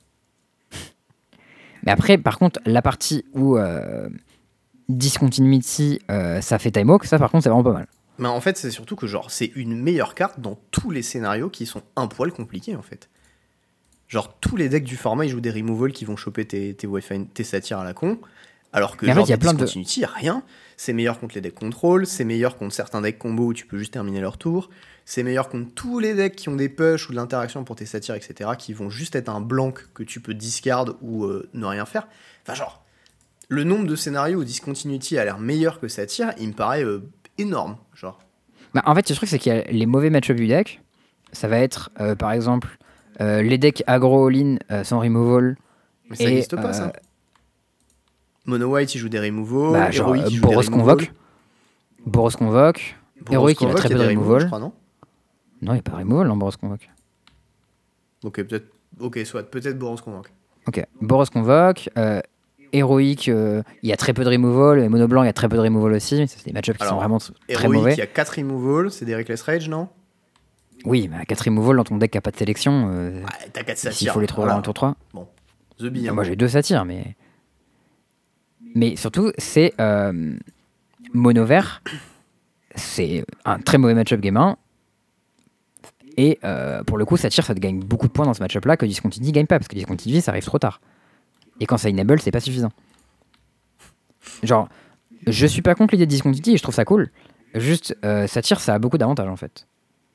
Mais après, par contre, la partie où Discontinuity, ça fait Time Hawk, ça par contre, c'est vraiment pas mal. Mais en fait, c'est surtout que genre, c'est une meilleure carte dans tous les scénarios qui sont un poil compliqués en fait. Genre, tous les decks du format, ils jouent des removals qui vont choper tes Wi-Fi, tes satyres à la con. Alors que Mais en genre, fait, il y a des plein de. discontinuity, rien. C'est meilleur contre les decks contrôle, c'est meilleur contre certains decks combo où tu peux juste terminer leur tour. C'est meilleur contre tous les decks qui ont des push ou de l'interaction pour tes satyres, etc. qui vont juste être un blank que tu peux discard ou ne rien faire. Enfin, genre, le nombre de scénarios où discontinuity a l'air meilleur que satyre, il me paraît énorme. Genre. Bah, en fait, le truc, c'est qu'il y a les mauvais match-up du deck. Ça va être, par exemple, les decks aggro all-in sans removal. Mais ça Et, n'existe pas, ça. Mono White, il joue des removals. Bah, genre, Heroic, il joue Boros des removals. Convoque. Boros Convoque. Boros Heroic, il a Convoque, très peu y de des removals, je removal. crois, non? Non, il n'y a pas de removal dans Boros Convoque. Ok, peut-être. Ok, soit peut-être Boros Convoque. Ok, Boros Convoque. Héroïque, il y a très peu de removal. Et Mono Blanc, il y a très peu de removal aussi. Mais c'est des match-ups qui Alors, sont vraiment très Heroic, mauvais. il y a 4 removals, c'est des Reckless Rage, non? Oui, mais à 4 removal dans ton deck qui n'a pas de sélection, Ouais, t'as 4 s'il satyres. faut les trouver voilà. dans le tour 3. Bon, The Bee. Moi, j'ai 2 satyres, mais. Mais surtout, c'est mono vert. C'est un très mauvais match-up game 1. Et pour le coup, satyre, ça te gagne beaucoup de points dans ce match-up là que Discontinuity gagne pas. Parce que Discontinuity, ça arrive trop tard. Et quand ça enable, c'est pas suffisant. Genre, je suis pas contre l'idée de Discontinuity et je trouve ça cool. Juste, satyre, ça a beaucoup d'avantages en fait.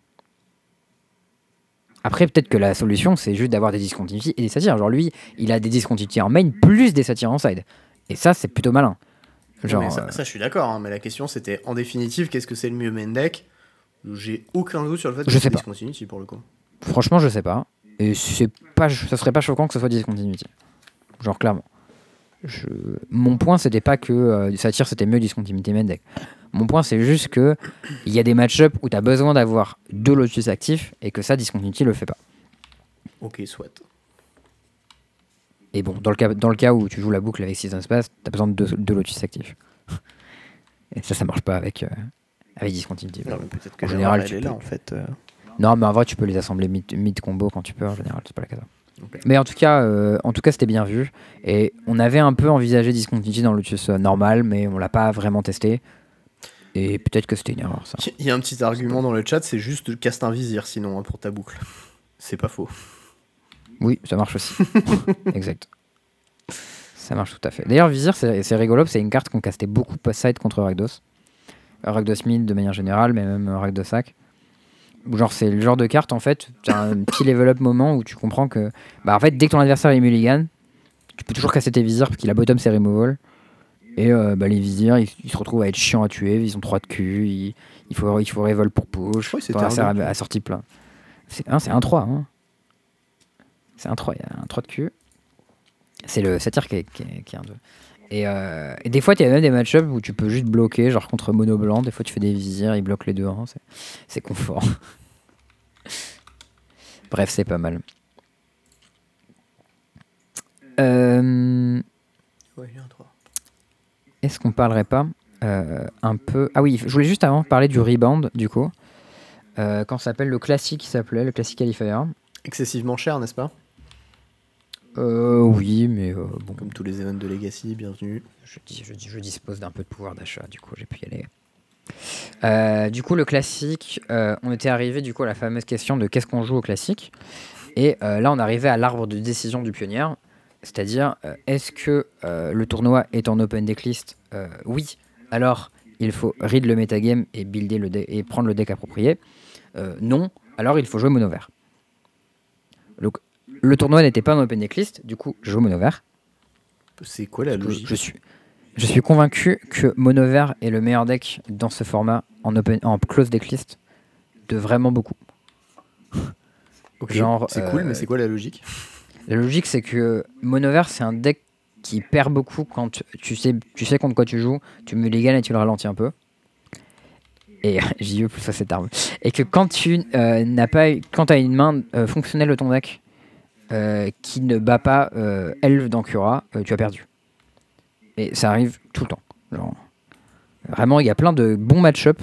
Après, peut-être que la solution, c'est juste d'avoir des Discontinuity et des satyres. Genre, lui, il a des Discontinuity en main plus des satyres en side. Et ça, c'est plutôt malin. Genre, Mais ça, je suis d'accord, hein, mais la question c'était en définitive, qu'est-ce que c'est le mieux main deck? J'ai aucun doute sur le fait que Je c'est sais pas. Discontinuity pour le coup. franchement, je sais pas. Et c'est pas, ça serait pas choquant que ce soit Discontinuity. Genre, clairement. Mon point, c'était pas que Satyr c'était mieux Discontinuity main deck. Mon point, c'est juste que il y a des match-up où t'as besoin d'avoir 2 Lotus actifs et que ça, Discontinuity le fait pas. Ok, soit. Et bon, dans le cas où tu joues la boucle avec Season Space, t'as besoin de 2 Lotus actifs. Et ça marche pas avec Discontinuity. Non, mais peut-être que En général, elle tu est peux. là en fait. Non, mais en vrai, tu peux les assembler mid combo quand tu peux, en général, c'est pas la case. Ok. Mais en tout cas, c'était bien vu. Et on avait un peu envisagé Discontinuity dans le Lotus normal, mais on l'a pas vraiment testé. Et peut-être que c'était une erreur, ça. Il y a un petit argument dans le chat, c'est juste de caster un vizir sinon hein, pour ta boucle. C'est pas faux. Oui, ça marche aussi. Exact. Ça marche tout à fait. D'ailleurs, Vizir, c'est rigolo, c'est une carte qu'on castait beaucoup post-side contre Rakdos. Rakdos mid de manière générale, mais même Rakdos sac. Genre, c'est le genre de carte, en fait, tu as un petit level up moment où tu comprends que, bah, en fait, dès que ton adversaire est mulligan, tu peux toujours casser tes Vizirs parce qu'il a bottom ses removal. Et les Vizirs, ils se retrouvent à être chiants à tuer, ils ont 3 de cul, il faut revolt pour push. Oui, c'était ton adversaire un a sorti plein. C'est un 3, hein. C'est un 3, il y a un 3 de cul. C'est le satyre qui est un 2. Et des fois, il y a même des match-ups où tu peux juste bloquer, genre contre mono blanc. Des fois, tu fais des vizirs, ils bloquent les deux. Hein, c'est confort. Bref, c'est pas mal. Ouais, il y a un 3. Est-ce qu'on parlerait pas un peu... Ah oui, je voulais juste avant parler du rebound, du coup. Quand ça s'appelle le classique, qui s'appelait le classique qualifier. Excessivement cher, n'est-ce pas? Oui, mais bon. Comme tous les events de Legacy, bienvenue. Je dispose d'un peu de pouvoir d'achat, du coup, j'ai pu y aller. Du coup, le classique, on était arrivé du coup à la fameuse question de qu'est-ce qu'on joue au classique. Et là, on arrivait à l'arbre de décision du pionnier. C'est-à-dire, est-ce que le tournoi est en open decklist? Oui. Alors, il faut read le metagame et builder le et prendre le deck approprié. Non. Alors, il faut jouer mono vert. Donc, le tournoi n'était pas en open decklist, du coup, je joue mono vert. C'est quoi la logique? Je suis convaincu que mono vert est le meilleur deck dans ce format en close decklist de vraiment beaucoup. Ok, Genre, c'est cool, mais c'est quoi la logique? La logique, c'est que mono vert, c'est un deck qui perd beaucoup quand tu sais contre quoi tu joues, tu mulligan et tu le ralentis un peu. Et j'y veux plus à cette arme. Et que quand tu quand t'as une main fonctionnelle de ton deck qui ne bat pas Elf d'Ankura, tu as perdu. Et ça arrive tout le temps. Genre, vraiment, il y a plein de bons match-up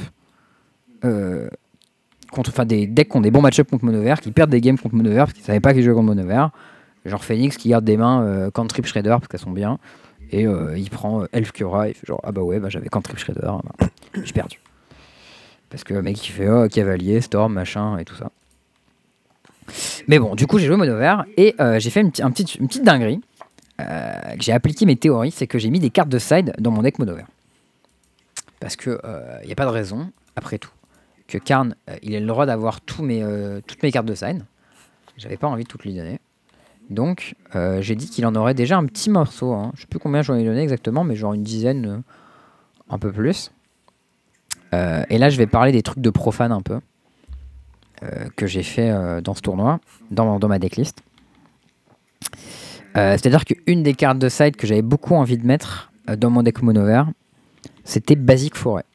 des decks qui ont des bons match-up contre mono vert, qui perdent des games contre mono vert parce qu'ils ne savaient pas qu'ils jouaient contre mono vert. Genre Phoenix qui garde des mains Cantrip Shredder parce qu'elles sont bien. Et il prend Elf Cura et il fait genre ah bah ouais, bah, j'avais Cantrip Shredder, bah, j'ai perdu. Parce que le mec il fait cavalier, storm, machin et tout ça. Mais bon, du coup j'ai joué mono vert et j'ai fait une petite dinguerie. Que j'ai appliqué mes théories, c'est que j'ai mis des cartes de side dans mon deck mono vert. Parce que il n'y a pas de raison, après tout, que Karn il ait le droit d'avoir toutes mes cartes de side. J'avais pas envie de toutes lui donner. Donc j'ai dit qu'il en aurait déjà un petit morceau. Hein. Je sais plus combien j'en ai donné exactement, mais genre une dizaine, un peu plus. Et là je vais parler des trucs de profane un peu. Que j'ai fait dans ce tournoi, dans ma decklist. C'est-à-dire qu'une des cartes de side que j'avais beaucoup envie de mettre dans mon deck mono vert, c'était Basic Forêt.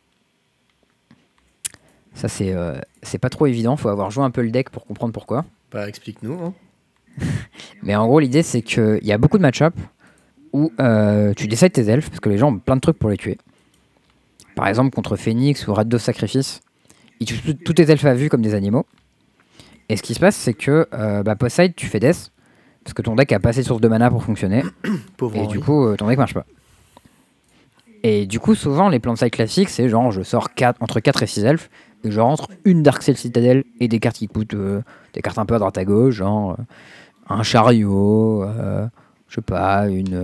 Ça, c'est pas trop évident, faut avoir joué un peu le deck pour comprendre pourquoi. Bah, explique-nous. Hein. Mais en gros, l'idée, c'est qu'il y a beaucoup de match-up où tu décides tes elfes, parce que les gens ont plein de trucs pour les tuer. Par exemple, contre Phoenix ou Rakdos Sacrifice, ils tuent tous tes elfes à vue comme des animaux. Et ce qui se passe, c'est que post-side, tu fais death, parce que ton deck a pas assez de sources de mana pour fonctionner. Pauvre et Henri. du coup, ton deck marche pas. Et du coup, souvent, les plans de side classiques, c'est genre, je sors entre 4 et 6 elfes, et je rentre une Darksail Citadel et des cartes qui coûtent des cartes un peu à droite à gauche, genre un chariot, je sais pas,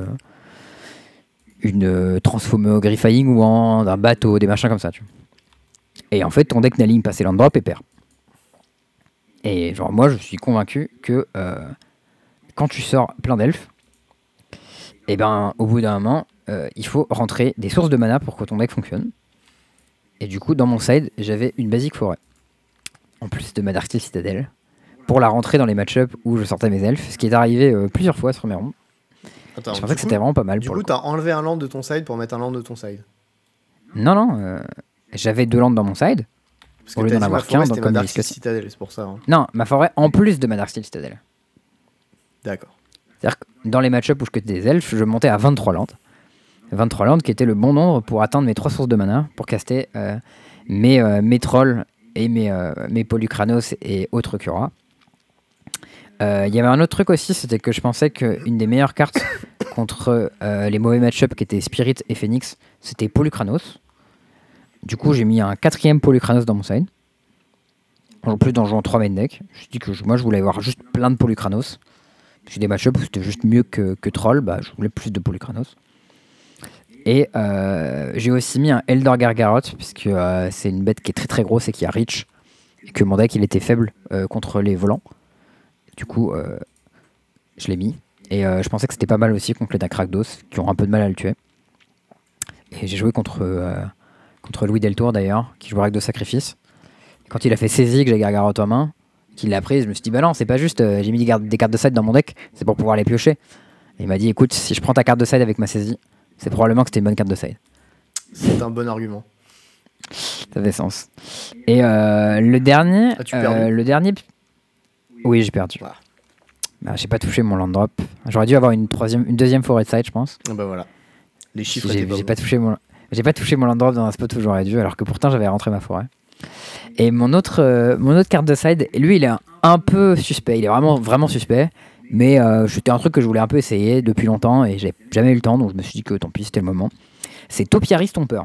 une Transformogrifying Wand, un bateau, des machins comme ça, tu vois. Et en fait, ton deck n'aligne pas ses land drop et perd. Et genre, moi, je suis convaincu que quand tu sors plein d'elfes, et ben, au bout d'un moment, il faut rentrer des sources de mana pour que ton deck fonctionne. Et du coup, dans mon side, j'avais une Basic Forêt, en plus de ma Darksail Citadel, pour la rentrer dans les match-up où je sortais mes elfes, ce qui est arrivé plusieurs fois sur mes rondes. Attends, je pensais que c'était vraiment pas mal. Du coup, t'as enlevé un land de ton side pour mettre un land de ton side. Non, j'avais 2 landes dans mon side. Parce que t'as dit ma forêt, c'était ma Darksail Citadel, c'est pour ça. Hein. Non, ma forêt en plus de ma Darksail Citadel. D'accord. C'est-à-dire que dans les match-up où je cutais des elfes, je montais à 23 landes. 23 landes qui était le bon nombre pour atteindre mes 3 sources de mana, pour caster mes trolls et mes Polychranos et autres Cura. Il y avait un autre truc aussi, c'était que je pensais qu'une des meilleures cartes contre les mauvais match-up qui étaient Spirit et Phoenix, c'était Polychranos. Du coup, j'ai mis un 4ème Polychranos dans mon side. En plus d'en jouer en 3 main deck. Je me suis dit que moi je voulais avoir juste plein de Polychranos. J'ai des match-up où c'était juste mieux que Troll, bah je voulais plus de Polychranos. Et j'ai aussi mis un Eldor Gargarot, puisque c'est une bête qui est très très grosse et qui a reach. Et que mon deck il était faible contre les volants. Du coup, je l'ai mis. Et je pensais que c'était pas mal aussi contre les Rakdos, qui ont un peu de mal à le tuer. Et j'ai joué contre Louis Deltour d'ailleurs, qui joue Rakdos Sacrifice. Et quand il a fait saisie, que j'ai Gargarot en main, qu'il l'a prise, je me suis dit bah non, c'est pas juste, j'ai mis des cartes de side dans mon deck, c'est pour pouvoir les piocher. Et il m'a dit écoute, si je prends ta carte de side avec ma saisie, c'est probablement que c'était une bonne carte de side. C'est un bon argument. Ça fait sens. Et le dernier... As-tu perdu Oui, j'ai perdu. Voilà. Bah, j'ai pas touché mon land drop. J'aurais dû avoir une deuxième forêt de side, je pense. Ah bah voilà. Les chiffres J'ai étaient bons. J'ai pas touché mon land drop dans un spot où j'aurais dû, alors que pourtant j'avais rentré ma forêt. Et mon autre carte de side, lui, il est un peu suspect. Il est vraiment, vraiment suspect. Mais c'était un truc que je voulais un peu essayer depuis longtemps et j'ai jamais eu le temps, donc je me suis dit que tant pis, c'était le moment. C'est Topiary Stomper.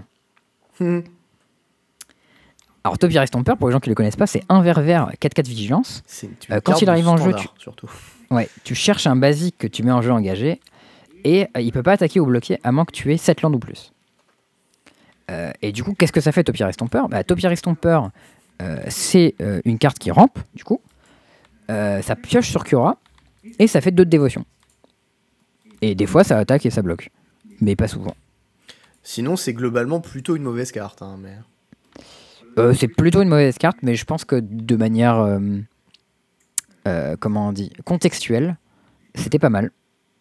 Alors Topiary Stomper, pour les gens qui ne le connaissent pas, c'est un vert 4/4 vigilance. Quand il arrive en jeu, tu cherches un basique que tu mets en jeu engagé et il peut pas attaquer ou bloquer à moins que tu aies 7 landes ou plus. Et du coup, qu'est-ce que ça fait Topiary Stomper ? Topiary Stomper, c'est une carte qui rampe, du coup. Ça pioche sur Cura et ça fait 2 de dévotion. Et des fois, ça attaque et ça bloque. Mais pas souvent. Sinon, c'est globalement plutôt une mauvaise carte. Hein, mais... c'est plutôt une mauvaise carte, mais je pense que de manière comment on dit, contextuelle, c'était pas mal.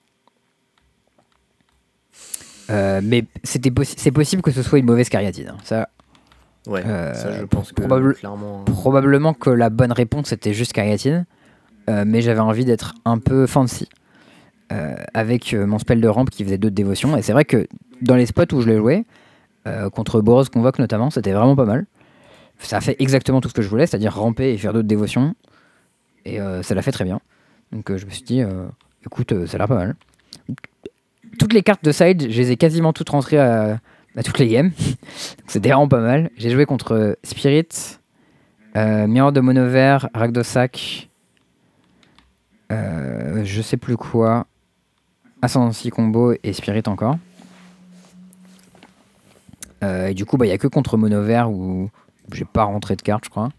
Mais c'est possible que ce soit une mauvaise cariatide. Hein. Ça, ouais, ça je pense que clairement... Probablement que la bonne réponse était juste cariatide, mais j'avais envie d'être un peu fancy avec mon spell de rampe qui faisait 2 de dévotion. Et c'est vrai que dans les spots où je l'ai joué, contre Boros Convoque notamment, c'était vraiment pas mal. Ça a fait exactement tout ce que je voulais, c'est-à-dire ramper et faire 2 de dévotion. Et ça l'a fait très bien. Donc je me suis dit, écoute, ça a l'air pas mal. Toutes les cartes de side, je les ai quasiment toutes rentrées à toutes les games. Donc, c'était vraiment pas mal. J'ai joué contre Spirit, Mirror de Monover, Ragdosac, je sais plus quoi, Ascendancy Combo et Spirit encore. Et du coup, il n'y a que contre Monover où j'ai pas rentré de cartes, je crois.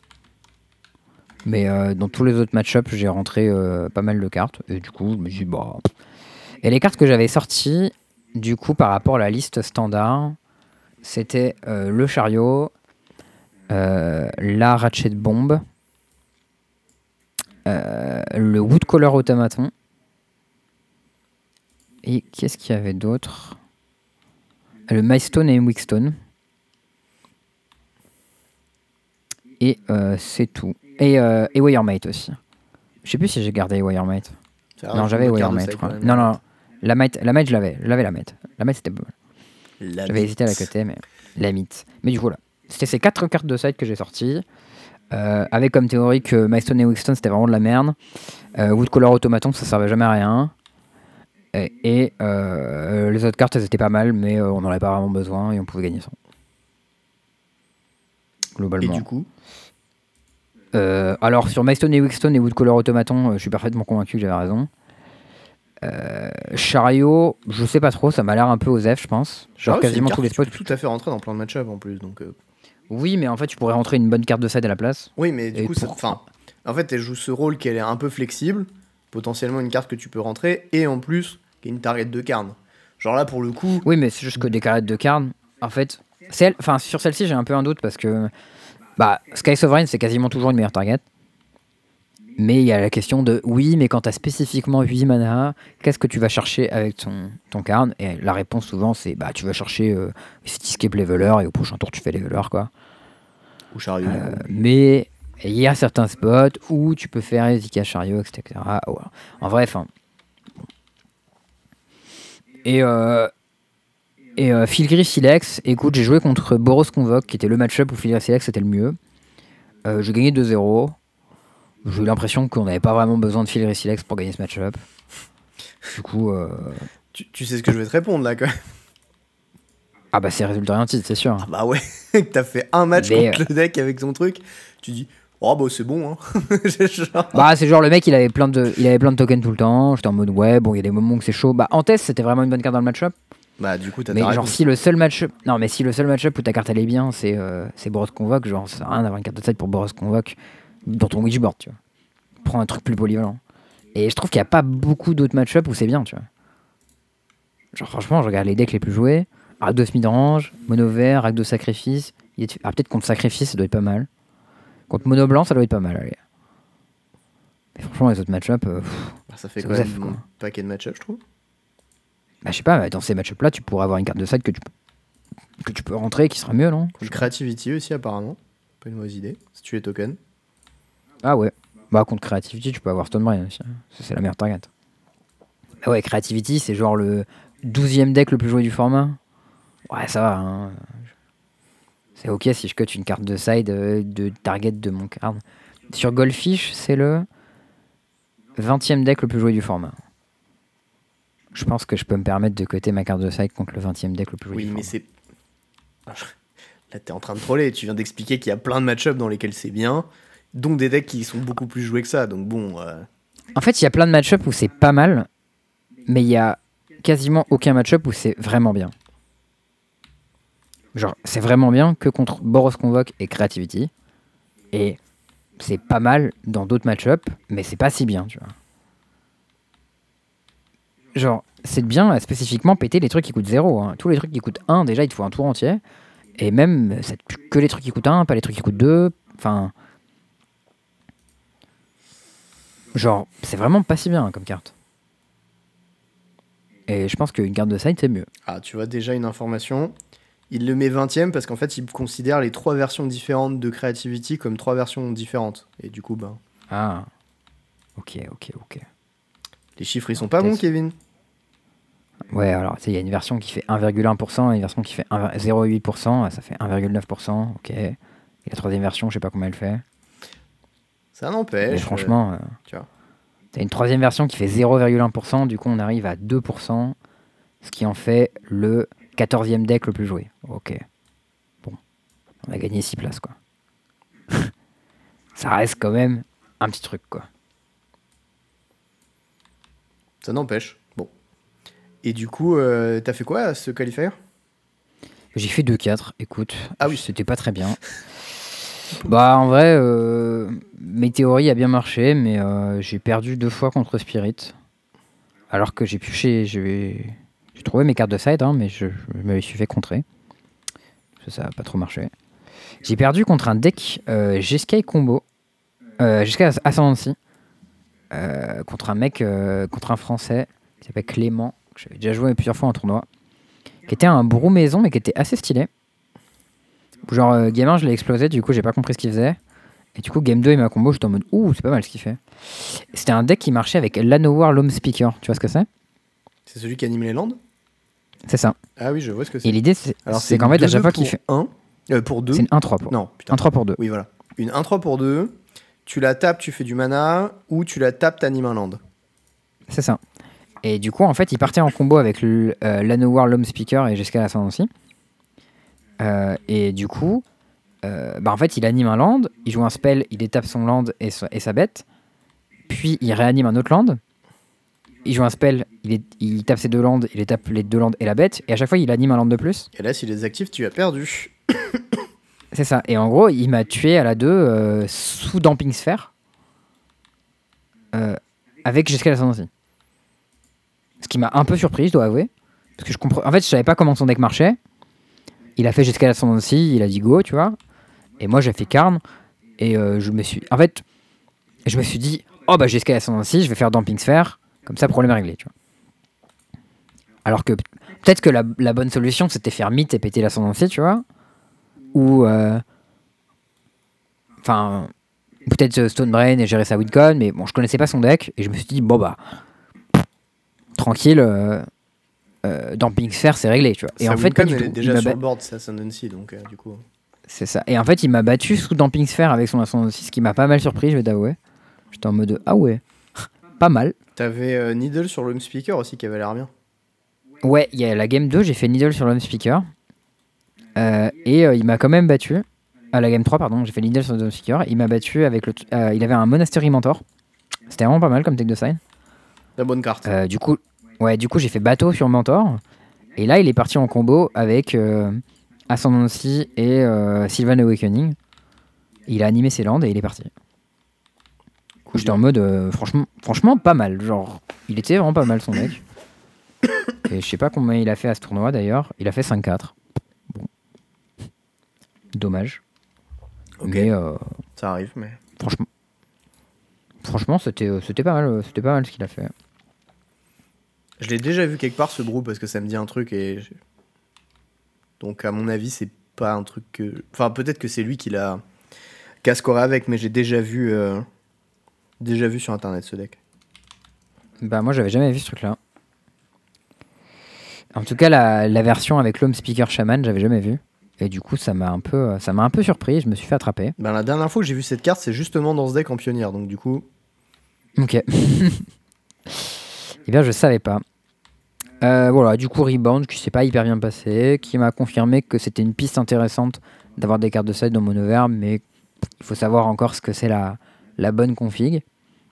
Mais dans tous les autres match-ups, j'ai rentré pas mal de cartes. Et du coup, je me suis dit, bah. Et les cartes que j'avais sorties, du coup, par rapport à la liste standard, c'était le chariot, la ratchet bombe, le woodcolor automaton. Et qu'est-ce qu'il y avait d'autre? Le Milestone et Wickstone. Et c'est tout. Et Wiremate aussi. Je sais plus si j'ai gardé Wiremate. Non, j'avais Wiremate, je crois. Non. La Mite, je l'avais. J'avais la Mite. La Mite, c'était pas mal. J'avais hésité à la côté, mais la Mite. Mais du coup, là, c'était ces 4 cartes de side que j'ai sorties. Avec comme théorie que Milestone et Wickstone, c'était vraiment de la merde. Woodcolor Automaton, ça servait jamais à rien. Et les autres cartes, elles étaient pas mal, mais on n'en avait pas vraiment besoin et on pouvait gagner sans. Globalement. Et du coup alors sur Milestone et Wickstone et Woodcolor Automaton, je suis parfaitement convaincu que j'avais raison. Chariot, je sais pas trop, ça m'a l'air un peu osef, je pense. Genre quasiment tous les spots. Tu peux tout à fait rentrer dans plein de match-up en plus. Donc, Oui, mais en fait, tu pourrais rentrer une bonne carte de side à la place. Oui, mais du coup, en fait, elle joue ce rôle qu'elle est un peu flexible, potentiellement une carte que tu peux rentrer, et en plus, qui est une target de carne. Genre là, pour le coup. Oui, mais c'est juste que des carrettes de carne, en fait. Sur celle-ci, j'ai un peu un doute parce que. Sky Sovereign, c'est quasiment toujours une meilleure target. Mais il y a la question de oui, mais quand tu as spécifiquement 8 mana, qu'est-ce que tu vas chercher avec ton carne? Et la réponse souvent c'est tu vas chercher Cityscape Leveler et au prochain tour tu fais Leveler quoi. Ou Chariot. Mais il y a certains spots où tu peux faire Zika Chariot, etc. Ouais. En vrai, enfin. Et Filgris Silex, écoute, j'ai joué contre Boros Convoque, qui était le match-up où Filgris Silex était le mieux. J'ai gagné 2-0. J'ai eu l'impression qu'on n'avait pas vraiment besoin de Filgris Silex pour gagner ce match-up. Du coup. Tu sais ce que je vais te répondre là quand même. Ah c'est résultat rien titre, c'est sûr. Ah bah ouais, t'as fait un match contre le deck avec ton truc, tu dis oh bah c'est bon hein. C'est genre le mec il avait plein de tokens tout le temps, j'étais en mode ouais bon il y a des moments où c'est chaud. En test c'était vraiment une bonne carte dans le match-up. Du coup t'as mais genre si le seul match-up où ta carte elle est bien c'est Boros Convoque, genre ça sert à rien d'avoir une carte de side pour Boros Convoque dans ton witchboard, tu vois. Prends un truc plus polyvalent. Et je trouve qu'il n'y a pas beaucoup d'autres match-up où c'est bien, tu vois. Genre franchement je regarde les decks les plus joués. Rakdos Midrange, Mono Vert, Rakdos Sacrifice. Peut-être contre Sacrifice, ça doit être pas mal. Contre Mono Blanc, ça doit être pas mal, allez. Mais franchement, les autres match-up. Ça fait quand même un paquet de match-up, je trouve. Je sais pas, dans ces match-up-là, tu pourrais avoir une carte de side que tu peux rentrer qui sera mieux, non? Le Creativity aussi, apparemment. Pas une mauvaise idée. Si tu es token. Ah ouais. Contre Creativity, tu peux avoir Stonebrain aussi. Ça, c'est la meilleure target. Ouais, Creativity, c'est genre le 12e deck le plus joué du format. Ouais, ça va. Hein. C'est ok si je cut une carte de side de target de mon card. Sur Goldfish, c'est le 20e deck le plus joué du format. Je pense que je peux me permettre de cutter ma carte de side contre le 20e deck le plus joué du format. Oui, mais c'est. Là, t'es en train de troller. Tu viens d'expliquer qu'il y a plein de match-ups dans lesquels c'est bien, dont des decks qui sont beaucoup plus joués que ça. Donc bon. En fait, il y a plein de match-ups où c'est pas mal, mais il y a quasiment aucun match-up où c'est vraiment bien. Genre, c'est vraiment bien que contre Boros Convoque et Creativity. Et c'est pas mal dans d'autres match-up, mais c'est pas si bien, tu vois. Genre, c'est bien à spécifiquement péter les trucs qui coûtent 0. Hein. Tous les trucs qui coûtent 1, déjà, il te faut un tour entier. Et même, ça tue que les trucs qui coûtent 1, pas les trucs qui coûtent 2. Enfin. Genre, c'est vraiment pas si bien comme carte. Et je pense qu'une carte de side, c'est mieux. Ah, tu vois déjà une information. Il le met 20ème parce qu'en fait, il considère les 3 versions différentes de Creativity comme 3 versions différentes. Et du coup, Ah. Ok. Les chiffres, ils sont pas bons, Kevin. Ouais, alors, tu sais, il y a une version qui fait 1,1% et une version qui fait 0,8%. Ça fait 1,9%. Ok. Et la troisième version, je sais pas combien elle fait. Ça n'empêche. Mais franchement, tu vois. T'as une troisième version qui fait 0,1%. Du coup, on arrive à 2%. Ce qui en fait le 14e deck le plus joué. Ok. Bon. On a gagné 6 places, quoi. Ça reste quand même un petit truc, quoi. Ça n'empêche. Bon. Et du coup, t'as fait quoi à ce qualifier? J'ai fait 2-4, écoute. Ah oui. C'était pas très bien. Bah, en vrai, mes théories a bien marché, mais j'ai perdu 2 fois contre Spirit. Alors que j'ai trouvé mes cartes de side, hein, mais je me suis fait contrer. Ça n'a pas trop marché. J'ai perdu contre un deck Jeskai Combo, Jeskai Ascendancy, contre un mec, contre un français qui s'appelle Clément, que j'avais déjà joué plusieurs fois en tournoi, qui était un brou maison, mais qui était assez stylé. Genre, game 1, je l'ai explosé, du coup, j'ai pas compris ce qu'il faisait. Et du coup, game 2, il m'a combo, j'étais en mode ouh, c'est pas mal ce qu'il fait. C'était un deck qui marchait avec Llanowar Loam Speaker, tu vois ce que c'est? C'est celui qui anime les landes? C'est ça. Ah oui, je vois ce que c'est. Et l'idée, c'est qu'en fait, à chaque fois qu'il fait. 1 pour 2. C'est une 1-3 pour. Non, putain. 1-3 pour 2. Oui, voilà. Une 1-3 pour 2. Tu la tapes, tu fais du mana, ou tu la tapes, t'animes un land. C'est ça. Et du coup, en fait, il partait en combo avec Llanowar Loam Speaker et Jeskai Ascendancy. Et du coup, en fait, il anime un land, il joue un spell, il étape son land et sa bête. Puis, il réanime un autre land. Il joue un spell, il tape ses 2 lands, il étape les 2 lands et la bête. Et à chaque fois, il anime un land de plus. Et là, s'il les active, tu as perdu. C'est ça. Et en gros, il m'a tué à la 2 sous Damping Sphere. Avec Jeskai Ascendancy. Ce qui m'a un peu surpris, je dois avouer. Parce que en fait, je savais pas comment son deck marchait. Il a fait Jeskai Ascendancy, il a dit go, tu vois. Et moi, j'ai fait Karn. Et je me suis dit, oh bah Jeskai Ascendancy, je vais faire Damping Sphere. Comme ça, problème réglé, tu vois. Alors que peut-être que la bonne solution, c'était faire mythe et péter l'Ascendancy, tu vois. Ou. Enfin. Peut-être Stonebrain et gérer sa Widcon, mais bon, je connaissais pas son deck. Et je me suis dit, bon bah. Tranquille. Damping Sphere, c'est réglé, tu vois. Et Sa en fait, Windcon, pas du elle est tout. déjà sur le board, c'est Ascendancy, donc du coup. C'est ça. Et en fait, il m'a battu sous Damping Sphere avec son Ascendancy, ce qui m'a pas mal surpris, je vais t'avouer. J'étais en mode, ah ouais, pas mal. T'avais Needle sur le Home Speaker aussi qui avait l'air bien. Ouais, il y a la game 2, j'ai fait Needle sur le Home Speaker. Et il m'a quand même battu. À la game 3, pardon, j'ai fait Needle sur le Home Speaker. Il m'a battu avec le. Il avait un Monastery Mentor. C'était vraiment pas mal comme deck de sign. La bonne carte. Du coup, j'ai fait bateau sur Mentor. Et là, il est parti en combo avec Ascendancy et Sylvan Awakening. Il a animé ses landes et il est parti. J'étais en mode, franchement, pas mal. Genre, il était vraiment pas mal son deck. Et je sais pas combien il a fait à ce tournoi d'ailleurs. Il a fait 5-4. Bon. Dommage. Ok. Mais ça arrive, mais. Franchement, c'était pas mal. C'était pas mal ce qu'il a fait. Je l'ai déjà vu quelque part ce brew parce que ça me dit un truc et. Donc à mon avis, c'est pas un truc que. Enfin, peut-être que c'est lui qui l'a scoré avec, mais j'ai déjà vu sur internet ce deck. Bah moi j'avais jamais vu ce truc-là. En tout cas la version avec l'Home Speaker Shaman, j'avais jamais vu. Et du coup ça m'a un peu surpris, je me suis fait attraper. Ben, la dernière fois que j'ai vu cette carte, c'est justement dans ce deck en pionnière, donc du coup. Ok. Eh bien je savais pas. Voilà, du coup Rebound qui s'est pas hyper bien passé, qui m'a confirmé que c'était une piste intéressante d'avoir des cartes de side dans Monoverb, mais il faut savoir encore ce que c'est la bonne config.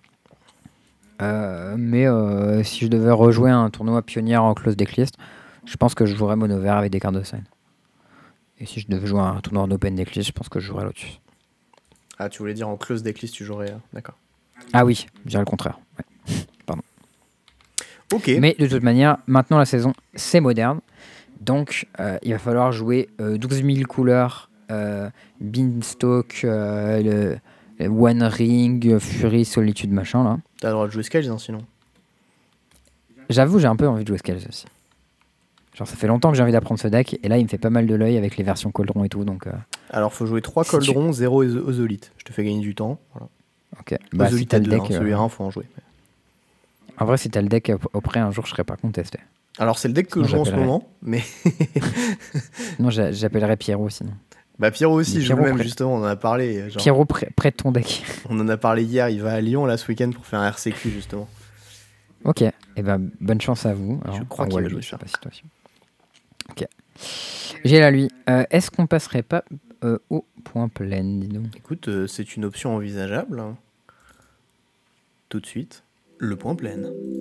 Mais si je devais rejouer un tournoi pionnière en close decklist, je pense que je jouerais Monoverb avec des cartes de side. Et si je devais jouer un tournoi en open decklist, je pense que je jouerais Lotus. Ah, tu voulais dire en close decklist, tu jouerais. D'accord. Ah oui, je dirais le contraire. Ouais. Pardon. Ok. Mais de toute manière, maintenant la saison, c'est moderne. Donc, il va falloir jouer 12 000 couleurs, Beanstalk, le One Ring, Fury, Solitude, machin là. T'as le droit de jouer Skies, hein, sinon. J'avoue, j'ai un peu envie de jouer Scales aussi. Genre, ça fait longtemps que j'ai envie d'apprendre ce deck, et là, il me fait pas mal de l'œil avec les versions Coldron et tout, donc... Alors, faut jouer 3 Coldron, 0 Ozolite. Je te fais gagner du temps. Voilà. Ok. Bah, si Ozolite t'as à le 2, deck... celui-là, faut en jouer. En vrai, si t'as le deck auprès, un jour, je serais pas contesté. Alors, c'est le deck que je joue en ce moment, mais... Non, j'appellerais Pierrot, sinon. Bah, Pierrot aussi, je joue même, justement, on en a parlé. Genre... Pierrot prête ton deck. On en a parlé hier, il va à Lyon, là, ce week-end, pour faire un RCQ, justement. Ok, et ben bonne chance à vous. Je crois qu'il va jouer ça. Ok. J'ai là lui. Est-ce qu'on passerait pas au point plein, dis donc? Écoute, c'est une option envisageable. Hein. Tout de suite, le point plein.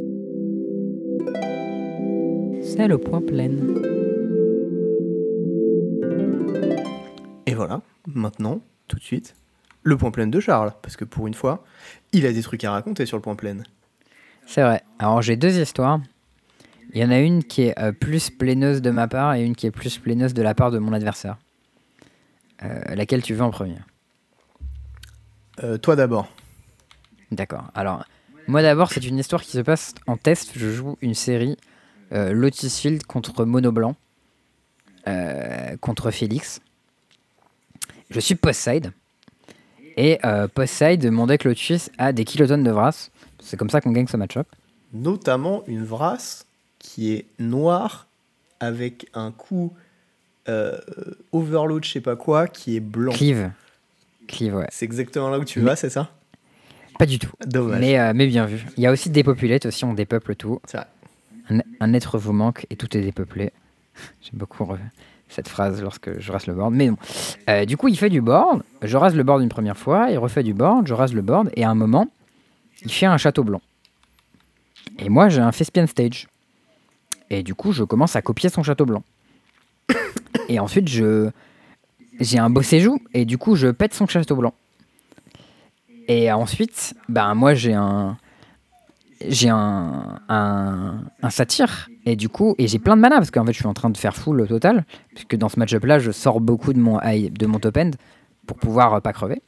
C'est le point plein. Et voilà, maintenant, tout de suite, le point plein de Charles. Parce que pour une fois, il a des trucs à raconter sur le point plein. C'est vrai. Alors j'ai 2 histoires. Il y en a une qui est plus plaineuse de ma part et une qui est plus plaineuse de la part de mon adversaire. Laquelle tu veux en premier? Toi d'abord. D'accord. Alors, moi d'abord, c'est une histoire qui se passe en test. Je joue une série Lotus Field contre Mono Blanc, contre Félix. Je suis post-side. Et post-side, mon deck Lotus a des kilotonnes de Vras. C'est comme ça qu'on gagne ce match-up. Notamment une Vras qui est noire avec un coup overload, je sais pas quoi, qui est blanc. Cleave, ouais. C'est exactement là où tu vas, c'est ça? Pas du tout. Dommage. Mais bien vu. Il y a aussi des populates aussi, on dépeuple tout. C'est vrai. Un être vous manque et tout est dépeuplé. J'aime beaucoup cette phrase lorsque je rase le board. Mais non. Du coup, il fait du board. Je rase le board une première fois. Il refait du board. Je rase le board. Et à un moment, il fait un château blanc. Et moi, j'ai un Thespian Stage. Et du coup, je commence à copier son château blanc. Et ensuite, j'ai un Bossejou. Et du coup, je pète son château blanc. Et ensuite, moi, j'ai un satyre. Et du coup, j'ai plein de mana parce qu'en fait, je suis en train de faire full au total. Puisque dans ce match-up-là, je sors beaucoup de mon top end pour pouvoir pas crever.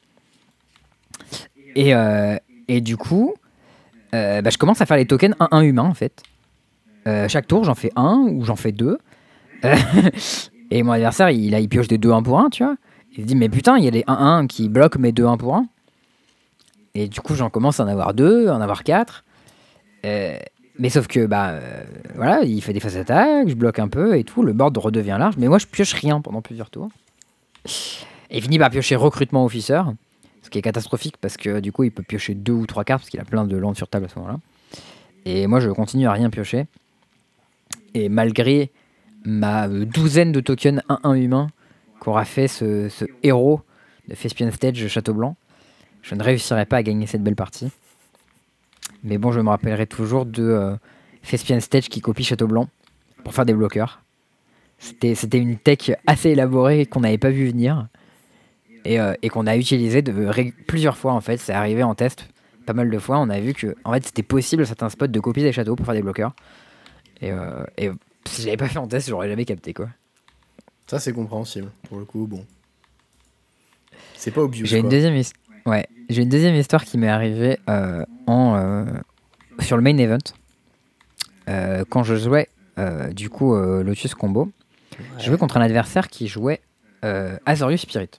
Et du coup, je commence à faire les tokens 1-1 humain en fait. Chaque tour, j'en fais 1 ou j'en fais 2. Et mon adversaire, il pioche des 2-1 pour 1, tu vois. Il se dit, mais putain, il y a des 1-1 qui bloquent mes 2-1 pour 1. Et du coup, j'en commence à en avoir 2, à en avoir 4. Mais sauf que, voilà, il fait des phases d'attaque, je bloque un peu et tout. Le board redevient large. Mais moi, je pioche rien pendant plusieurs tours. Et il finit par piocher recrutement officer. Ce qui est catastrophique parce que du coup, il peut piocher 2 ou 3 cartes parce qu'il a plein de landes sur table à ce moment-là. Et moi, je continue à rien piocher. Et malgré ma douzaine de tokens 1-1 humains qu'aura fait ce héros de Thespian Stage Château Blanc, je ne réussirai pas à gagner cette belle partie. Mais bon, je me rappellerai toujours de Thespian Stage qui copie Château Blanc pour faire des bloqueurs. C'était une tech assez élaborée qu'on n'avait pas vu venir et qu'on a utilisé plusieurs fois en fait. C'est arrivé en test pas mal de fois. On a vu que en fait, c'était possible à certains spots de copier des châteaux pour faire des bloqueurs. Et si je l'avais pas fait en test, j'aurais jamais capté quoi. Ça, c'est compréhensible. Pour le coup, bon. C'est pas obvious. J'ai une deuxième histoire qui m'est arrivée sur le main event. Quand je jouais du coup Lotus Combo, je jouais contre un adversaire qui jouait Azorius Spirit.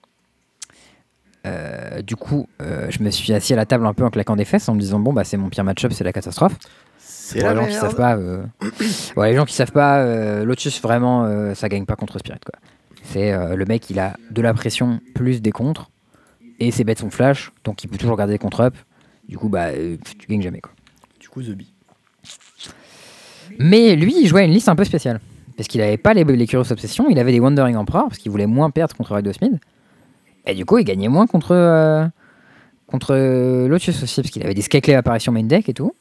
Du coup, je me suis assis à la table un peu en claquant des fesses en me disant bon c'est mon pire match-up, c'est la catastrophe. Pour les gens qui savent pas, les gens qui savent pas, Lotus vraiment ça gagne pas contre Spirit quoi. C'est le mec il a de la pression plus des contres et ses bêtes sont flash donc il peut toujours garder des contre-up. Du coup tu gagnes jamais quoi. Du coup The Bee. Mais lui il jouait une liste un peu spéciale parce qu'il avait pas les Curious Obsession, il avait des Wandering Emperor parce qu'il voulait moins perdre contre Red Smith. Et du coup, il gagnait moins contre Lotus aussi, parce qu'il avait des Skyclave apparitions main deck et tout.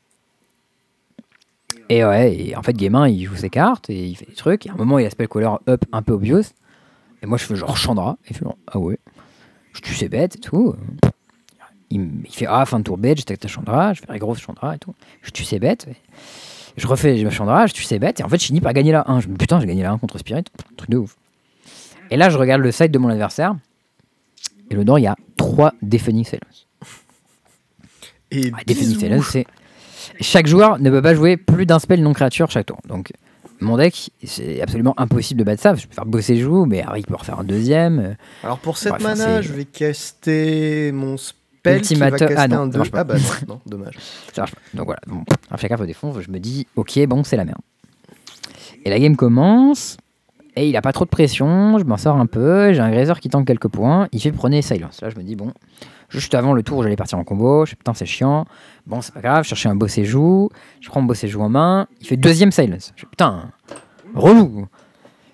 Et en fait, Game 1, il joue ses cartes, et il fait des trucs. Et à un moment, il a Spellcaller up un peu obvious. Et moi, je fais genre Chandra. Et il fait genre, ah ouais. Je tue ses bêtes et tout. Il fait, fin de tour bête, j'attaque ta Chandra. Je fais grosse Chandra et tout. Je tue ses bêtes. Je refais ma Chandra, je tue ses bêtes. Et en fait, je finis par gagner la 1. Je me dis, putain, j'ai gagné la 1 contre Spirit. Truc de ouf. Et là, je regarde le side de mon adversaire. Et dedans, il y a 3 Deafening Silence. Et Deafening Silence, c'est... Chaque joueur ne peut pas jouer plus d'un spell non-créature chaque tour. Donc, mon deck, c'est absolument impossible de battre ça. Je peux faire Bossejou, mais Harry peut en refaire un deuxième. Alors, pour cette mana, je vais caster mon spell Ultimateur. qui va caster non, un 2. Ça marche pas. Non, dommage. Ça marche pas. Donc voilà, bon, chaque carte au défense, je me dis, ok, bon, c'est la merde. Et la game commence... Et il a pas trop de pression, je m'en sors un peu, j'ai un Grazer qui tank quelques points, il fait prenez Silence. Là je me dis bon, juste avant le tour j'allais partir en combo, je fais putain c'est chiant, bon c'est pas grave, je cherchais un Bossejou, je prends mon Bossejou en main, il fait deuxième Silence. Je fais putain, relou.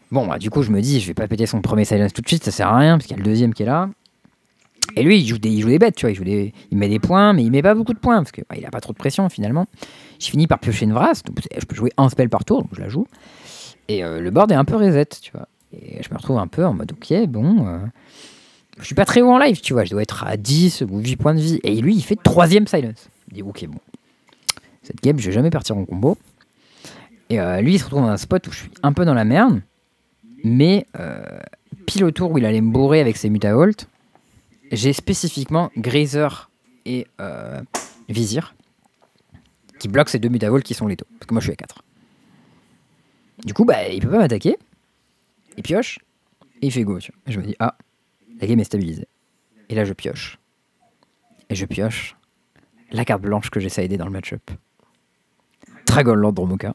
Bon, bah, du coup, je me dis, je vais pas péter son premier silence tout de suite, ça sert à rien, parce qu'il y a le deuxième qui est là. Et lui, il joue des bêtes, tu vois, il met des points, mais il met pas beaucoup de points, parce qu'il a pas trop de pression finalement. Je finis par piocher une Vras, donc je peux jouer un spell par tour, donc je la joue. Et le board est un peu reset, tu vois. Et je me retrouve un peu en mode, ok, bon, je suis pas très haut en live, tu vois, je dois être à 10 ou 8 points de vie. Et lui, il fait troisième silence. Je dis, ok, bon, cette game, je vais jamais partir en combo. Et lui, il se retrouve dans un spot où je suis un peu dans la merde, mais pile au tour où il allait me bourrer avec ses Mutavault, j'ai spécifiquement Grazer et Vizir qui bloquent ces deux Mutavault qui sont létaux. Parce que moi, je suis à 4. Du coup, bah, il peut pas m'attaquer. Il pioche et il fait go. Tu vois. Et je me dis, ah, la game est stabilisée. Et là, je pioche. Et je pioche la carte blanche que j'ai sidée dans le match-up. Dragon Lord Dromoka.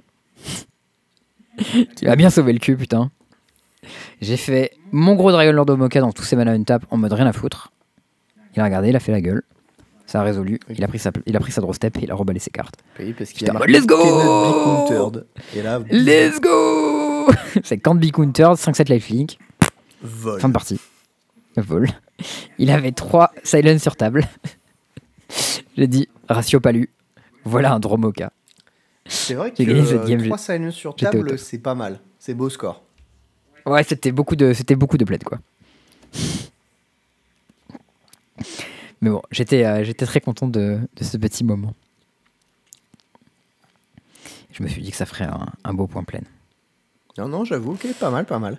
Qui m'a bien sauvé le cul, putain. J'ai fait mon gros Dragon Lord Dromoka dans tous ses mana untap en mode rien à foutre. Il a regardé, il a fait la gueule. Ça a résolu. Oui. Il a pris sa draw step et il a reballé ses cartes. Oui, parce qu'il J'étais a en mode, marqué let's go Cannot Be Countered. Et là, Let's go C'est Can't Be Countered, 5-7 lifelink. vol. Fin de partie. Vol. Il avait 3 silence sur table. J'ai dit, ratio palu. Voilà un Dromoka. C'est vrai J'ai gagné cette game, que 3 silence sur j'étais au table, top. c'est pas mal. C'est beau score. Ouais, c'était beaucoup de bled, quoi. Mais bon, j'étais très content de ce petit moment. Je me suis dit que ça ferait un beau point plein. Non, non, j'avoue, ok, pas mal, pas mal.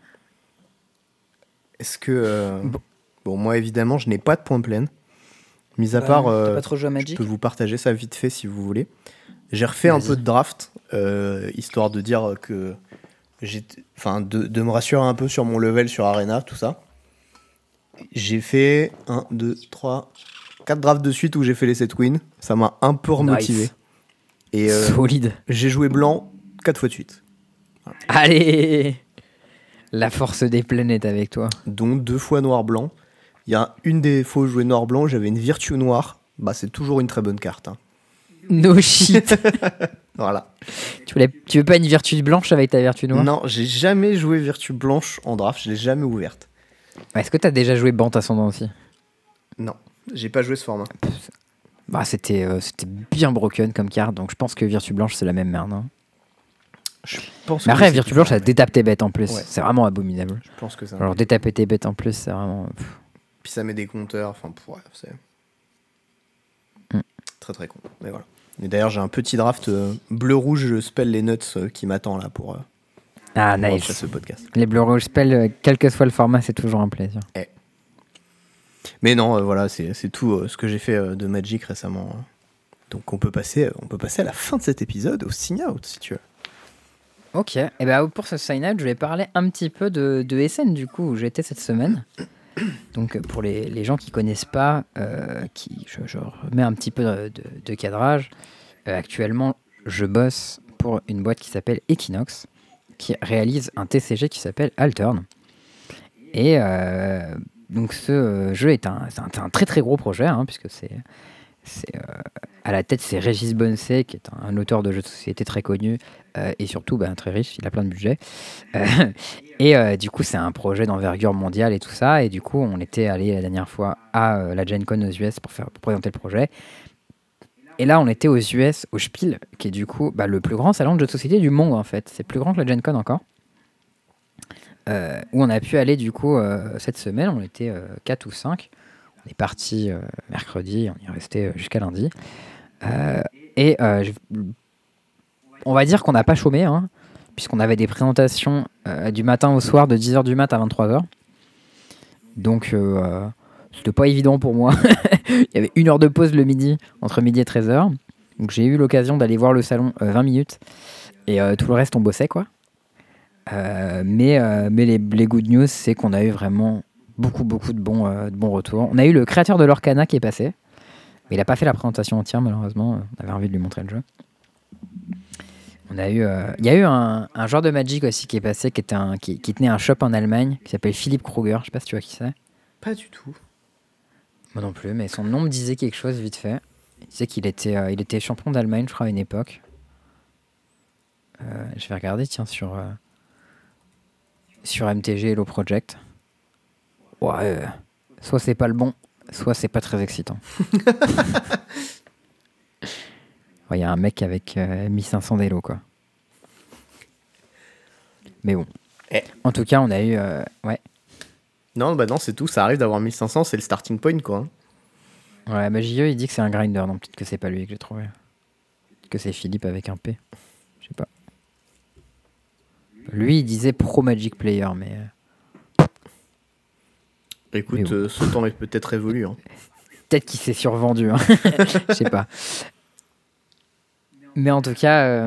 Est-ce que... Bon, moi, évidemment, je n'ai pas de point plein. Mis à part, T'as pas trop joué à je Magic? peux vous partager ça vite fait si vous voulez. J'ai refait un peu de draft, histoire de dire que... Enfin, de me rassurer un peu sur mon level sur Arena, tout ça. J'ai fait 1, 2, 3, 4 drafts de suite où j'ai fait les 7 wins. Ça m'a un peu remotivé. Nice. Et Solide. j'ai joué blanc 4 fois de suite. Allez La force des planètes avec toi. Dont 2 fois noir-blanc. Il y a une des fois où je jouais noir-blanc, j'avais une Virtue noire. Bah, c'est toujours une très bonne carte. Hein. No shit. Voilà. Tu veux pas une vertu blanche avec ta vertu noire? Non, j'ai jamais joué Virtue blanche en draft, je l'ai jamais ouverte. Est-ce que t'as déjà joué Bant Ascendant aussi? Non, j'ai pas joué ce format. Bah, c'était bien broken comme carte, donc je pense que Virtu Blanche c'est la même merde. Hein. Je pense Mais que après, c'est Virtu toujours Blanche, la ça même. détape tes bêtes en plus. Ouais. C'est vraiment abominable. Je pense que ça. Alors, détaper tes bêtes en plus, c'est vraiment. Puis ça met des compteurs, enfin, ouais, c'est très très con. Mais voilà. Et d'ailleurs, j'ai un petit draft bleu-rouge, je spell les nuts qui m'attend là pour Ah, après nice. ce podcast. Les bleus rouges spell, quel que soit le format, c'est toujours un plaisir. Mais non, voilà, c'est tout ce que j'ai fait de Magic récemment. Donc on peut passer à la fin de cet épisode, au sign-out, si tu veux. Ok. Et ben pour ce sign-out, je vais parler un petit peu de SN du coup, où j'étais cette semaine. Donc pour les gens qui connaissent pas, je remets un petit peu de cadrage. Actuellement, je bosse pour une boîte qui s'appelle Equinox, qui réalise un TCG qui s'appelle Altern. Et donc ce jeu est un très très gros projet, hein, puisque c'est à la tête, c'est Régis Bonnecey, qui est un auteur de jeux de société très connu et surtout très riche, il a plein de budget. Et du coup, c'est un projet d'envergure mondiale et tout ça. Et du coup, on était allé la dernière fois à la Gen Con aux US pour présenter le projet. Et là, on était aux US, au Spiel, qui est du coup le plus grand salon de jeux de société du monde en fait. C'est plus grand que la Gen Con encore. Où on a pu aller du coup cette semaine, on était 4 ou 5. On est parti mercredi, on y est resté jusqu'à lundi. On va dire qu'on n'a pas chômé, hein, puisqu'on avait des présentations du matin au soir, de 10h du mat à 23h. Donc, c'était pas évident pour moi. Il y avait 1 heure de pause le midi, entre midi et 13h. Donc, j'ai eu l'occasion d'aller voir le salon 20 minutes. Et tout le reste, on bossait, quoi. Mais les good news, c'est qu'on a eu vraiment beaucoup de bons retours. On a eu le créateur de l'Orcana qui est passé, mais il n'a pas fait la présentation entière malheureusement. On avait envie de lui montrer le jeu. Il y a eu un joueur de Magic aussi qui est passé, qui tenait un shop en Allemagne, qui s'appelle Philippe Kruger. Je sais pas si tu vois qui c'est. Pas du tout. Moi non plus, mais son nom me disait quelque chose vite fait. Il disait qu'il était champion d'Allemagne, je crois, à une époque. Je vais regarder, tiens, sur sur MTG Hello Project. Ouais, soit c'est pas le bon, soit c'est pas très excitant. Il y a un mec avec 1500 d'élo, quoi. Mais bon. En tout cas, on a eu... ouais. Non, bah non, c'est tout. Ça arrive d'avoir 1500, c'est le starting point, quoi. Ouais, bah JE, il dit que c'est un grinder. Non, peut-être que c'est pas lui que j'ai trouvé. Peut-être que c'est Philippe avec un P. Je sais pas. Lui, il disait Pro Magic Player, mais... Écoute, bon. ce temps est peut-être révolu. Hein. Peut-être qu'il s'est survendu. Hein. Je sais pas. Mais en tout cas...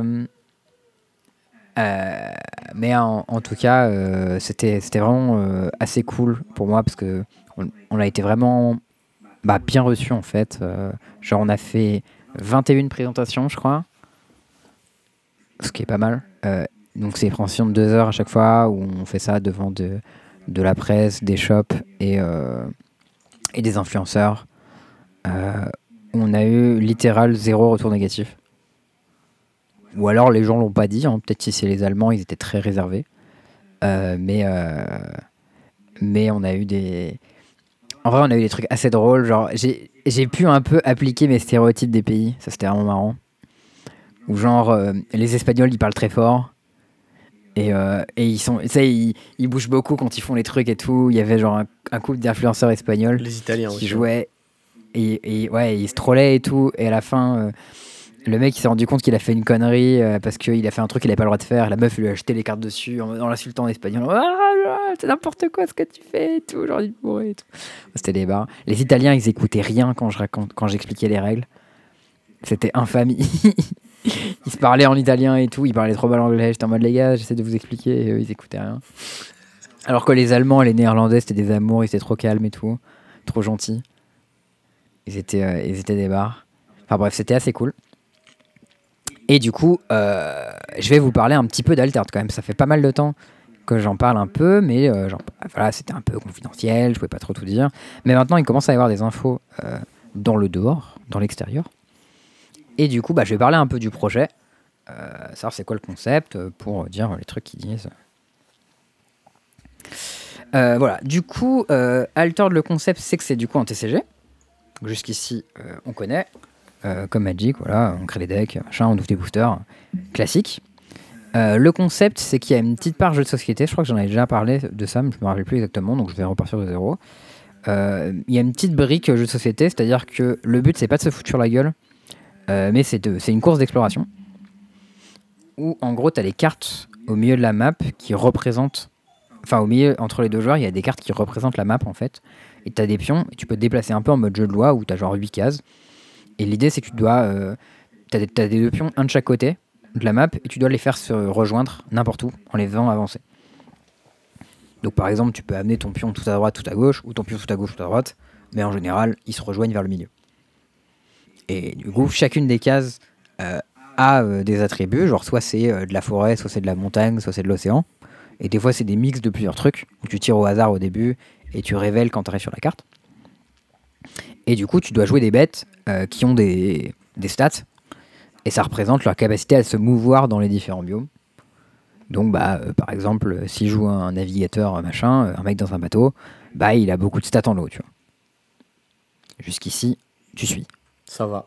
en tout cas, c'était vraiment assez cool pour moi parce que on a été vraiment bien reçus en fait. Genre on a fait 21 présentations, je crois, ce qui est pas mal. Donc c'est une présentation de 2 heures à chaque fois où on fait ça devant de la presse, des shops et des influenceurs. On a eu littéral 0 retour négatif. Ou alors les gens l'ont pas dit, hein. Peut-être si c'est les Allemands, ils étaient très réservés. Mais on a eu des... En vrai, on a eu des trucs assez drôles. Genre, j'ai pu un peu appliquer mes stéréotypes des pays. Ça, c'était vraiment marrant. Ou genre, les Espagnols, ils parlent très fort. Et ils sont... Tu sais, ils bougent beaucoup quand ils font les trucs et tout. Il y avait genre un couple d'influenceurs espagnols Les Italiens qui aussi. jouaient. Et ouais, ils se trollaient et tout. Et à la fin... le mec il s'est rendu compte qu'il a fait une connerie parce qu'il a fait un truc qu'il n'avait pas le droit de faire. La meuf lui a jeté les cartes dessus en l'insultant en espagnol. Ah, c'est n'importe quoi ce que tu fais et tout. Genre il pourrait et tout. C'était des barres. Les Italiens ils écoutaient rien quand j'expliquais les règles. C'était infâme. Ils se parlaient en italien et tout. Ils parlaient trop mal anglais. J'étais en mode les gars, j'essaie de vous expliquer. Et eux ils écoutaient rien. Alors que les Allemands et les Néerlandais c'était des amours. Ils étaient trop calmes et tout. Trop gentils. Ils étaient des barres. Enfin bref, c'était assez cool. Et du coup, je vais vous parler un petit peu d'Alterd quand même. Ça fait pas mal de temps que j'en parle un peu, mais voilà, c'était un peu confidentiel, je pouvais pas trop tout dire. Mais maintenant, il commence à y avoir des infos dans le dehors, dans l'extérieur. Et du coup, je vais parler un peu du projet, savoir c'est quoi le concept, pour dire les trucs qu'ils disent. Voilà, du coup, Alter, le concept, c'est que c'est du coup un TCG. Jusqu'ici, on connaît. Comme Magic, voilà, on crée des decks, machin, on ouvre des boosters, classique. Le concept, c'est qu'il y a une petite part jeu de société. Je crois que j'en avais déjà parlé de ça, mais je me rappelle plus exactement, donc je vais repartir de zéro. Il y a une petite brique jeu de société, c'est-à-dire que le but, c'est pas de se foutre sur la gueule, mais c'est une course d'exploration. Où, en gros, tu as les cartes au milieu de la map qui représentent... Enfin, au milieu, entre les deux joueurs, il y a des cartes qui représentent la map, en fait. Et tu as des pions, et tu peux te déplacer un peu en mode jeu de loi, où tu as genre 8 cases. Et l'idée, c'est que tu dois... t'as des 2 pions, un de chaque côté de la map, et tu dois les faire se rejoindre n'importe où, en les faisant avancer. Donc par exemple, tu peux amener ton pion tout à droite, tout à gauche, ou ton pion tout à gauche, tout à droite, mais en général, ils se rejoignent vers le milieu. Et du coup, chacune des cases a des attributs, genre soit c'est de la forêt, soit c'est de la montagne, soit c'est de l'océan. Et des fois, c'est des mix de plusieurs trucs, où tu tires au hasard au début, et tu révèles quand tu arrives sur la carte. Et du coup, tu dois jouer des bêtes qui ont des stats, et ça représente leur capacité à se mouvoir dans les différents biomes. Donc, par exemple, si joue un navigateur, machin, un mec dans un bateau, il a beaucoup de stats en l'eau, tu vois. Jusqu'ici, tu suis. Ça va.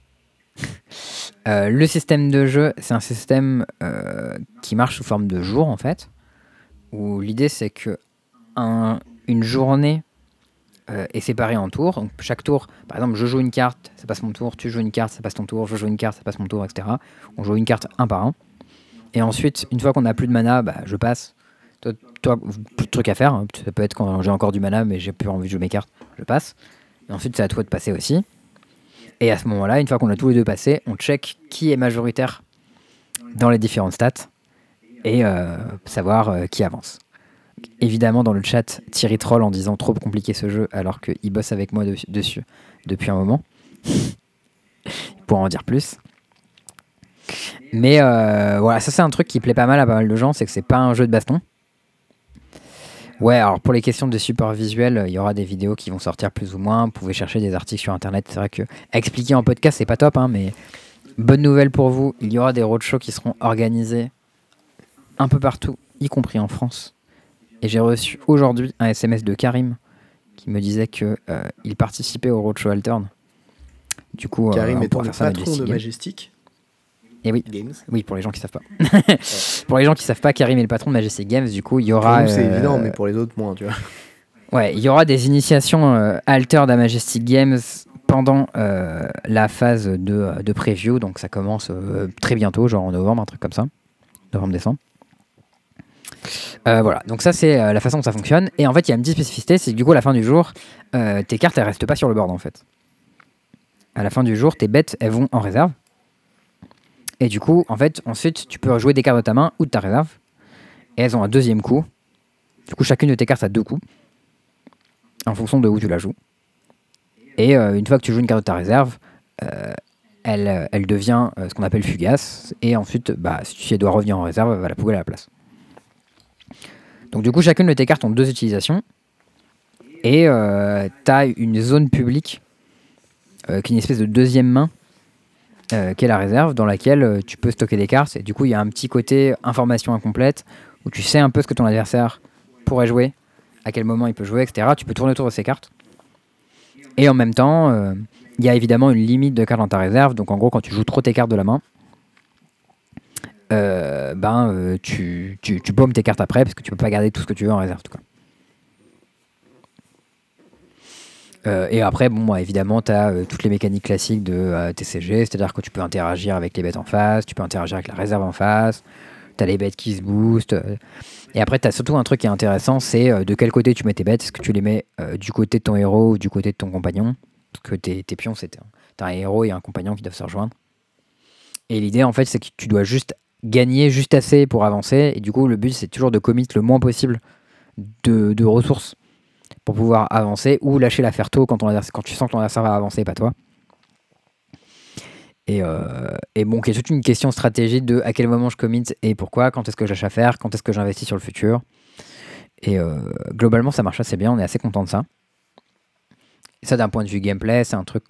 Le système de jeu, c'est un système qui marche sous forme de jour, en fait, où l'idée, c'est que une journée est séparée en tours. Donc, chaque tour, par exemple, je joue une carte, ça passe mon tour, tu joues une carte, ça passe ton tour, je joue une carte, ça passe mon tour, etc. On joue une carte un par un. Et ensuite, une fois qu'on n'a plus de mana, je passe. Toi, plus de trucs à faire. Hein. Ça peut être quand j'ai encore du mana, mais j'ai plus envie de jouer mes cartes, je passe. Et ensuite, c'est à toi de passer aussi. Et à ce moment-là, une fois qu'on a tous les deux passé, on check qui est majoritaire dans les différentes stats et savoir qui avance. Évidemment, dans le chat, Thierry troll en disant trop compliqué ce jeu, alors qu'il bosse avec moi dessus depuis un moment. Il pourra en dire plus. Mais voilà, ça c'est un truc qui plaît pas mal à pas mal de gens, c'est que c'est pas un jeu de baston. Ouais, alors pour les questions de support visuel, il y aura des vidéos qui vont sortir plus ou moins. Vous pouvez chercher des articles sur internet. C'est vrai que expliquer en podcast, c'est pas top, hein, mais bonne nouvelle pour vous, il y aura des roadshows qui seront organisés un peu partout, y compris en France, Et j'ai reçu aujourd'hui un SMS de Karim qui me disait que il participait au Roadshow Altern. Du coup, Karim on étant pourra le faire ça patron de Majestic Et oui, Games. oui, pour les gens qui savent pas. Pour les gens qui savent pas, Karim est le patron de Majestic Games. Du coup, il y Pour aura. nous, c'est évident, mais pour les autres, moins, tu vois. Ouais, il y aura des initiations Altered à Majestic Games pendant la phase de preview. Donc ça commence très bientôt, genre en novembre, un truc comme ça. Novembre-décembre. Voilà, donc ça c'est la façon dont ça fonctionne. Et en fait, il y a une petite spécificité, c'est que du coup, à la fin du jour, tes cartes, elles restent pas sur le board en fait. À la fin du jour, tes bêtes, elles vont en réserve. Et du coup, en fait, ensuite, tu peux jouer des cartes de ta main ou de ta réserve. Et elles ont un deuxième coup. Du coup, chacune de tes cartes a 2 coups. En fonction de où tu la joues. Et une fois que tu joues une carte de ta réserve, elle devient ce qu'on appelle fugace. Et ensuite, si elle doit revenir en réserve, elle va la poubelle à la place. Donc du coup, chacune de tes cartes ont 2 utilisations. Et tu as une zone publique qui est une espèce de deuxième main qui est la réserve, dans laquelle tu peux stocker des cartes. Et du coup, il y a un petit côté information incomplète, où tu sais un peu ce que ton adversaire pourrait jouer, à quel moment il peut jouer, etc. Tu peux tourner autour de ces cartes. Et en même temps, il y a évidemment une limite de cartes dans ta réserve. Donc en gros, quand tu joues trop tes cartes de la main, tu baumes tes cartes après, parce que tu peux pas garder tout ce que tu veux en réserve. En tout cas. Et après, évidemment, tu as toutes les mécaniques classiques de TCG, c'est-à-dire que tu peux interagir avec les bêtes en face, tu peux interagir avec la réserve en face, tu as les bêtes qui se boostent. Et après, tu as surtout un truc qui est intéressant, c'est de quel côté tu mets tes bêtes. Est-ce que tu les mets du côté de ton héros ou du côté de ton compagnon? Parce que tes pions, tu as un héros et un compagnon qui doivent se rejoindre. Et l'idée, en fait, c'est que tu dois juste gagner juste assez pour avancer. Et du coup, le but, c'est toujours de commit le moins possible de ressources pour pouvoir avancer ou lâcher l'affaire tôt quand tu sens que ton adversaire va avancer, pas toi. Et bon, qui est toute une question stratégique de à quel moment je commit et pourquoi, quand est-ce que j'achète à faire, quand est-ce que j'investis sur le futur. Et globalement, ça marche assez bien, on est assez content de ça. Et ça, d'un point de vue gameplay, c'est un truc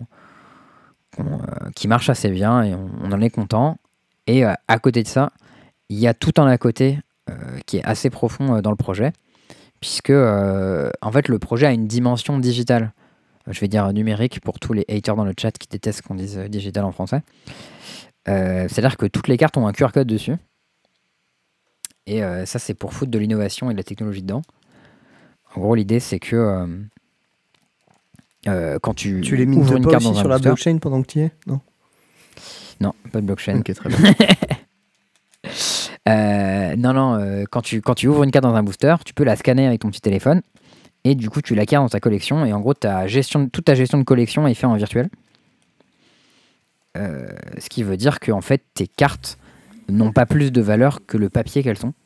qui marche assez bien et on en est content. Et à côté de ça, il y a tout un à côté qui est assez profond dans le projet, puisque en fait le projet a une dimension digitale. Je vais dire numérique pour tous les haters dans le chat qui détestent qu'on dise digital en français. C'est-à-dire que toutes les cartes ont un QR code dessus. Et ça, c'est pour foutre de l'innovation et de la technologie dedans. En gros, l'idée, c'est que quand tu les mines ouvres une pas carte aussi dans un sur la booster... blockchain pendant que tu y es? Non, pas de blockchain. Ok, très bien. Quand tu ouvres une carte dans un booster, tu peux la scanner avec ton petit téléphone. Et du coup, tu l'acquiers dans ta collection. Et en gros, toute ta gestion de collection est faite en virtuel. Ce qui veut dire que en fait, tes cartes n'ont pas plus de valeur que le papier qu'elles sont.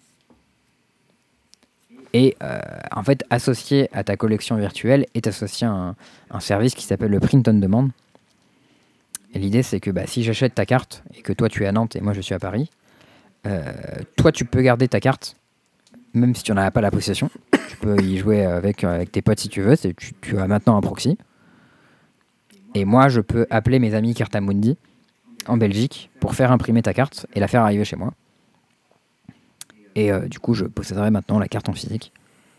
Et en fait, associé à ta collection virtuelle est associé à un service qui s'appelle le print on demand. Et l'idée, c'est que si j'achète ta carte et que toi tu es à Nantes et moi je suis à Paris, toi tu peux garder ta carte, même si tu n'en as pas la possession. Tu peux y jouer avec tes potes si tu veux. Tu as maintenant un proxy. Et moi, je peux appeler mes amis Cartamundi en Belgique pour faire imprimer ta carte et la faire arriver chez moi. Et du coup, je posséderai maintenant la carte en physique.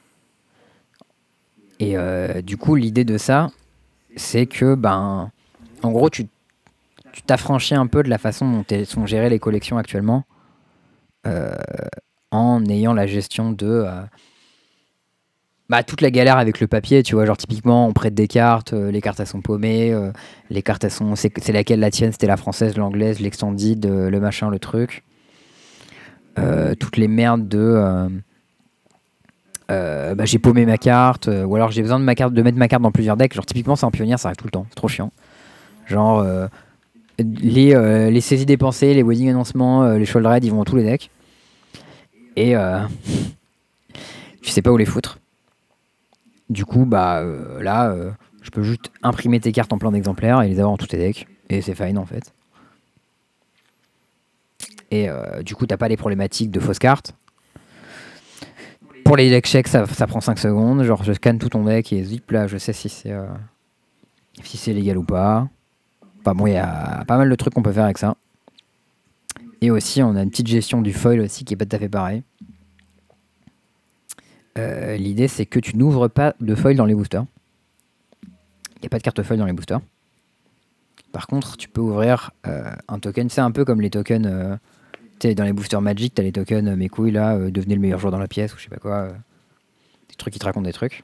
Et du coup, l'idée de ça, c'est que, en gros, tu t'affranchis un peu de la façon dont sont gérées les collections actuellement en ayant la gestion de toute la galère avec le papier, tu vois, genre typiquement on prête des cartes, les cartes elles sont paumées, les cartes elles sont, c'est laquelle la tienne, c'était la française, l'anglaise, l'extended, le machin, le truc, toutes les merdes de j'ai paumé ma carte, ou alors j'ai besoin de mettre ma carte dans plusieurs decks, genre typiquement c'est en pionnière, ça arrive tout le temps, c'est trop chiant, genre les saisies dépensées, les wedding annoncements, les shoulder raid, ils vont dans tous les decks, et tu sais pas où les foutre. Du coup, je peux juste imprimer tes cartes en plein d'exemplaires et les avoir dans tous tes decks. Et c'est fine en fait. Et du coup, t'as pas les problématiques de fausses cartes. Pour les deck checks, ça prend 5 secondes. Genre, je scanne tout ton deck et zip là, je sais si c'est légal ou pas. Enfin bon, il y a pas mal de trucs qu'on peut faire avec ça. Et aussi, on a une petite gestion du foil aussi qui est pas tout à fait pareil. L'idée, c'est que tu n'ouvres pas de foil dans les boosters. Il n'y a pas de carte foil dans les boosters. Par contre, tu peux ouvrir un token. C'est un peu comme les tokens. Tu sais, dans les boosters Magic, tu as les tokens mes couilles là, devenez le meilleur joueur dans la pièce ou je sais pas quoi. Des trucs qui te racontent des trucs.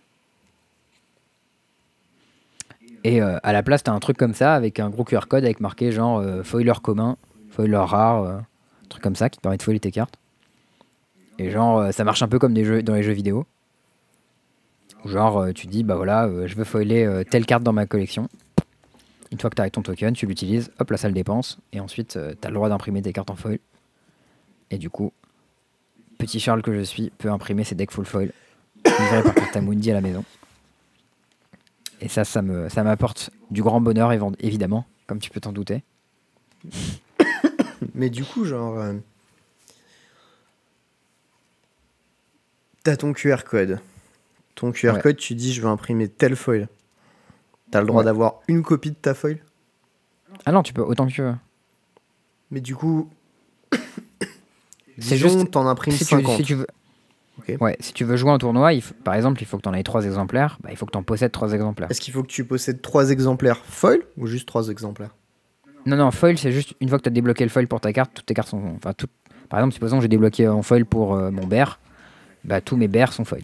Et à la place, tu as un truc comme ça avec un gros QR code avec marqué genre foiler commun, foiler rare, un truc comme ça qui te permet de foiler tes cartes. Et genre, ça marche un peu comme dans les jeux vidéo. Genre, tu dis, bah voilà, je veux foiler telle carte dans ma collection. Une fois que tu as ton token, tu l'utilises, hop, la salle dépense. Et ensuite, tu as le droit d'imprimer tes cartes en foil. Et du coup, petit Charles que je suis peut imprimer ses decks full foil, livrés par Cartamundi à la maison. Et ça m'apporte du grand bonheur, évidemment, comme tu peux t'en douter. Mais du coup, genre... t'as ton QR code. Ton QR code, tu dis, je veux imprimer tel foil. T'as le droit d'avoir une copie de ta foil. Ah non, tu peux autant que tu veux. Mais du coup... c'est disons, juste... t'en imprimes si 50. tu veux... Okay. Ouais, si tu veux jouer en tournoi, par exemple, il faut que tu en aies 3 exemplaires. Bah, il faut que tu en possèdes 3 exemplaires. Est-ce qu'il faut que tu possèdes 3 exemplaires foil ou juste 3 exemplaires? Non, foil, c'est juste une fois que tu as débloqué le foil pour ta carte, toutes tes cartes sont... Enfin, par exemple, supposons que j'ai débloqué en foil pour mon bear, bah, tous mes bears sont foil.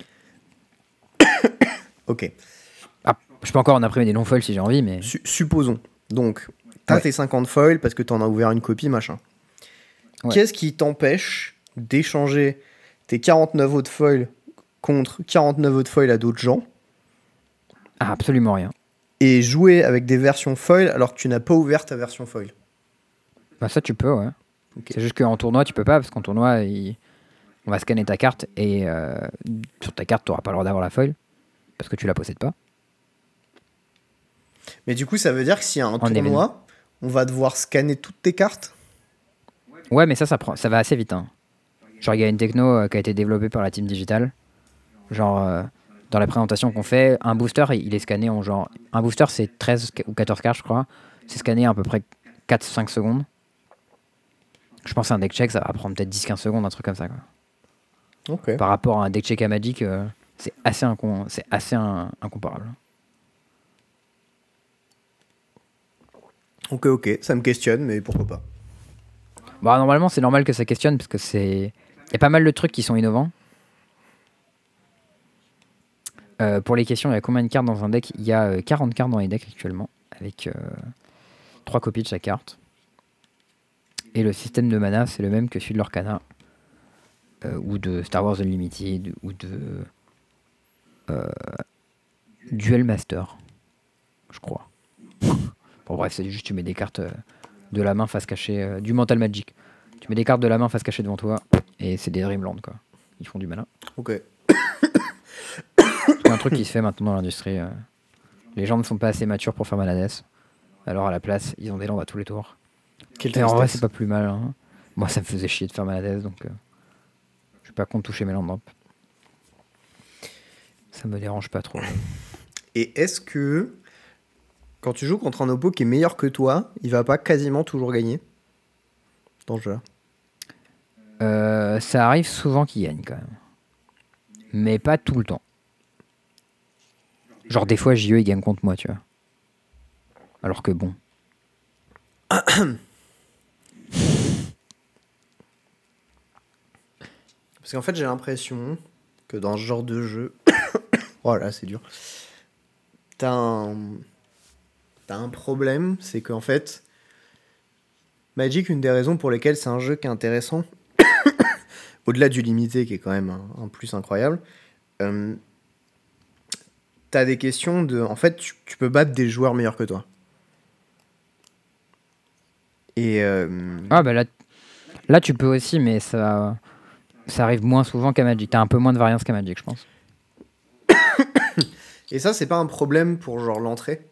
Ok. Ah, je peux encore en imprimer des non-foils si j'ai envie, mais... Supposons. Donc, t'as tes 50 foils parce que t'en as ouvert une copie, machin. Ouais. Qu'est-ce qui t'empêche d'échanger tes 49 autres foils contre 49 autres foils à d'autres gens? Ah, absolument rien. Et jouer avec des versions foil alors que tu n'as pas ouvert ta version foil? Bah ça, tu peux, ouais. Okay. C'est juste qu'en tournoi, tu peux pas, parce qu'en tournoi, on va scanner ta carte, et sur ta carte, tu n'auras pas le droit d'avoir la foil, parce que tu la possèdes pas. Mais du coup, ça veut dire que s'il y a un tournoi, on va devoir scanner toutes tes cartes? Ouais, mais ça va assez vite. Hein. Genre, il y a une techno qui a été développée par la team Digital. Genre, dans la présentation qu'on fait, un booster, il est scanné en genre... Un booster, c'est 13 ou 14 cartes, je crois. C'est scanné à peu près 4-5 secondes. Je pense à un deck check, ça va prendre peut-être 10-15 secondes, un truc comme ça. Quoi. Okay. Par rapport à un deck check à Magic, c'est assez incomparable. Ok, ça me questionne, mais pourquoi pas. Bah, normalement, c'est normal que ça questionne, parce que il y a pas mal de trucs qui sont innovants. Pour les questions, il y a combien de cartes dans un deck? Il y a 40 cartes dans les decks actuellement, avec 3 copies de chaque carte. Et le système de mana, c'est le même que celui de l'Orcana, ou de Star Wars Unlimited, ou de Duel Master, je crois. Bon bref, c'est juste tu mets des cartes de la main face cachée, du Mental Magic. Tu mets des cartes de la main face cachée devant toi, et c'est des Dreamland, quoi. Ils font du mana. Ok. C'est un truc qui se fait maintenant dans l'industrie. Les gens ne sont pas assez matures pour faire Manades. Alors à la place, ils ont des lampes à tous les tours. Et en vrai, c'est pas plus mal. Hein. Moi, ça me faisait chier de faire Manades, donc je suis pas contre toucher mes lampes. Ça me dérange pas trop. Et est-ce que quand tu joues contre un oppo qui est meilleur que toi, il va pas quasiment toujours gagner dans ce jeu? Ça arrive souvent qu'il gagne quand même. Mais pas tout le temps. Genre des fois JE il gagne contre moi, tu vois. Alors que bon. Parce qu'en fait j'ai l'impression que dans ce genre de jeu... oh là c'est dur. T'as un problème, c'est qu'en fait Magic, une des raisons pour lesquelles c'est un jeu qui est intéressant, au-delà du limité qui est quand même un plus incroyable, t'as des questions de... En fait, tu peux battre des joueurs meilleurs que toi. Et... Ah bah là tu peux aussi, mais ça arrive moins souvent qu'à Magic. T'as un peu moins de variance qu'à Magic, je pense. Et ça, c'est pas un problème pour genre l'entrée?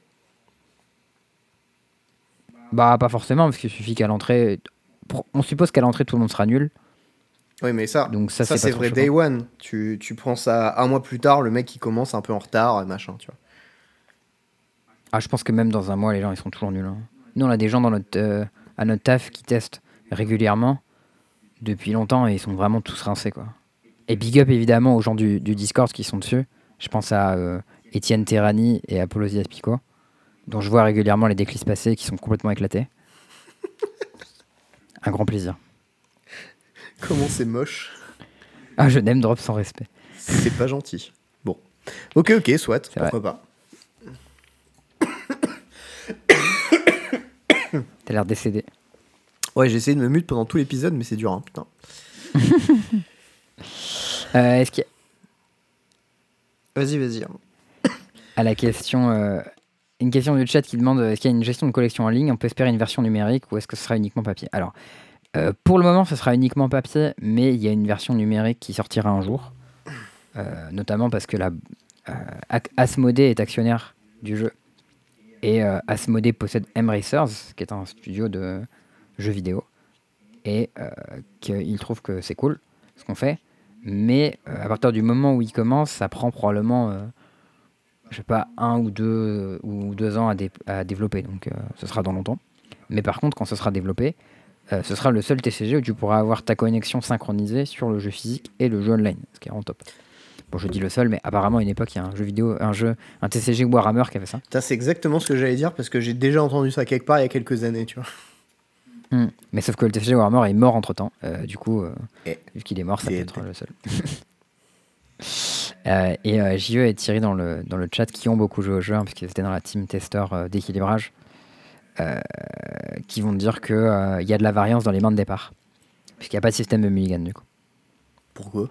Bah pas forcément, parce qu'il suffit qu'à l'entrée... On suppose qu'à l'entrée tout le monde sera nul. Oui, mais donc ça c'est vrai day one. Tu prends ça un mois plus tard, le mec il commence un peu en retard, machin, tu vois. Ah, je pense que même dans un mois, les gens ils sont toujours nuls. Hein. Nous, on a des gens à notre taf qui testent régulièrement depuis longtemps et ils sont vraiment tous rincés, quoi. Et big up évidemment aux gens du Discord qui sont dessus. Je pense à Étienne Terrani et Apollo Diaspico, dont je vois régulièrement les déclis passer qui sont complètement éclatés. Un grand plaisir. Comment c'est moche. Ah, je name drop sans respect. C'est pas gentil. Bon. Ok, soit. C'est pourquoi pas. T'as l'air décédé. Ouais, j'ai essayé de me mute pendant tout l'épisode, mais c'est dur, hein, putain. Est-ce qu'il y a... Vas-y. À la question... une question du chat qui demande est-ce qu'il y a une gestion de collection en ligne, on peut espérer une version numérique ou est-ce que ce sera uniquement papier? Alors, pour le moment, ce sera uniquement papier, mais il y a une version numérique qui sortira un jour, notamment parce que Asmodee est actionnaire du jeu et Asmodee possède M-Racers, qui est un studio de jeux vidéo, et qu'il trouve que c'est cool ce qu'on fait, mais à partir du moment où il commence, ça prend probablement... je sais pas, 1 ou 2 ans à développer, donc ce sera dans longtemps. Mais par contre, quand ce sera développé, ce sera le seul TCG où tu pourras avoir ta connexion synchronisée sur le jeu physique et le jeu online, ce qui est vraiment top. Bon, je dis le seul, mais apparemment à une époque, il y a un jeu vidéo, un TCG Warhammer qui avait ça. C'est exactement ce que j'allais dire parce que j'ai déjà entendu ça quelque part il y a quelques années, tu vois. Mais sauf que le TCG Warhammer est mort entre temps, du coup, vu qu'il est mort, ça peut TNT. être le seul. Et JE et Thierry dans le chat qui ont beaucoup joué au jeu, hein, parce qu'ils étaient dans la team testeur d'équilibrage, qui vont te dire qu'il y a de la variance dans les mains de départ, puisqu'il n'y a pas de système de mulligan du coup. Pourquoi?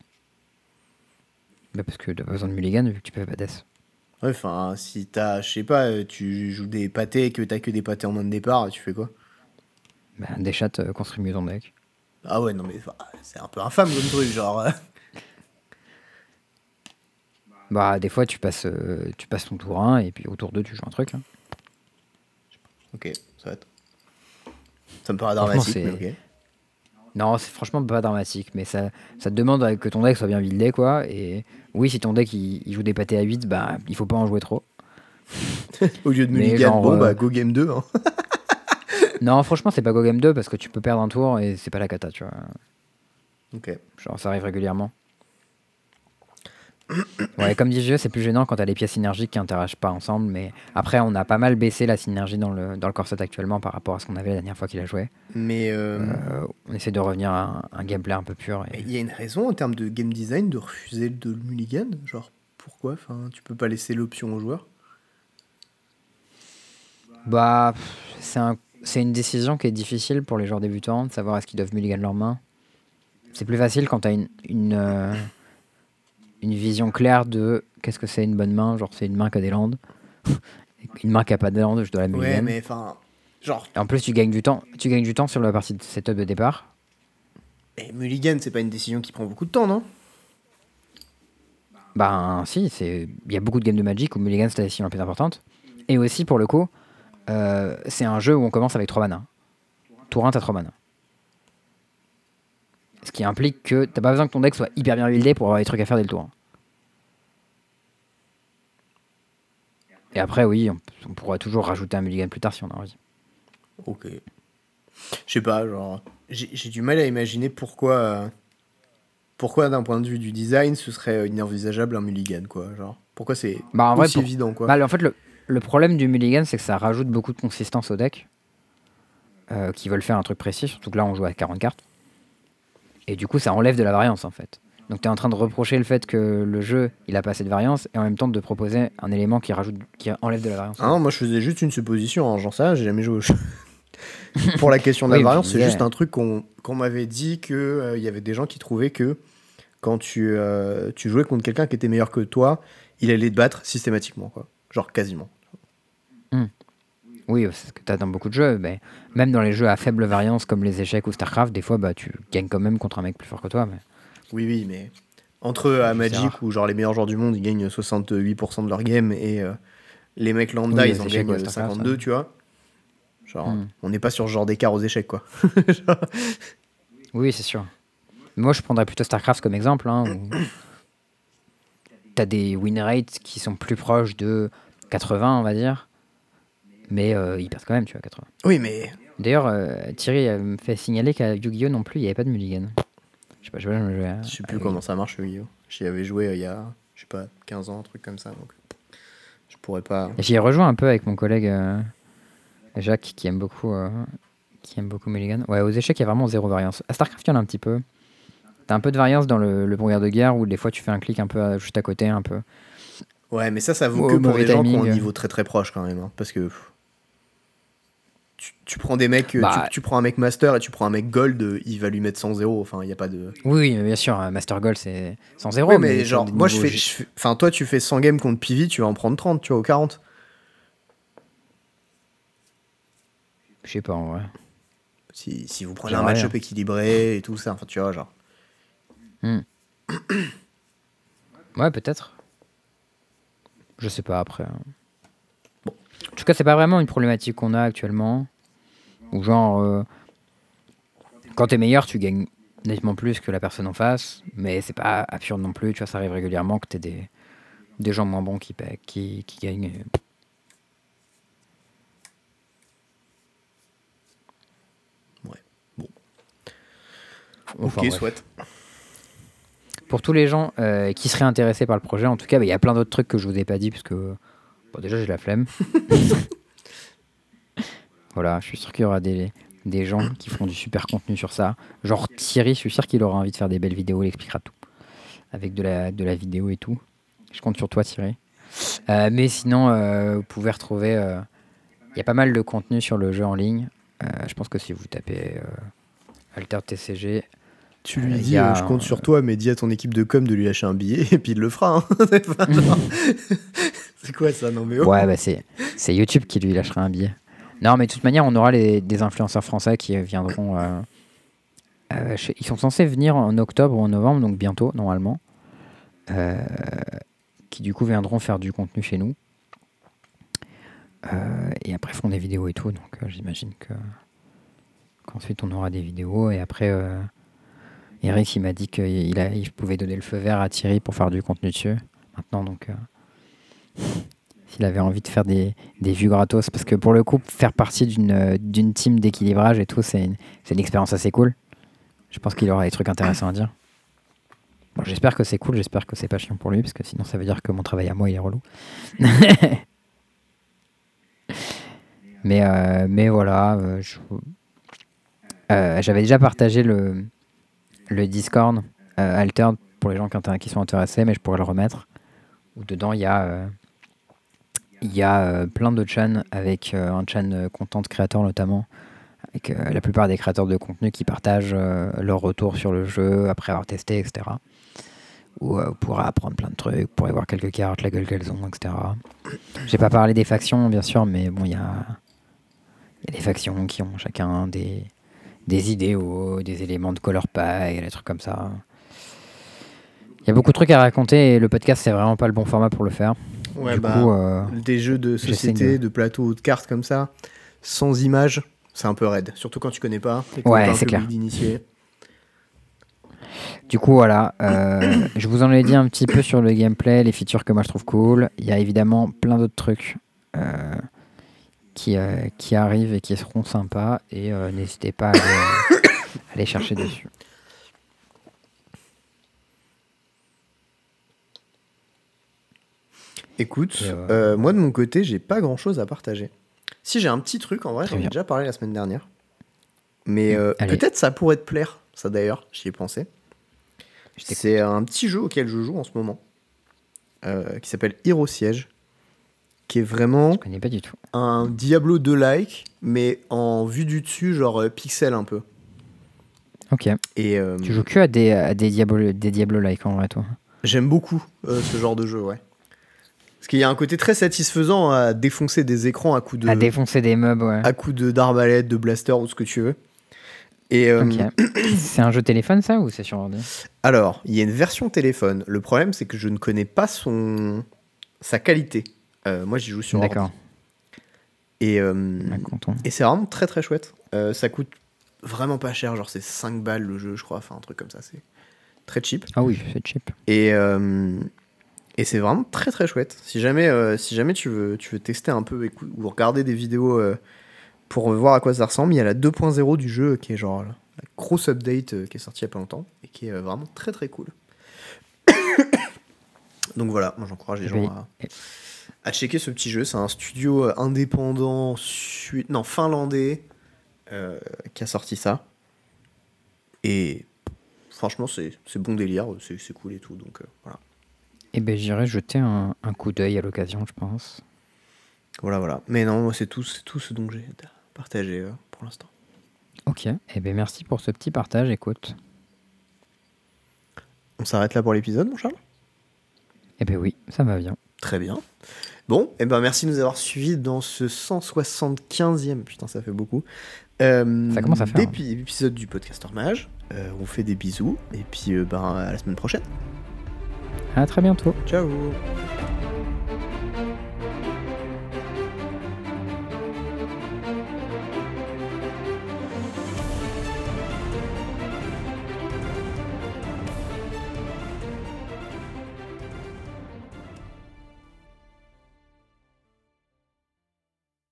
Bah parce que tu n'as pas besoin de mulligan vu que tu peux pas death. Ouais, enfin, si t'as, je sais pas, tu joues des pâtés et que t'as que des pâtés en main de départ, tu fais quoi? Bah, des chats construis mieux ton deck. Ah ouais, non mais c'est un peu infâme comme truc, genre. Bah des fois tu passes ton tour 1 et puis au tour 2 tu joues un truc. Hein. Ok, ça va être. Ça me paraît Franchement, dramatique, mais ok. Non, c'est franchement pas dramatique, mais ça te demande que ton deck soit bien buildé, quoi. Et oui, si ton deck il joue des pâtés à 8, bah il faut pas en jouer trop. Au lieu de Mais mulligan, genre, bon bah go game 2. Hein. Non, franchement, c'est pas Go Game 2 parce que tu peux perdre un tour et c'est pas la cata, tu vois. Ok. Genre, ça arrive régulièrement. Ouais, comme dit Jeu, c'est plus gênant quand t'as des pièces synergiques qui interagissent pas ensemble, mais après, on a pas mal baissé la synergie dans le corset actuellement par rapport à ce qu'on avait la dernière fois qu'il a joué. Mais On essaie de revenir à un gameplay un peu pur. il y a une raison en termes de game design de refuser de le mulligan, genre pourquoi? Enfin, tu peux pas laisser l'option aux joueurs. Bah, c'est une décision qui est difficile pour les joueurs débutants de savoir est-ce qu'ils doivent mulligan leurs mains. C'est plus facile quand t'as une vision claire de qu'est-ce que c'est une bonne main, genre c'est une main qui a des landes. Une main qui a pas de landes, je dois la mulligan. Ouais, mais enfin, genre. Et en plus, tu gagnes du temps sur la partie de setup de départ. Et mulligan, c'est pas une décision qui prend beaucoup de temps, non? Ben si, il y a beaucoup de games de Magic où mulligan c'est la décision la plus importante. Et aussi pour le coup, c'est un jeu où on commence avec 3 mana. Tour 1, t'as 3 mana. Ce qui implique que t'as pas besoin que ton deck soit hyper bien buildé pour avoir des trucs à faire dès le tour 1. Et après, oui, on pourra toujours rajouter un mulligan plus tard si on a envie. Ok. Je sais pas, genre. J'ai du mal à imaginer pourquoi d'un point de vue du design, ce serait inenvisageable un mulligan, quoi. Genre, pourquoi c'est Bah, en vrai, aussi évident, quoi. Bah, en fait, le problème du mulligan, c'est que ça rajoute beaucoup de consistance au deck. Qui veulent faire un truc précis, surtout que là, on joue à 40 cartes. Et du coup, ça enlève de la variance, en fait. Donc, tu es en train de reprocher le fait que le jeu, il a pas assez de variance, et en même temps de proposer un élément qui enlève de la variance. Ah non, moi je faisais juste une supposition, hein, j'en sais rien, j'ai jamais joué au jeu. Pour la question de la Oui, variance, je c'est disais- juste un truc qu'on m'avait dit que y avait des gens qui trouvaient que quand tu jouais contre quelqu'un qui était meilleur que toi, il allait te battre systématiquement, quoi. Genre quasiment. Oui, c'est ce que tu as dans beaucoup de jeux. Mais même dans les jeux à faible variance comme les échecs ou StarCraft, des fois, bah, tu gagnes quand même contre un mec plus fort que toi. Mais... Oui, mais entre à Magic rare. où genre les meilleurs joueurs du monde ils gagnent 68% de leur game et les mecs lambda Oui, ils aux en échecs, gagnent ouais, StarCraft, 52, ouais. tu vois. Genre, Hmm. on n'est pas sur ce genre d'écart aux échecs, quoi. Oui, c'est sûr. Moi, je prendrais plutôt StarCraft comme exemple, hein, où tu as des win rates qui sont plus proches de 80, on va dire. Mais ils perdent quand même, tu vois, 80. Oui, mais D'ailleurs, Thierry me fait signaler qu'à Yu-Gi-Oh! Non plus, il n'y avait pas de mulligan. Je sais pas, jamais joué Je sais plus comment ça marche le Yu-Gi-Oh! J'y avais joué il y a, je sais pas, 15 ans, un truc comme ça. Donc je pourrais pas. J'y ai rejoint un peu avec mon collègue Jacques qui aime beaucoup Mulligan. Ouais, aux échecs, il y a vraiment zéro variance. À StarCraft, il y en a un petit peu. T'as un peu de variance dans le brouillard de guerre où des fois tu fais un clic un peu juste à côté, un peu. Ouais, mais ça vaut que pour les gens qui ont un niveau très très proche quand même. Hein, parce que tu prends des mecs, tu prends un mec master et tu prends un mec gold, il va lui mettre 100-0. Enfin, il n'y a pas de. Oui, bien sûr, master gold c'est 100-0. Ouais, mais genre, moi enfin, toi tu fais 100 games contre Pivi, tu vas en prendre 30, tu vois, ou 40. Je sais pas en vrai. Si vous prenez un match-up équilibré et tout ça, enfin, tu vois, genre. Ouais, peut-être. Je sais pas après. Bon. En tout cas, c'est pas vraiment une problématique qu'on a actuellement. Ou genre, quand t'es meilleur, tu gagnes nettement plus que la personne en face. Mais c'est pas absurde non plus. Tu vois, ça arrive régulièrement que t'aies des gens moins bons qui gagnent. Ouais, bon. Enfin, ok, bref. soit. Pour tous les gens qui seraient intéressés par le projet, en tout cas, il y a plein d'autres trucs que je vous ai pas dit, puisque bon, déjà j'ai la flemme. Voilà, je suis sûr qu'il y aura des gens qui font du super contenu sur ça. Genre Thierry, je suis sûr qu'il aura envie de faire des belles vidéos, il expliquera tout. Avec de la vidéo et tout. Je compte sur toi, Thierry. Mais sinon, vous pouvez retrouver... Il y a pas mal de contenu sur le jeu en ligne. Je pense que si vous tapez Alter TCG... Tu lui dis, je compte sur toi, mais dis à ton équipe de com de lui lâcher un billet, et puis il le fera. Hein. C'est quoi ça, non mais oh. Ouais, bah c'est YouTube qui lui lâchera un billet. Non, mais de toute manière, on aura des influenceurs français qui viendront... ils sont censés venir en octobre ou en novembre, donc bientôt, normalement. Qui du coup viendront faire du contenu chez nous. Et après feront des vidéos et tout, donc j'imagine qu'ensuite on aura des vidéos. Et après... Eric, il m'a dit qu'il pouvait donner le feu vert à Thierry pour faire du contenu dessus. Maintenant, donc, s'il avait envie de faire des vues gratos, parce que pour le coup, faire partie d'une team d'équilibrage et tout, c'est une expérience assez cool. Je pense qu'il aura des trucs intéressants à dire. Bon, j'espère que c'est cool, j'espère que c'est pas chiant pour lui, parce que sinon ça veut dire que mon travail à moi, il est relou. mais voilà, j'avais déjà partagé le Discord Altered pour les gens qui sont intéressés, mais je pourrais le remettre. Où dedans il y a plein de chaînes avec un chaîne content créateur notamment, avec la plupart des créateurs de contenu qui partagent leur retour sur le jeu après avoir testé, etc. Où vous pourrez apprendre plein de trucs, vous pourrez voir quelques cartes, la gueule qu'elles ont, etc. J'ai pas parlé des factions bien sûr, mais bon, il y a des factions qui ont chacun des idéaux, des éléments de color pack, des trucs comme ça. Il y a beaucoup de trucs à raconter et le podcast, c'est vraiment pas le bon format pour le faire. Ouais, du coup, des jeux de société, de plateau ou de cartes comme ça, sans images, c'est un peu raide. Surtout quand tu connais pas. Et ouais, c'est clair. D'initier. Du coup, voilà. Je vous en ai dit un petit peu sur le gameplay, les features que moi je trouve cool. Il y a évidemment plein d'autres trucs qui arrivent et qui seront sympas. Et n'hésitez pas à aller chercher dessus. Écoute, moi de mon côté, j'ai pas grand chose à partager. Si, j'ai un petit truc en vrai, j'en ai déjà parlé la semaine dernière. Mais peut-être ça pourrait te plaire, ça d'ailleurs, j'y ai pensé. C'est un petit jeu auquel je joue en ce moment, qui s'appelle Hero Siege, qui est vraiment je connais pas du tout. Un Diablo 2-like, mais en vue du dessus, genre pixel un peu. Ok. Et tu joues que à des Diablo-like en vrai, toi? J'aime beaucoup ce genre de jeu, ouais. Parce qu'il y a un côté très satisfaisant à défoncer des écrans à coups de... À défoncer des mobs, ouais. À coups d'arbalète, de blaster ou ce que tu veux. Et, okay. C'est un jeu téléphone, ça, ou c'est sur ordi? Alors, il y a une version téléphone. Le problème, c'est que je ne connais pas sa qualité. Moi, j'y joue sur ordi. D'accord. Et c'est vraiment très très chouette. Ça coûte vraiment pas cher. Genre, c'est 5 balles le jeu, je crois. Enfin, un truc comme ça. C'est très cheap. Ah oui, c'est cheap. Et c'est vraiment très très chouette. Si jamais tu veux tester un peu ou regarder des vidéos pour voir à quoi ça ressemble, il y a la 2.0 du jeu qui est genre grosse update qui est sortie il y a pas longtemps et qui est vraiment très très cool. Donc voilà, moi j'encourage les gens à checker ce petit jeu. C'est un studio indépendant finlandais qui a sorti ça. Et franchement, c'est bon délire, c'est cool et tout. Donc voilà. Et ben j'irai jeter un coup d'œil à l'occasion, je pense. Voilà. Mais non, moi c'est tout ce dont j'ai partagé pour l'instant. Ok, et ben merci pour ce petit partage, écoute. On s'arrête là pour l'épisode, mon Charles ? Eh ben oui, ça va bien. Très bien. Bon, et ben merci de nous avoir suivis dans ce 175e, putain ça fait beaucoup, Ça commence à faire. épisode du Podcaster Mage. On vous fait des bisous, et puis à la semaine prochaine. À très bientôt. Ciao.